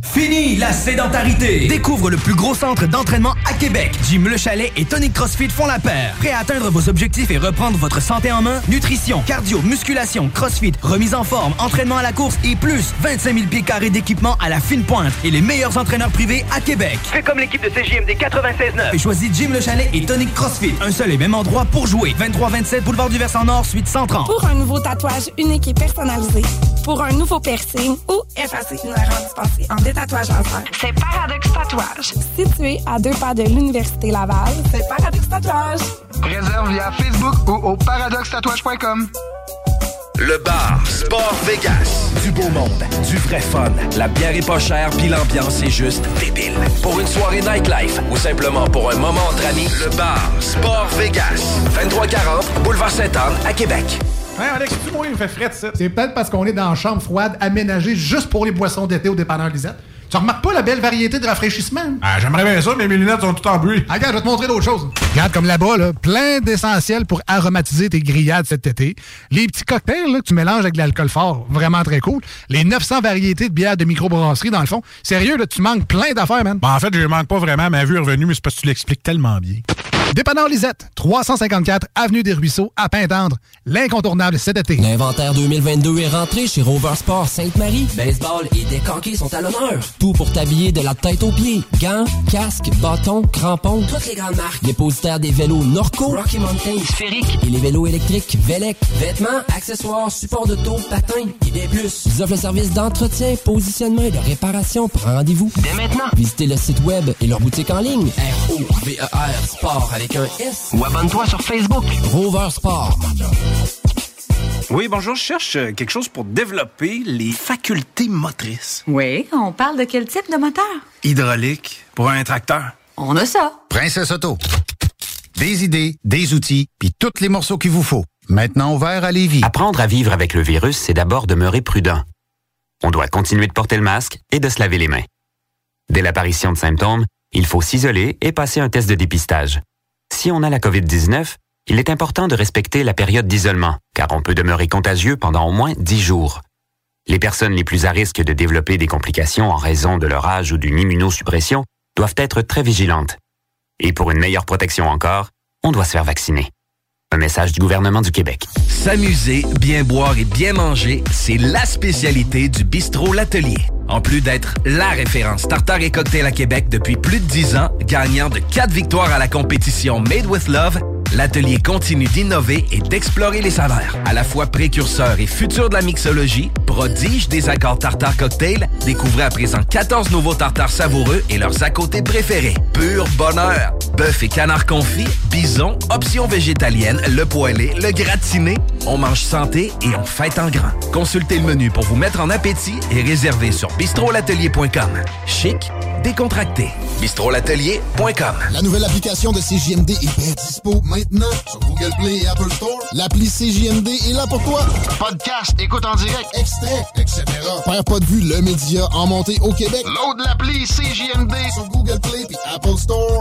Fini la sédentarité! Découvre le plus gros centre d'entraînement à Québec. Jim Le Chalet et Tonic CrossFit font la paire. Prêt à atteindre vos objectifs et reprendre votre santé en main? Nutrition, cardio, musculation, CrossFit, remise en forme, entraînement à la course et plus vingt-cinq mille pieds carrés d'équipement à la fine pointe et les meilleurs entraîneurs privés à Québec. Fais comme l'équipe de C J M D quatre-vingt-seize neuf. Et choisis Jim Le Chalet et Tonic CrossFit. Un seul et même endroit pour jouer. vingt-trois vingt-sept Boulevard du Versant Nord, suite cent trente. Pour un nouveau tatouage unique et personnalisé, pour un nouveau piercing ou effacer une erreur dispensée en détatouage laser, c'est Paradox Tatouage. Situé à deux pas de l'Université Laval, c'est Paradox Tatouage. Réserve via Facebook ou au paradox tatouage point com. Le bar Sport Vegas. Du beau monde, du vrai fun. La bière est pas chère, puis l'ambiance est juste débile. Pour une soirée nightlife ou simplement pour un moment entre amis, le bar Sport Vegas. vingt-trois quarante Boulevard Sainte-Anne à Québec. Hey Alex, tu vois, il me fait fret, ça. C'est peut-être parce qu'on est dans une chambre froide aménagée juste pour les boissons d'été au dépanneur Lisette. Tu remarques pas la belle variété de rafraîchissement? Ah, j'aimerais bien ça, mais mes lunettes sont toutes en bruit. Ah, regarde, je vais te montrer d'autres choses. Regarde, comme là-bas, là, plein d'essentiels pour aromatiser tes grillades cet été. Les petits cocktails là, que tu mélanges avec de l'alcool fort, vraiment très cool. Les neuf cents variétés de bières de microbrasserie, dans le fond. Sérieux, là, tu manques plein d'affaires, man. Bon, en fait, je manque pas vraiment. Ma vue est revenue, mais c'est parce que tu l'expliques tellement bien. Dépanneur Lisette, trois cent cinquante-quatre Avenue des Ruisseaux, à Pintendre. L'incontournable cet été. L'inventaire deux mille vingt-deux est rentré chez Rover Sport Sainte-Marie. Baseball et décanqués sont à l'honneur. Tout pour t'habiller de la tête aux pieds. Gants, casques, bâtons, crampons, toutes les grandes marques. Dépositaire des vélos Norco, Rocky Mountain, Sphérique et les vélos électriques Velec. Vêtements, accessoires, supports d'auto, patins et des plus. Ils offrent le service d'entretien, positionnement et de réparation. Prends rendez-vous dès maintenant. Visitez le site web et leur boutique en ligne. R O V E R Sport avec un S. Ou abonne-toi sur Facebook. Rover Sport. Oui, bonjour, je cherche quelque chose pour développer les facultés motrices. Oui, on parle de quel type de moteur? Hydraulique, pour un tracteur. On a ça. Princesse Auto. Des idées, des outils, puis tous les morceaux qu'il vous faut. Maintenant ouvert à Lévis. Apprendre à vivre avec le virus, c'est d'abord demeurer prudent. On doit continuer de porter le masque et de se laver les mains. Dès l'apparition de symptômes, il faut s'isoler et passer un test de dépistage. Si on a la covid dix-neuf, il est important de respecter la période d'isolement, car on peut demeurer contagieux pendant au moins dix jours. Les personnes les plus à risque de développer des complications en raison de leur âge ou d'une immunosuppression doivent être très vigilantes. Et pour une meilleure protection encore, on doit se faire vacciner. Un message du gouvernement du Québec. S'amuser, bien boire et bien manger, c'est la spécialité du bistrot L'Atelier. En plus d'être la référence tartare et cocktail à Québec depuis plus de dix ans, gagnant de quatre victoires à la compétition Made with Love, l'Atelier continue d'innover et d'explorer les saveurs. À la fois précurseur et futur de la mixologie, prodige des accords tartare cocktail, découvrez à présent quatorze nouveaux tartares savoureux et leurs à côté préférés. Pur bonheur! Bœuf et canard confit, bison, options végétaliennes, le poêlé, le gratiné. On mange santé et on fête en grand. Consultez le menu pour vous mettre en appétit et réservez sur bistrot l'atelier point com. Chic, décontracté. bistrot l'atelier point com. La nouvelle application de C J M D est bien dispo maintenant sur Google Play et Apple Store. L'appli C J M D est là pour toi. Podcast, écoute en direct, extrait, et cetera. Perds pas de vue, le média en montée au Québec. Load l'appli C J M D sur Google Play et Apple Store.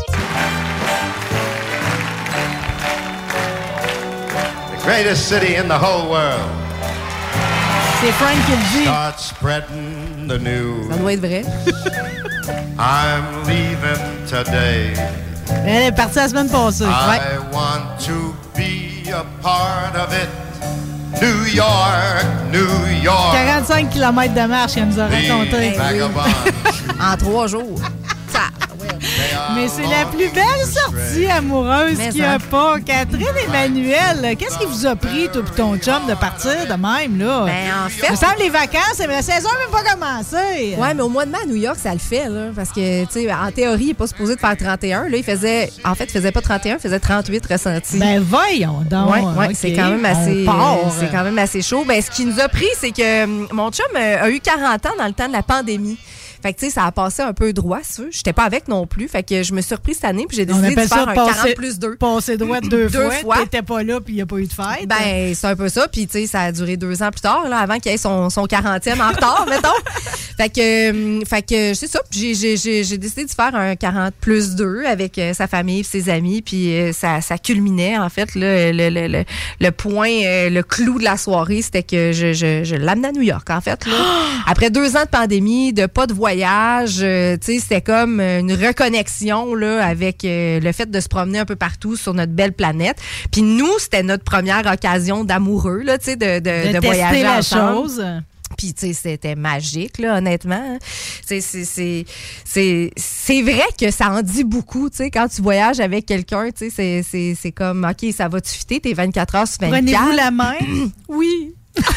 The greatest city in the whole world. C'est Frank qui le dit. Start spreading the news. Ça doit être vrai. I'm leaving today. Elle est partie la semaine passée. I Ouais. want to be a part of it. New York, New York. quarante-cinq kilomètres de marche qu'elle nous a raconté. En trois jours. Mais c'est la plus belle sortie amoureuse Mais qu'il n'y a pas. Catherine Emmanuel, qu'est-ce qui vous a pris, toi et ton chum, de partir de même, là? Ben, en fait... Ça me semble les vacances, mais la saison n'a même pas commencé. Ouais, mais au mois de mai à New York, ça le fait, là. Parce que, tu sais, en théorie, il n'est pas supposé de faire trente et un. Là, il faisait... En fait, il faisait pas trente et un, il faisait trente-huit ressentis. Ben, voyons donc. Ouais, ouais, okay. c'est quand même assez... On part. C'est quand même assez chaud. Ben, ce qui nous a pris, c'est que hum, mon chum euh, a eu quarante ans dans le temps de la pandémie. Fait que, tu sais, ça a passé un peu droit, ça. J'étais pas avec non plus. Fait que je me suis repris cette année, puis j'ai décidé de faire un quarante plus deux. Passer droit deux, deux fois. fois. T'étais pas là, puis il n'y a pas eu de fête. Ben, c'est un peu ça. Puis, tu sais, ça a duré deux ans plus tard, là, avant qu'il ait son, son quarantième en retard, mettons. Fait que, euh, fait que c'est ça. J'ai, j'ai, j'ai, j'ai décidé de faire un quarante plus deux avec euh, sa famille et ses amis. Puis euh, ça, ça culminait, en fait. Là, le, le, le, le point, euh, le clou de la soirée, c'était que je, je, je l'amenais à New York, en fait. Là. Après deux ans de pandémie, de pas de voyage, euh, tu sais, c'était comme une reconnexion là, avec euh, le fait de se promener un peu partout sur notre belle planète. Puis nous, c'était notre première occasion d'amoureux, là, tu sais, de, de, de, de voyager la ensemble. chose. Puis, tu sais, c'était magique, là, honnêtement. C'est, c'est, c'est, c'est, c'est vrai que ça en dit beaucoup, tu sais, quand tu voyages avec quelqu'un, tu sais, c'est, c'est, c'est comme, OK, ça va-tu fitter tes vingt-quatre heures sur vingt-quatre? Prenez-vous la main? Oui.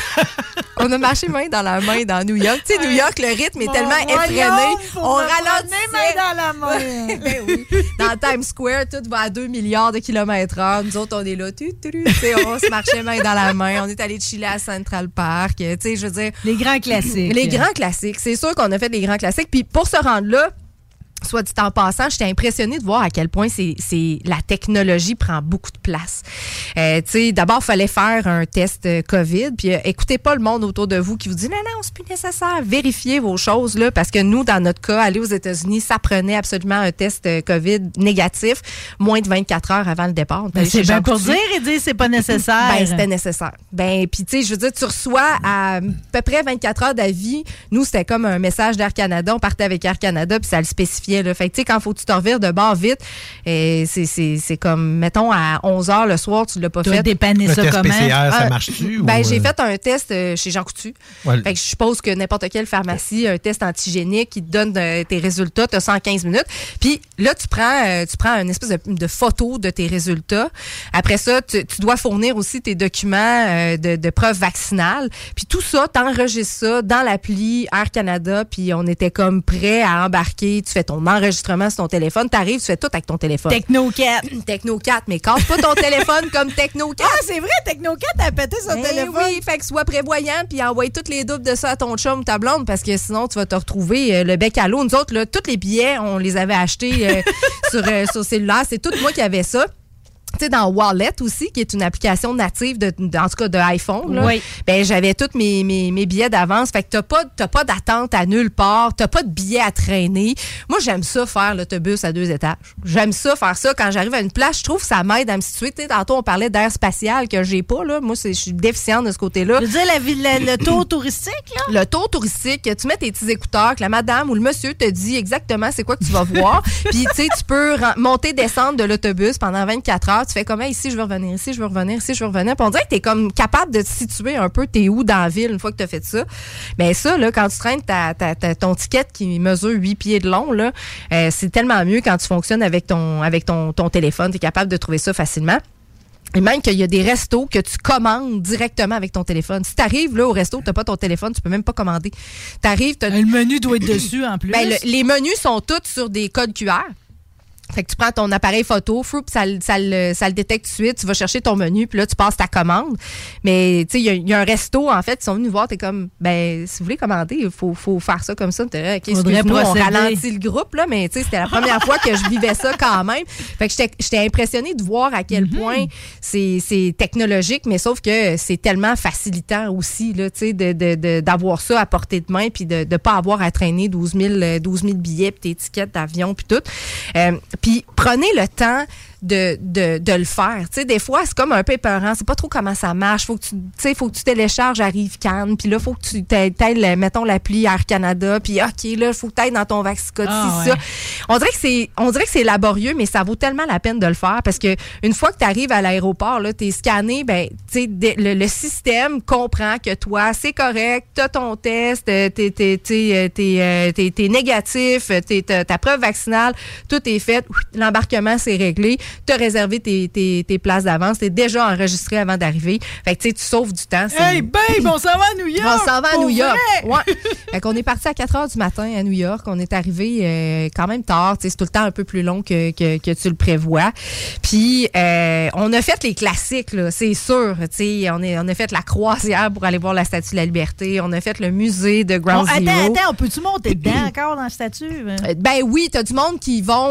On a marché main dans la main dans New York. Tu sais, New York, le rythme est Bon, tellement voyons, effréné. faut On me ralentissait. prendre main dans la main. Ben oui. Dans Times Square, tout va à deux milliards de kilomètres heure. Nous autres, on est là. Tu, tu, tu sais, on se marchait main dans la main. On est allé chiller à Central Park. Tu sais, je veux dire. Les grands classiques. Les grands classiques. C'est sûr qu'on a fait des grands classiques. Puis pour se rendre là, soit dit en passant, j'étais impressionnée de voir à quel point c'est, c'est la technologie prend beaucoup de place. Euh, tu sais, d'abord, il fallait faire un test euh, COVID, puis euh, écoutez pas le monde autour de vous qui vous dit « Non, non, c'est plus nécessaire. Vérifiez vos choses, là, parce que nous, dans notre cas, aller aux États-Unis, ça prenait absolument un test euh, COVID négatif moins de vingt-quatre heures avant le départ. Ben, c'est bien pour dire et dire c'est pas nécessaire. Ben, c'était nécessaire. Ben, puis tu sais, je veux dire, tu reçois à, à peu près vingt-quatre heures d'avis. Nous, c'était comme un message d'Air Canada. On partait avec Air Canada, puis ça le spécifiait. Là. Fait que, tu sais, quand faut que tu te revires de bord vite, et c'est, c'est, c'est comme, mettons, à onze heures le soir, tu l'as pas tu fait. Tu dépanner ça comment? Le test P C R, ça Ah, marche-tu? Ben, ou... j'ai fait un test euh, chez Jean Coutu. Ouais. Fait que je suppose que n'importe quelle pharmacie, un test antigénique qui te donne euh, tes résultats, tu as ça en quinze minutes. Puis là, tu prends, euh, tu prends une espèce de, de photo de tes résultats. Après ça, tu, tu dois fournir aussi tes documents euh, de, de preuve vaccinale. Puis tout ça, t'enregistres ça dans l'appli Air Canada. Puis on était comme prêt à embarquer. Tu fais ton enregistrement sur ton téléphone. T'arrives, tu fais tout avec ton téléphone. Techno quatre. Techno quatre, mais casse pas ton téléphone comme Techno quatre. Ah, c'est vrai, Techno quatre a pété son Ben téléphone. oui, fait que sois prévoyant puis envoie toutes les doubles de ça à ton chum ou ta blonde parce que sinon, tu vas te retrouver euh, le bec à l'eau. Nous autres, là, tous les billets, on les avait achetés euh, sur, euh, sur cellulaire. C'est tout moi qui avais ça. Tu sais, dans Wallet aussi, qui est une application native, de, de, en tout cas de iPhone, là, oui. Ben, j'avais tous mes, mes, mes billets d'avance. Fait que t'as pas, t'as pas d'attente à nulle part. T'as pas de billets à traîner. Moi, j'aime ça faire l'autobus à deux étages. J'aime ça faire ça. Quand j'arrive à une place, je trouve que ça m'aide à me situer. Tu sais, tantôt, on parlait d'air spatial que j'ai pas, là. Moi, je suis déficiente de ce côté-là. Je veux dire, la, la, le tour touristique, là? Le tour touristique, tu mets tes petits écouteurs, que la madame ou le monsieur te dit exactement c'est quoi que tu vas voir. Puis, tu sais, tu peux monter, descendre de l'autobus pendant vingt-quatre heures. Tu fais comme, hey, ici, je veux revenir, ici, je veux revenir, ici, je veux revenir. Puis on dirait que t'es comme capable de te situer un peu, t'es où dans la ville une fois que t'as fait ça. Mais ça, là, quand tu traînes ta, ta, ta, ton ticket qui mesure huit pieds de long, là, euh, c'est tellement mieux quand tu fonctionnes avec ton, avec ton, ton téléphone. T'es capable de trouver ça facilement. Et même qu'il y a des restos que tu commandes directement avec ton téléphone. Si t'arrives là au resto, t'as pas ton téléphone, tu peux même pas commander. T'arrives, t'as... Le menu doit être dessus en plus. Ben, le, les menus sont tous sur des codes Q R. Fait que tu prends ton appareil photo, fou, ça, ça, le, ça le détecte tout de suite, tu vas chercher ton menu, puis là, tu passes ta commande. Mais, tu sais, il y, y a un resto, en fait, ils sont venus voir, t'es comme, ben, si vous voulez commander, il faut, faut faire ça comme ça. T'es, OK, excuse-nous, on ralentit le groupe, là, mais, tu sais, c'était la première fois que je vivais ça quand même. Fait que j'étais, j'étais impressionnée de voir à quel mm-hmm. point c'est, c'est technologique, mais sauf que c'est tellement facilitant aussi, là, tu sais, de, de, de, d'avoir ça à portée de main, puis de ne pas avoir à traîner douze mille billets, puis tes tickets d'avion, puis tout. Euh, Puis prenez le temps de, de, de le faire. Tu sais, des fois, c'est comme un peu épeurant. C'est pas trop comment ça marche. Faut que tu, tu sais, faut que tu télécharges Arrive-Can. Puis là, faut que tu t'ailles, mettons, l'appli Air Canada. Puis OK, là, faut que tu ailles dans ton Vaxicote. Ah, ouais. ça. On dirait que c'est, on dirait que c'est laborieux, mais ça vaut tellement la peine de le faire parce que une fois que tu arrives à l'aéroport, là, t'es scanné, ben, tu sais, le, le système comprend que toi, c'est correct, t'as ton test, t'es, t'es, t'es, t'es, t'es, t'es, t'es négatif, t'es, t'as ta preuve vaccinale, tout est fait, l'embarquement, c'est réglé. Tu as réservé tes, tes, tes places d'avance. Tu es déjà enregistré avant d'arriver. Fait que tu sais, tu sauves du temps. C'est... Hey, babe, on s'en va à New York! On s'en va à New York. Ouais. Fait qu'on est parti à quatre heures du matin à New York. On est arrivé euh, quand même tard. Tu sais, c'est tout le temps un peu plus long que, que, que tu le prévois. Puis, euh, on a fait les classiques, là, c'est sûr. Tu sais, on, est, on a fait la croisière pour aller voir la Statue de la Liberté. On a fait le musée de Ground bon, Zero. Attends, attends, on peut-tu monter dedans encore dans la statue? Ben oui, t'as du monde qui vont, euh, qui vont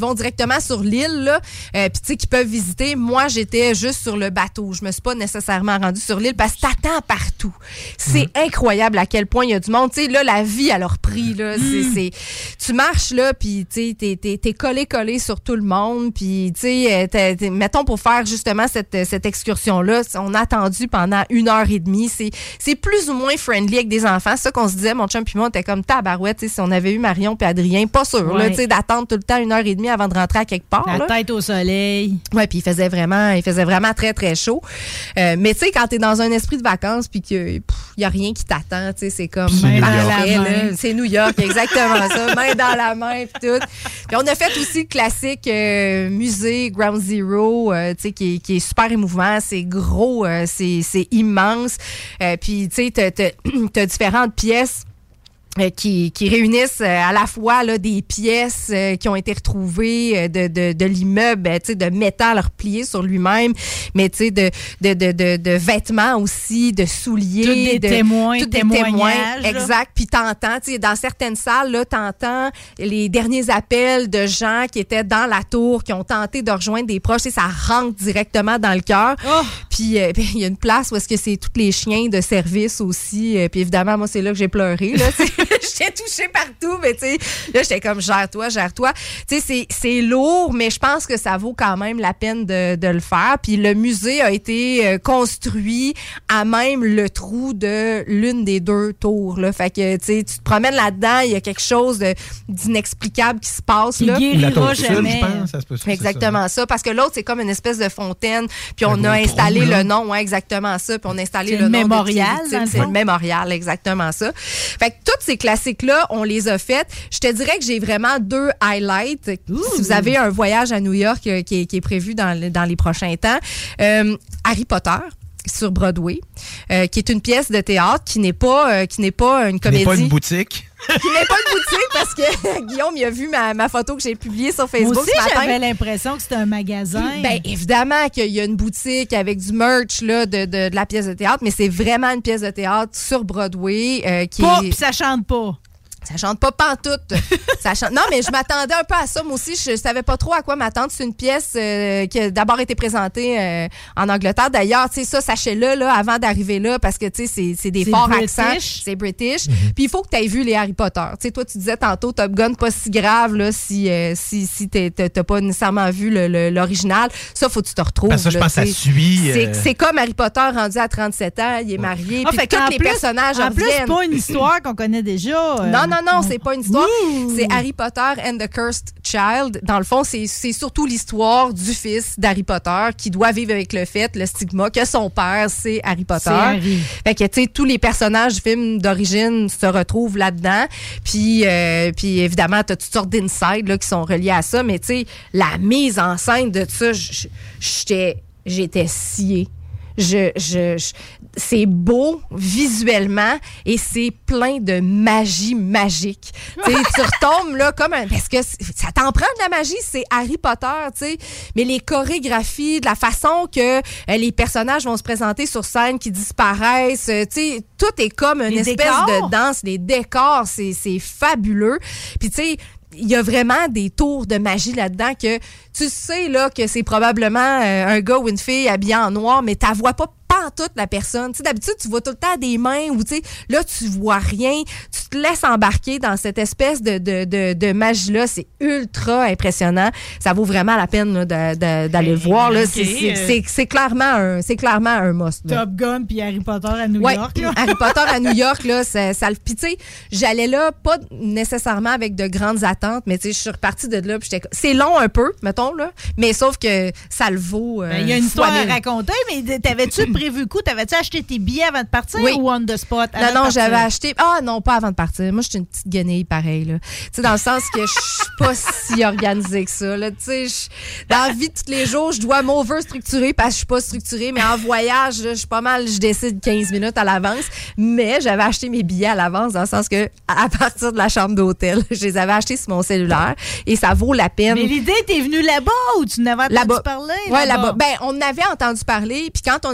vont directement sur l'île, là, euh, puis tu sais, qui peuvent visiter. Moi, j'étais juste sur le bateau. Je me suis pas nécessairement rendue sur l'île parce que t'attends partout. C'est mmh. incroyable à quel point il y a du monde. Tu sais, là, la vie à leur prix, là, mmh. c'est, c'est... Tu marches, là, puis tu sais, t'es, t'es, t'es collé, collé sur tout le monde, puis tu sais, mettons, pour faire justement cette, cette excursion-là, on a attendu pendant une heure et demie. C'est, c'est plus ou moins friendly avec des enfants. C'est ça qu'on se disait, mon chum puis moi, on était comme tabarouette, tu sais, si on avait eu Marion puis Adrien, pas sûr, ouais. là, tu sais, d'attendre tout le temps une heure et demie avant de rentrer à quelque part. La là. tête au soleil. Ouais, puis il faisait vraiment, il faisait vraiment très, très chaud. Euh, mais tu sais, quand t'es dans un esprit de vacances puis qu'il y a rien qui t'attend, tu sais, c'est comme... C'est New parfait, York. Là, c'est New York, exactement ça. Main dans la main puis tout. Puis on a fait aussi le classique euh, musée Ground Zero, euh, tu sais, qui, qui est super émouvant. C'est gros, euh, c'est, c'est immense. Euh, puis, tu sais, t'as, t'as, t'as différentes pièces. Euh, qui, qui réunissent euh, à la fois là, des pièces euh, qui ont été retrouvées euh, de, de, de l'immeuble, euh, tu sais, de métal replié sur lui-même, mais tu sais, de, de, de, de, de vêtements aussi, de souliers. Toutes des de, témoins, toutes des témoins. Exact. Puis t'entends, tu sais, dans certaines salles, là, t'entends les derniers appels de gens qui étaient dans la tour, qui ont tenté de rejoindre des proches, et ça rentre directement dans le cœur. Oh. Puis il euh, y a une place où est-ce que c'est tous les chiens de service aussi. Euh, puis évidemment, moi, c'est là que j'ai pleuré, là, tu sais. J'étais touchée partout, mais tu sais, là, j'étais comme, gère-toi, gère-toi. Tu sais, c'est, c'est lourd, mais je pense que ça vaut quand même la peine de, de le faire. Puis le musée a été euh, construit à même le trou de l'une des deux tours, là. Fait que, tu sais, tu te promènes là-dedans, il y a quelque chose de, d'inexplicable qui se passe, qui là. Qui guérira jamais. Je pense, ça se peut, ça, exactement ça. ça. Parce que l'autre, c'est comme une espèce de fontaine, puis on un a installé trou, le nom, ouais, exactement ça, puis on a installé c'est le, le nom mémorial, de c'est le mémorial, exactement ça. Fait que toutes ces classiques-là, on les a faites. Je te dirais que j'ai vraiment deux highlights. Ouh. Si vous avez un voyage à New York euh, qui, est, qui est prévu dans, le, dans les prochains temps, euh, Harry Potter sur Broadway, euh, qui est une pièce de théâtre qui n'est pas, euh, qui n'est pas une comédie. Qui n'est pas une boutique. qui n'est pas une boutique parce que Guillaume, il a vu ma, ma photo que j'ai publiée sur Facebook. Moi aussi, ce matin. j'avais l'impression que c'était un magasin. Bien, évidemment qu'il y a une boutique avec du merch là, de, de, de la pièce de théâtre, mais c'est vraiment une pièce de théâtre sur Broadway. Euh, qui pas, est... Puis ça chante pas. Ça chante pas pantoute. Ça chante... Non, mais je m'attendais un peu à ça. Moi aussi, je savais pas trop à quoi m'attendre. C'est une pièce euh, qui a d'abord été présentée euh, en Angleterre. D'ailleurs, tu sais, ça, sachez-le, là, avant d'arriver là, parce que, tu sais, c'est, c'est des c'est forts British. accents. C'est British. Mm-hmm. Puis il faut que tu aies vu les Harry Potter. Tu sais, toi, tu disais tantôt, Top Gun, pas si grave, là, si, euh, si, si t'es, t'as pas nécessairement vu le, le, l'original. Ça, faut que tu te retrouves. Parce que ça, je là, pense que ça suit. Euh... C'est, c'est comme Harry Potter rendu à trente-sept ans, il est marié. Ah, puis tous les plus, personnages en plus, reviennent. c'est pas une histoire qu'on connaît déjà. Euh... Non, non, non, c'est pas une histoire. Ouh. C'est Harry Potter and the Cursed Child. Dans le fond, c'est, c'est surtout l'histoire du fils d'Harry Potter qui doit vivre avec le fait, le stigma, que son père, c'est Harry Potter. C'est Harry. Fait que, tu sais, tous les personnages du film d'origine se retrouvent là-dedans. Puis, euh, puis évidemment, t'as toutes sortes d'insides là, qui sont reliés à ça. Mais, tu sais, la mise en scène de ça, j'étais, j'étais sciée. Je, je, je, c'est beau visuellement et c'est plein de magie magique. Tu retombes là comme un... Parce que ça t'en prend de la magie, c'est Harry Potter, tu sais. Mais les chorégraphies, de la façon que euh, les personnages vont se présenter sur scène, qui disparaissent, tu sais, tout est comme une les espèce décors. de danse. Les décors, c'est, c'est fabuleux. Puis tu sais, il y a vraiment des tours de magie là-dedans que tu sais là que c'est probablement euh, un gars ou une fille habillé en noir, mais tu vois pas pantoute la personne. Tu sais, d'habitude, tu vois tout le temps des mains ou tu sais, là, tu vois rien. Tu te laisses embarquer dans cette espèce de, de, de, de magie-là. C'est ultra impressionnant. Ça vaut vraiment la peine là, de, de, d'aller okay, le voir. Là. Okay, c'est, c'est, euh... c'est, c'est, clairement un, c'est clairement un must. Là. Top Gun puis Harry Potter à New ouais, York. Là. Harry Potter à New York, là, ça, ça le... Puis tu sais, j'allais là pas nécessairement avec de grandes attentes, mais tu sais, je suis repartie de là puis j'étais... C'est long un peu, mettons, là, mais sauf que ça le vaut. Il euh, y a une histoire à raconter, mais t'avais-tu prévu coup? T'avais-tu acheté tes billets avant de partir oui. ou on the spot? Non, non, j'avais acheté... Ah non, pas avant de partir. Moi, je suis une petite guenille pareil, là. Tu sais, dans le sens que je suis pas si organisée que ça, là. Tu sais, dans la vie de tous les jours, je dois m'over-structurer parce que je suis pas structurée, mais en voyage, je suis pas mal, je décide quinze minutes à l'avance. Mais j'avais acheté mes billets à l'avance dans le sens que à partir de la chambre d'hôtel, je les avais achetés sur mon cellulaire et ça vaut la peine. Mais l'idée, t'es venue là-bas ou tu n'avais entendu là-bas. parler? Ouais, là-bas. là-bas. Ben, on avait entendu parler, puis quand on est arrivé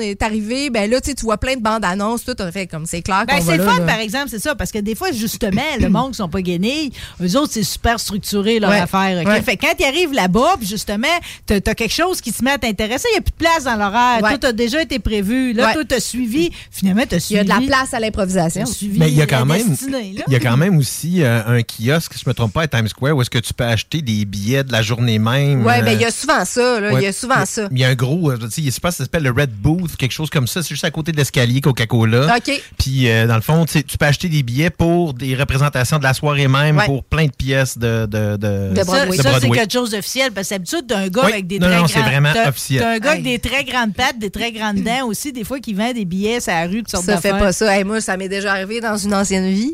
arrivé, ben là, tu vois plein de bandes annonces, tout, on fait comme c'est clair ben, qu'on c'est va le fun, là, par exemple, c'est ça, parce que des fois, justement, le monde qui sont pas guenilles, eux autres, c'est super structuré, leur ouais. affaire. Okay? Ouais. Fait que quand ils arrivent là-bas, puis justement, t'as, t'as quelque chose qui se met à t'intéresser, il n'y a plus de place dans l'horaire. Ouais. Tout a déjà été prévu. Là, ouais. toi, t'as suivi. Finalement, t'as suivi. Il y a de la place à l'improvisation. Mais il y a quand même, il y a quand même aussi euh, un kiosque, si je me trompe pas, à Times Square, où est-ce que tu peux acheter des billets de la journée même. Oui, euh, bien, il y a souvent ça. Là. ouais. Il y a souvent ça. Il y a un gros, euh, je sais pas si ça s'appelle le Red Booth, quelque chose comme ça. C'est juste à côté de l'escalier Coca-Cola. OK. Puis, euh, dans le fond, tu peux acheter des billets pour des représentations de la soirée même, ouais. pour plein de pièces de, de, de, de Broadway. Ça, de ça c'est quelque chose d'officiel, parce que c'est l'habitude d'un gars oui. avec des non, très non, grandes... c'est vraiment t'as, officiel. T'as un gars hey. avec des très grandes pattes, des très grandes dents aussi, des fois, qui vend des billets sur la rue, toutes sortes ça d'affaires. fait pas ça. Hey, moi, ça m'est déjà arrivé dans une ancienne vie.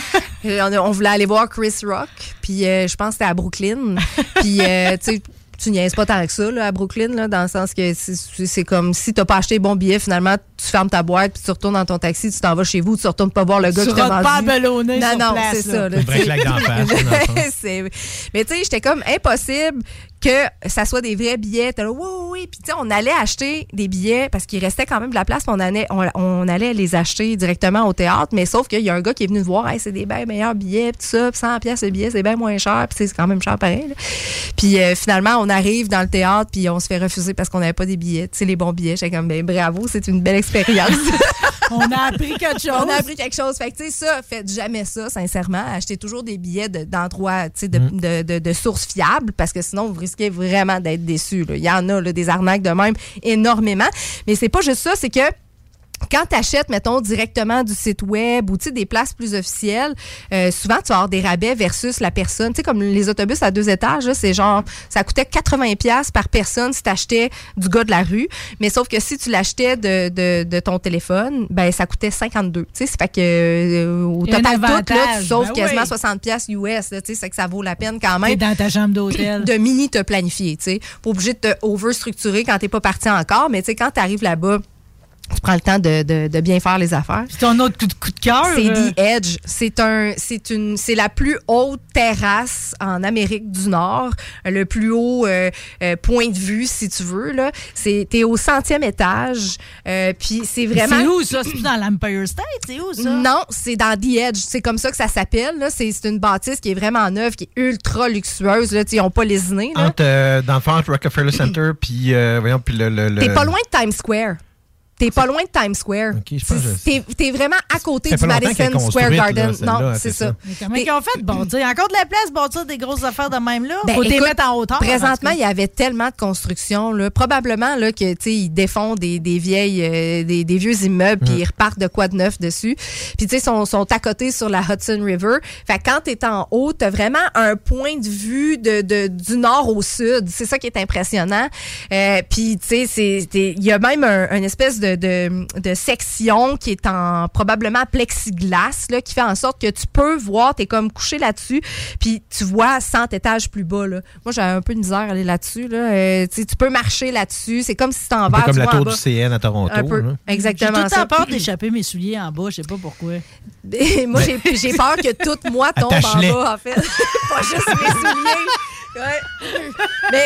on, on voulait aller voir Chris Rock, puis euh, je pense que c'était à Brooklyn. Puis, euh, tu sais, tu niaises pas tant que ça là, à Brooklyn, là, dans le sens que c'est, c'est comme si t'as pas acheté les bons billets, finalement, tu fermes ta boîte, puis tu retournes dans ton taxi, tu t'en vas chez vous, tu retournes pas voir le gars tu qui t'a vendu. pas ballonné non, sur non, place, c'est là. ça. Là, une vraie claque d'en face. c'est... Mais tu sais, j'étais comme impossible que ça soit des vrais billets. T'as là, oui, oui, oui. Puis tu sais, on allait acheter des billets parce qu'il restait quand même de la place, puis on allait, on, on allait les acheter directement au théâtre, mais sauf qu'il y a un gars qui est venu nous voir, hey, c'est des bien meilleurs billets, puis tout ça, puis cent pièces le billet, c'est bien moins cher, puis c'est quand même cher pareil. Là. Puis euh, finalement, on arrive dans le théâtre, puis on se fait refuser parce qu'on n'avait pas des billets, tu sais, les bons billets. J'étais comme, ben bravo, c'est une belle expérience. On a appris quelque chose. On a appris quelque chose. Fait que, tu sais, ça, faites jamais ça, sincèrement. Achetez toujours des billets de, d'endroits, tu sais, de, mm. de, de, de sources fiables, parce que sinon, vous risquez vraiment d'être déçus. Là. Il y en a, là, des arnaques de même, énormément. Mais c'est pas juste ça, c'est que quand tu achètes, mettons, directement du site web ou des places plus officielles, euh, souvent, tu vas avoir des rabais versus la personne. Tu sais, comme les autobus à deux étages, là, c'est genre, ça coûtait quatre-vingts dollars par personne si tu achetais du gars de la rue. Mais sauf que si tu l'achetais de, de, de ton téléphone, ben ça coûtait cinquante-deux. Tu sais, c'est fait que euh, au total tout, là, tu sauves ben quasiment oui. soixante dollars U S. Tu sais, c'est que ça vaut la peine quand même. T'es dans ta chambre d'hôtel. De mini te planifier, tu sais. Pas obligé de te over-structurer quand t'es pas parti encore, mais tu sais, quand tu arrives là-bas, tu prends le temps de, de, de bien faire les affaires. C'est ton autre coup de, coup de cœur? C'est euh... The Edge. C'est un, c'est une, c'est la plus haute terrasse en Amérique du Nord, le plus haut euh, euh, point de vue, si tu veux. Là. C'est, t'es au centième étage. Euh, puis c'est vraiment. C'est où ça? C'est dans l'Empire State? C'est où ça? Non, c'est dans The Edge. C'est comme ça que ça s'appelle. Là. C'est, c'est une bâtisse qui est vraiment neuve, qui est ultra luxueuse. Là. Ils n'ont pas lésiné. Là. Entre, euh, dans le fond, entre Rockefeller Center puis euh, voyons, puis le, le, le. T'es pas loin de Times Square. T'es pas loin de Times Square. Okay, je pense que t'es, t'es vraiment à côté du Madison Square Garden. Là, non, là, c'est, c'est ça. ça. Mais comment ils ont fait de bâtir? Encore de la place, bâtir des grosses affaires de même là? Ben, Faut les écoute, mettre en hauteur. Présentement, il y avait tellement de construction. Là, probablement là, que, ils défont des, des vieilles, euh, des, des vieux immeubles puis mm. ils repartent de quoi de neuf dessus. Puis ils sont, sont à côté sur la Hudson River. Fait que quand t'es en haut, t'as vraiment un point de vue de, de, du nord au sud. C'est ça qui est impressionnant. Euh, puis tu sais, il y a même un, un espèce de, de, de section qui est en probablement plexiglas là, qui fait en sorte que tu peux voir, t'es comme couché là-dessus, puis tu vois cent étages plus bas. Là. Moi, j'avais un peu de misère à aller là-dessus. Là. Euh, tu peux marcher là-dessus. C'est comme si c'était en bas. Comme tu la vois, tour en bas. du C N à Toronto. Un peu. Là. Exactement. J'ai tout le ça. temps peur d'échapper mes souliers en bas. Je sais pas pourquoi. Moi, j'ai, j'ai peur que tout moi tombe Attache-les. en bas, en fait. Pas juste mes souliers. Ouais. Mais.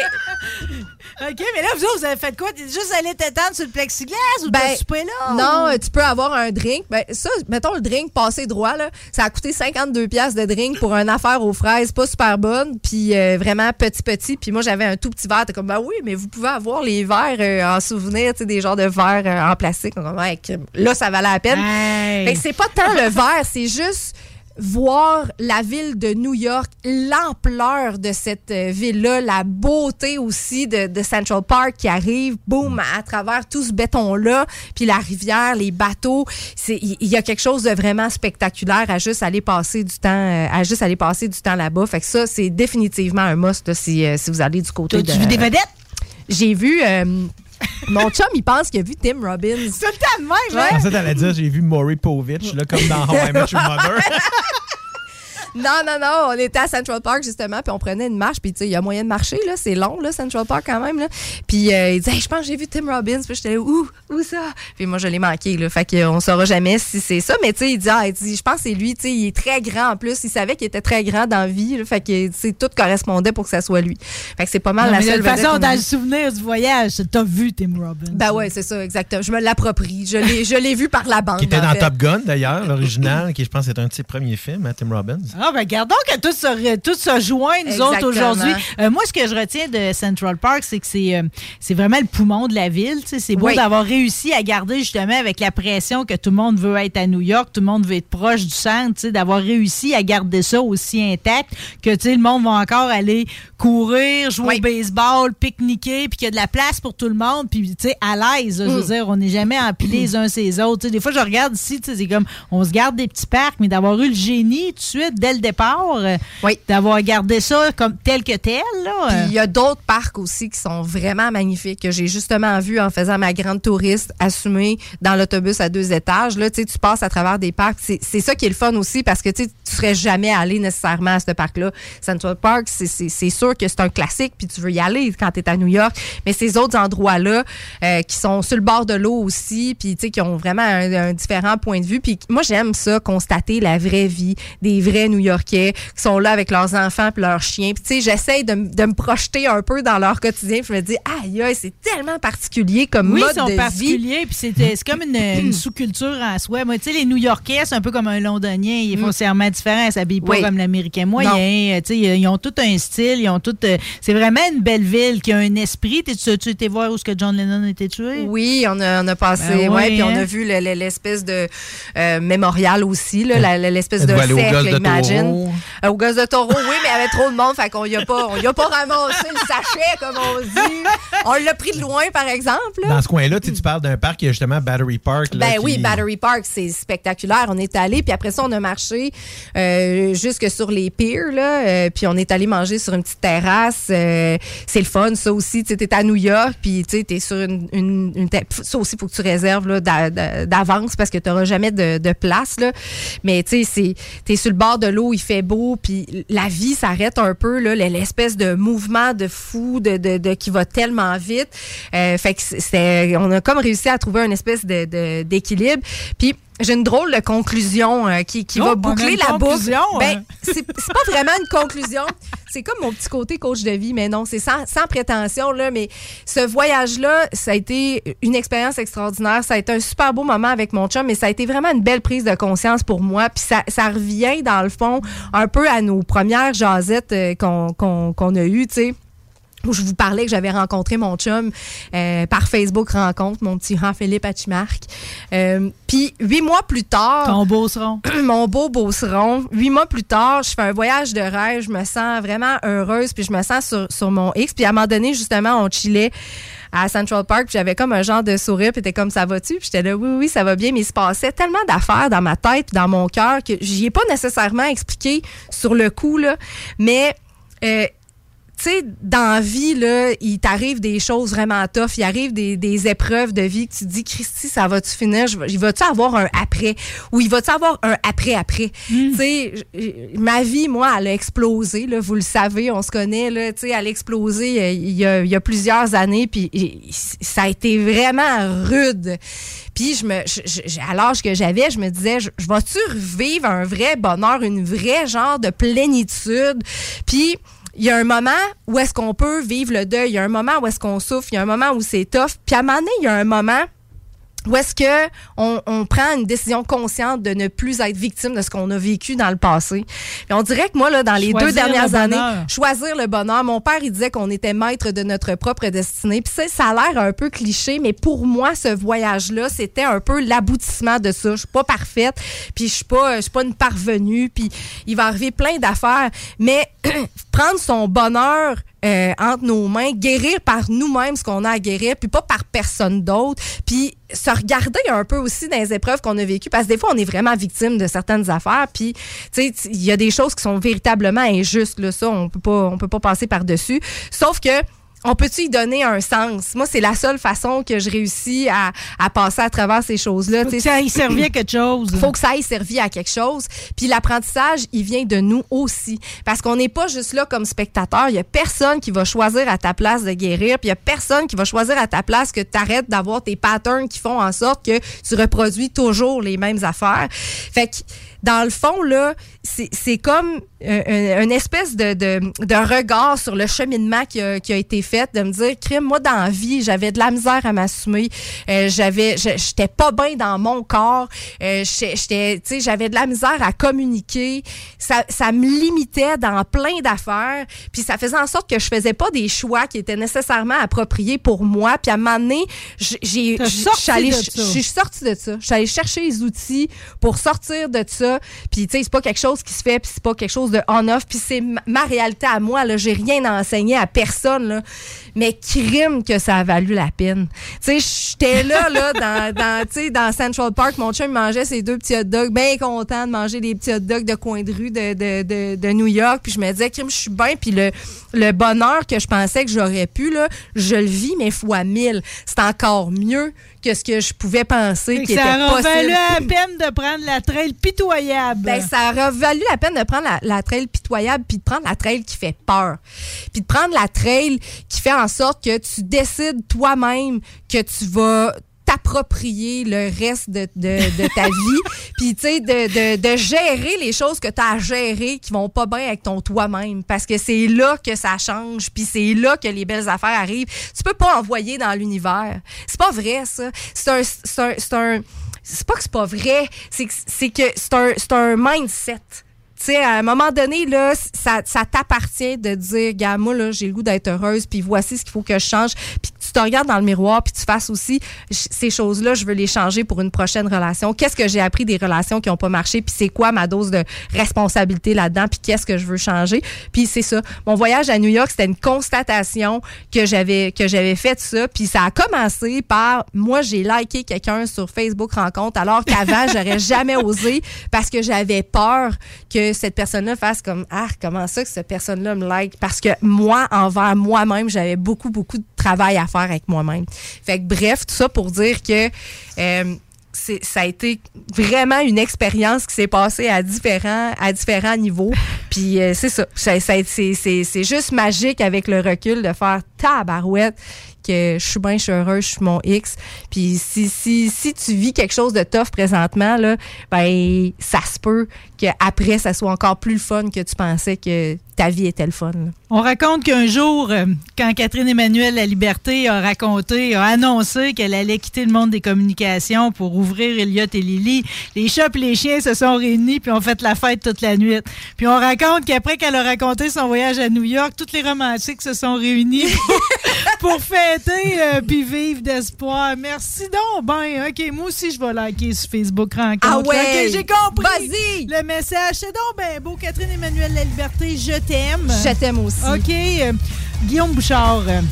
OK, mais là, vous autres, vous avez fait quoi? T'es juste allé t'étendre sur le plexiglas ou ben, t'as soupé là? Non, ou... tu peux avoir un drink. Ben, ça, mettons le drink passé droit, là, ça a coûté cinquante-deux dollars de drink pour une affaire aux fraises pas super bonne, puis euh, vraiment petit, petit. Puis moi, j'avais un tout petit verre. T'es comme, ben oui, mais vous pouvez avoir les verres euh, en souvenir, tu sais, des genres de verres euh, en plastique. Comme, ouais, là, ça valait la peine. Hey. Fait que c'est pas tant le verre, c'est juste voir la ville de New York, l'ampleur de cette euh, ville-là, la beauté aussi de, de Central Park qui arrive, boum, à travers tout ce béton-là, puis la rivière, les bateaux. Il y, y a quelque chose de vraiment spectaculaire à juste aller passer du temps, euh, à juste aller passer du temps là-bas. Fait que ça, c'est définitivement un must là, si, euh, si vous allez du côté T'as, de... Tu vu des vedettes? J'ai vu... Euh, mon chum, il pense qu'il a vu Tim Robbins. C'est le temps de même, Je pensais que t'allais dire, j'ai vu Maury Povich, là, comme dans How I Met Your Mother. Non, non, non. On était à Central Park, justement, puis on prenait une marche. Puis, tu sais, il y a moyen de marcher, là. C'est long, là, Central Park, quand même, là. Puis, euh, il disait, hey, je pense que j'ai vu Tim Robbins. Puis, j'étais là, où? Où ça? Puis, moi, je l'ai manqué, là. Fait qu'on saura jamais si c'est ça. Mais, tu sais, il dit, ah, il dit, je pense que c'est lui, tu sais, il est très grand en plus. Il savait qu'il était très grand dans la vie, là. Fait que, tu sais, tout correspondait pour que ça soit lui. Fait que c'est pas mal non, la mais seule de toute façon, vedette dans le souvenir du voyage, t'as vu Tim Robbins. Ben ouais, c'est ça, exactement. Je me l'approprie. Je l'ai, je l'ai vu par la bande. Qui était en dans fait. Top Gun, d'ailleurs, l'original, qui, je pense, c'est un de ses premiers films, hein, Tim Robbins. Ah, ben, gardons que tout se, tout se joint, nous Exactement. autres, aujourd'hui. Euh, moi, ce que je retiens de Central Park, c'est que c'est, euh, c'est vraiment le poumon de la ville. Tu sais, c'est beau Oui. d'avoir réussi à garder, justement, avec la pression que tout le monde veut être à New York, tout le monde veut être proche du centre, tu sais, d'avoir réussi à garder ça aussi intact, que, tu sais, le monde va encore aller courir, jouer Oui. au baseball, pique-niquer, puis qu'il y a de la place pour tout le monde, puis, tu sais, à l'aise. là, Je veux Mm. dire, on n'est jamais empilés les uns ces autres. Tu sais, des fois, je regarde ici, tu sais, c'est comme, on se garde des petits parcs, mais d'avoir eu le génie tout de suite, dès le départ, euh, Oui. d'avoir gardé ça comme tel que tel, là. Puis euh, il y a d'autres parcs aussi qui sont vraiment magnifiques, que j'ai justement vu en faisant ma grande touriste assumée dans l'autobus à deux étages. Là, tu sais, tu passes à travers des parcs. C'est, c'est ça qui est le fun aussi, parce que tu sais, tu serais jamais allé nécessairement à ce parc-là. Central Park, c'est, c'est, c'est sûr que c'est un classique, puis tu veux y aller quand tu es à New York. Mais ces autres endroits-là, euh, qui sont sur le bord de l'eau aussi, puis tu sais, qui ont vraiment un, un différent point de vue. Puis moi, j'aime ça, constater la vraie vie des vrais New-Yorkais qui sont là avec leurs enfants puis leurs chiens. Puis tu sais, j'essaie de, m- de me projeter un peu dans leur quotidien. Puis je me dis, aïe, aïe, c'est tellement particulier comme oui, mode ils sont de vie. particuliers, puis c'est, c'est comme une, une sous-culture en soi. Moi, tu sais, les New-Yorkais, c'est un peu comme un Londonien. Ils sont Mm. foncièrement différents. Ils s'habillent pas Oui. comme l'Américain moyen. Tu sais, ils ont tout un style. Ils ont tout. euh, C'est vraiment une belle ville qui a un esprit. T'es- Tu tu étais voir où est-ce que John Lennon a été tué? Oui, on a, on a passé, Ben ouais, oui, puis on hein. a vu le- le- l'espèce de euh, mémorial aussi, là, la- la- l'espèce de Êtes-vous allé au cercle, Gosse de imagine. Taureau? Euh, au gosse de taureau, oui, mais il y avait trop de monde, fait qu'on y a pas, on y a pas ramassé le sachet, comme on dit. On l'a pris de loin, par exemple. là. Dans ce coin-là, tu sais, tu parles d'un parc qui est justement Battery Park. Là, Ben qui- oui, Battery Park, c'est spectaculaire. On est allé, puis après ça, on a marché euh, jusque sur les piers, là, euh, puis on est allé manger sur une petite terrasse. euh, c'est le fun, ça aussi. Tu sais, t'es à New York, puis tu sais, t'es sur une, une, une ter- ça aussi, il faut que tu réserves là, d'a- d'a- d'avance parce que t'auras jamais de, de place, là. Mais tu sais, c'est- t'es sur le bord de l'eau, il fait beau, puis la vie s'arrête un peu, là, l'espèce de mouvement de fou de, de, de qui va tellement vite. Euh, fait que c'est, on a comme réussi à trouver une espèce de, de- d'équilibre. Puis j'ai une drôle de conclusion euh, qui, qui Oh, va on a boucler une la boucle. conclusion, Ben, hein? c'est, c'est pas vraiment une conclusion. C'est comme mon petit côté coach de vie, mais non, c'est sans, sans prétention, là. Mais ce voyage-là, ça a été une expérience extraordinaire. Ça a été un super beau moment avec mon chum, mais ça a été vraiment une belle prise de conscience pour moi. Puis ça, ça revient, dans le fond, un peu à nos premières jasettes euh, qu'on, qu'on, qu'on a eues, tu sais. Où je vous parlais que j'avais rencontré mon chum euh, par Facebook Rencontre, mon petit Jean-Philippe Hachimarc. Euh, Puis huit mois plus tard... Ton beauceron. mon beau beauceron. Huit mois plus tard, je fais un voyage de rêve. Je me sens vraiment heureuse, puis je me sens sur, sur mon X. Puis à un moment donné, justement, on chillait à Central Park, puis j'avais comme un genre de sourire, puis t'es comme, ça va-tu? Puis j'étais là, oui, oui, ça va bien, mais il se passait tellement d'affaires dans ma tête, puis dans mon cœur, que j'y ai pas nécessairement expliqué sur le coup, là. Mais... Euh, tu sais, dans la vie, là, il t'arrive des choses vraiment tough. Il arrive des, des épreuves de vie que tu te dis, Christy, ça va-tu finir? Je- Il va-tu avoir un après? Ou il va-tu avoir un après-après? Tu sais, j- ma vie, moi, elle a explosé. Là, vous le savez, on se connaît. Là, tu sais, elle a explosé euh, il y a, il y a plusieurs années. Puis et- ça a été vraiment rude. Puis je me, je- je- à l'âge que j'avais, je me disais, je, je vais-tu revivre un vrai bonheur, une vraie genre de plénitude? Puis il y a un moment où est-ce qu'on peut vivre le deuil. Il y a un moment où est-ce qu'on souffre. Il y a un moment où c'est tough. Puis à un moment donné, il y a un moment où est-ce que on, on prend une décision consciente de ne plus être victime de ce qu'on a vécu dans le passé. Et on dirait que moi, là, dans les Choisir deux dernières le années, bonheur. choisir le bonheur. Mon père, il disait qu'on était maître de notre propre destinée. Puis ça, ça a l'air un peu cliché, mais pour moi, ce voyage-là, c'était un peu l'aboutissement de ça. Je suis pas parfaite, puis je suis pas, je suis pas une parvenue, puis il va arriver plein d'affaires. Mais prendre son bonheur euh, entre nos mains, guérir par nous-mêmes ce qu'on a à guérir, puis pas par personne d'autre, puis se regarder un peu aussi dans les épreuves qu'on a vécues, parce que des fois, on est vraiment victime de certaines affaires, puis, tu sais, il y a des choses qui sont véritablement injustes, là, ça, on peut pas, on peut pas passer par-dessus. Sauf que on peut-tu y donner un sens? Moi, c'est la seule façon que je réussis à, à passer à travers ces choses-là. Faut que ça aille servir à quelque chose. Faut que ça aille servir à quelque chose. Puis l'apprentissage, il vient de nous aussi. Parce qu'on n'est pas juste là comme spectateur. Il y a personne qui va choisir à ta place de guérir. Puis il y a personne qui va choisir à ta place que tu arrêtes d'avoir tes patterns qui font en sorte que tu reproduis toujours les mêmes affaires. Fait que, dans le fond, là, c'est, c'est comme euh, une espèce de, de, de regard sur le cheminement qui a, qui a été fait, de me dire, crime, moi, dans la vie, j'avais de la misère à m'assumer, euh, j'avais, j'étais pas bien dans mon corps, euh, j'étais, tu sais, j'avais de la misère à communiquer, ça, ça me limitait dans plein d'affaires, puis ça faisait en sorte que je faisais pas des choix qui étaient nécessairement appropriés pour moi, puis à un moment donné, j'ai, j'ai, j'ai sorti de ça, j'allais chercher les outils pour sortir de ça. Puis tu sais, c'est pas quelque chose qui se fait, puis c'est pas quelque chose de on-off, puis c'est ma, ma réalité à moi, là, j'ai rien à enseigner à personne, là, mais crime que ça a valu la peine. Tu sais, j'étais là, là, dans, dans, tu sais, dans Central Park, mon chum mangeait ses deux petits hot dogs, bien content de manger des petits hot dogs de coin de rue de, de, de, de New York, puis je me disais, crime, je suis bien, puis le, le bonheur que je pensais que j'aurais pu, là, je le vis, mais fois mille. C'est encore mieux que ce que je pouvais penser qui était possible. Ça a valu la peine de prendre la trail pitoyable. Ben, ça a valu la peine de prendre la, la trail pitoyable puis de prendre la trail qui fait peur. Puis de prendre la trail qui fait en sorte que tu décides toi-même que tu vas t'approprier le reste de, de, de ta vie, puis tu sais, de, de, de gérer les choses que tu as à gérer qui vont pas bien avec ton toi-même, parce que c'est là que ça change, puis c'est là que les belles affaires arrivent. Tu peux pas envoyer dans l'univers. C'est pas vrai, ça. C'est un... C'est un, c'est un c'est pas que c'est pas vrai, c'est que c'est, que c'est, un, c'est un mindset. Tu sais, à un moment donné, là, ça, ça t'appartient de dire, gars, moi, là, j'ai le goût d'être heureuse, puis voici ce qu'il faut que je change. Puis tu te regardes dans le miroir, puis tu fasses aussi ces choses-là, je veux les changer pour une prochaine relation. Qu'est-ce que j'ai appris des relations qui n'ont pas marché, puis c'est quoi ma dose de responsabilité là-dedans, puis qu'est-ce que je veux changer. Puis c'est ça. Mon voyage à New York, c'était une constatation que j'avais, que j'avais fait ça, puis ça a commencé par, moi, j'ai liké quelqu'un sur Facebook Rencontre, alors qu'avant, j'aurais jamais osé, parce que j'avais peur que cette personne-là fasse comme, ah, comment ça que cette personne-là me like? Parce que moi, envers moi-même, j'avais beaucoup, beaucoup de travail à faire avec moi-même. Fait que bref, tout ça pour dire que euh, c'est, ça a été vraiment une expérience qui s'est passée à différents, à différents niveaux. Puis euh, c'est ça. ça, ça c'est, c'est, c'est juste magique avec le recul de faire tabarouette que je suis bien, je suis heureuse, je suis mon X. Puis si, si, si tu vis quelque chose de tough présentement, là, ben ça se peut qu'après, ça soit encore plus le fun que tu pensais que ta vie était le fun. Là. On raconte qu'un jour, euh, quand Catherine Emmanuel La Liberté a raconté, a annoncé qu'elle allait quitter le monde des communications pour ouvrir Elliot et Lily, les chats et les chiens se sont réunis puis ont fait la fête toute la nuit. Puis on raconte qu'après qu'elle a raconté son voyage à New York, toutes les romantiques se sont réunis pour fêter euh, puis vivre d'espoir. Merci donc. Ben, OK, moi aussi, je vais liker sur Facebook Rencontre. Ah ouais! OK, j'ai compris. Vas-y! Le message, c'est donc ben beau. Catherine Emmanuel La Liberté, je t'aime. Je t'aime aussi. OK. Euh, Guillaume Bouchard, euh,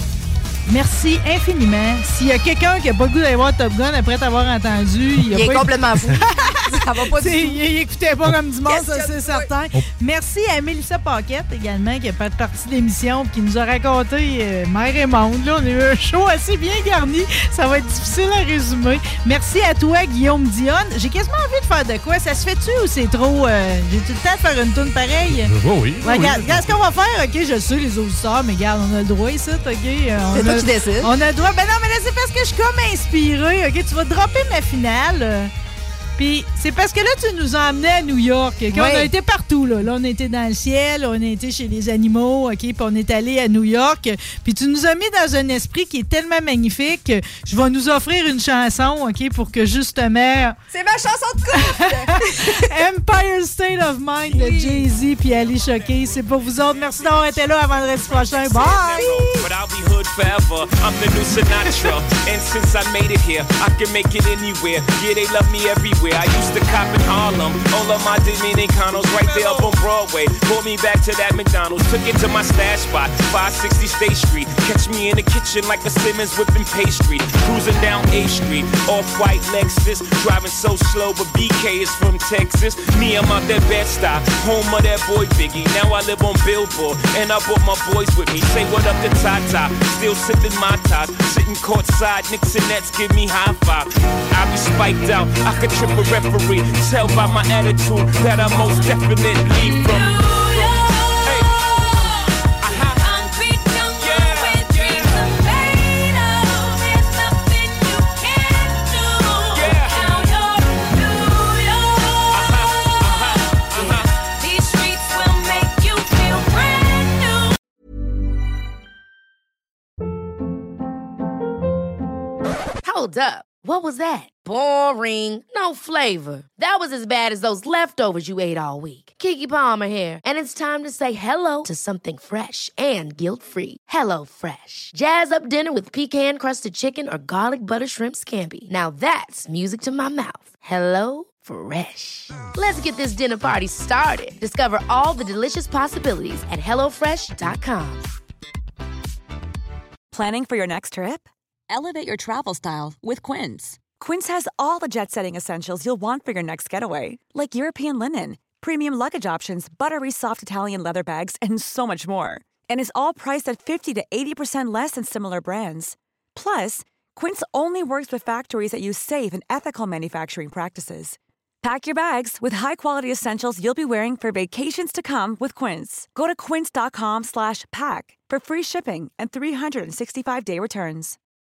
merci infiniment. S'il y a quelqu'un qui n'a pas le goût d'aller voir Top Gun après t'avoir entendu... Il, il est pas complètement fou. Ça va pas du tout. Il n'écoutait pas comme du monde, ça, c'est certain. Oh. Merci à Mélissa Paquette également, qui a fait partie de l'émission, qui nous a raconté euh, Mère et Monde. Là, on a eu un show assez bien garni. Ça va être difficile à résumer. Merci à toi, Guillaume Dionne. J'ai quasiment envie de faire de quoi? Ça se fait-tu ou c'est trop... Euh, j'ai tout le temps de faire une toune pareille? Oui, oui. Ouais, regarde, regarde ce qu'on va faire. OK, je sais, les auditeurs, mais regarde, on a le droit ici, OK? Euh, c'est toi a, qui décides. On a le droit. Ben non, mais là, c'est parce que je suis comme inspirée. OK, tu vas dropper ma finale. Puis c'est parce que là, tu nous as emmenés à New York. Okay? Oui. On a été partout. Là. là, on a été dans le ciel, on a été chez les animaux, OK? Puis on est allé à New York. Puis tu nous as mis dans un esprit qui est tellement magnifique que je vais nous offrir une chanson, OK? Pour que justement... C'est ma chanson de couple! Empire State of Mind de Jay-Z puis Alicia Keys. C'est pour vous autres. Merci d'avoir été là. À vendredi prochain. Bye! But I'll be hood forever. I'm the new Sinatra. And since I made it here, I can make it anywhere. Yeah, they love me everywhere. I used to cop in Harlem. All of my Dominicanos right there up on Broadway. Broadway. Pulled me back to that McDonald's, took it to my stash spot, five sixty State Street. Catch me in the kitchen like a Simmons whipping pastry. Cruising down A Street, off-white Lexus, driving so slow, but B K is from Texas. Me, I'm out that Bed-Stuy, home of that boy Biggie. Now I live on Billboard, and I brought my boys with me. Say what up to Tata, still sipping my ties, sitting courtside, Knicks and Nets give me high five. I be spiked out, I could trip a referee. Tell by my attitude that I most definitely from. Hold up. What was that? Boring. No flavor. That was as bad as those leftovers you ate all week. Keke Palmer here, and it's time to say hello to something fresh and guilt-free. Hello Fresh. Jazz up dinner with pecan-crusted chicken or garlic butter shrimp scampi. Now that's music to my mouth. Hello Fresh. Let's get this dinner party started. Discover all the delicious possibilities at hello fresh dot com. Planning for your next trip? Elevate your travel style with Quince. Quince has all the jet-setting essentials you'll want for your next getaway, like European linen, premium luggage options, buttery soft Italian leather bags, and so much more. And is all priced at fifty to eighty percent less than similar brands. Plus, Quince only works with factories that use safe and ethical manufacturing practices. Pack your bags with high-quality essentials you'll be wearing for vacations to come with Quince. Go to quince dot com slash pack for free shipping and three sixty-five day returns.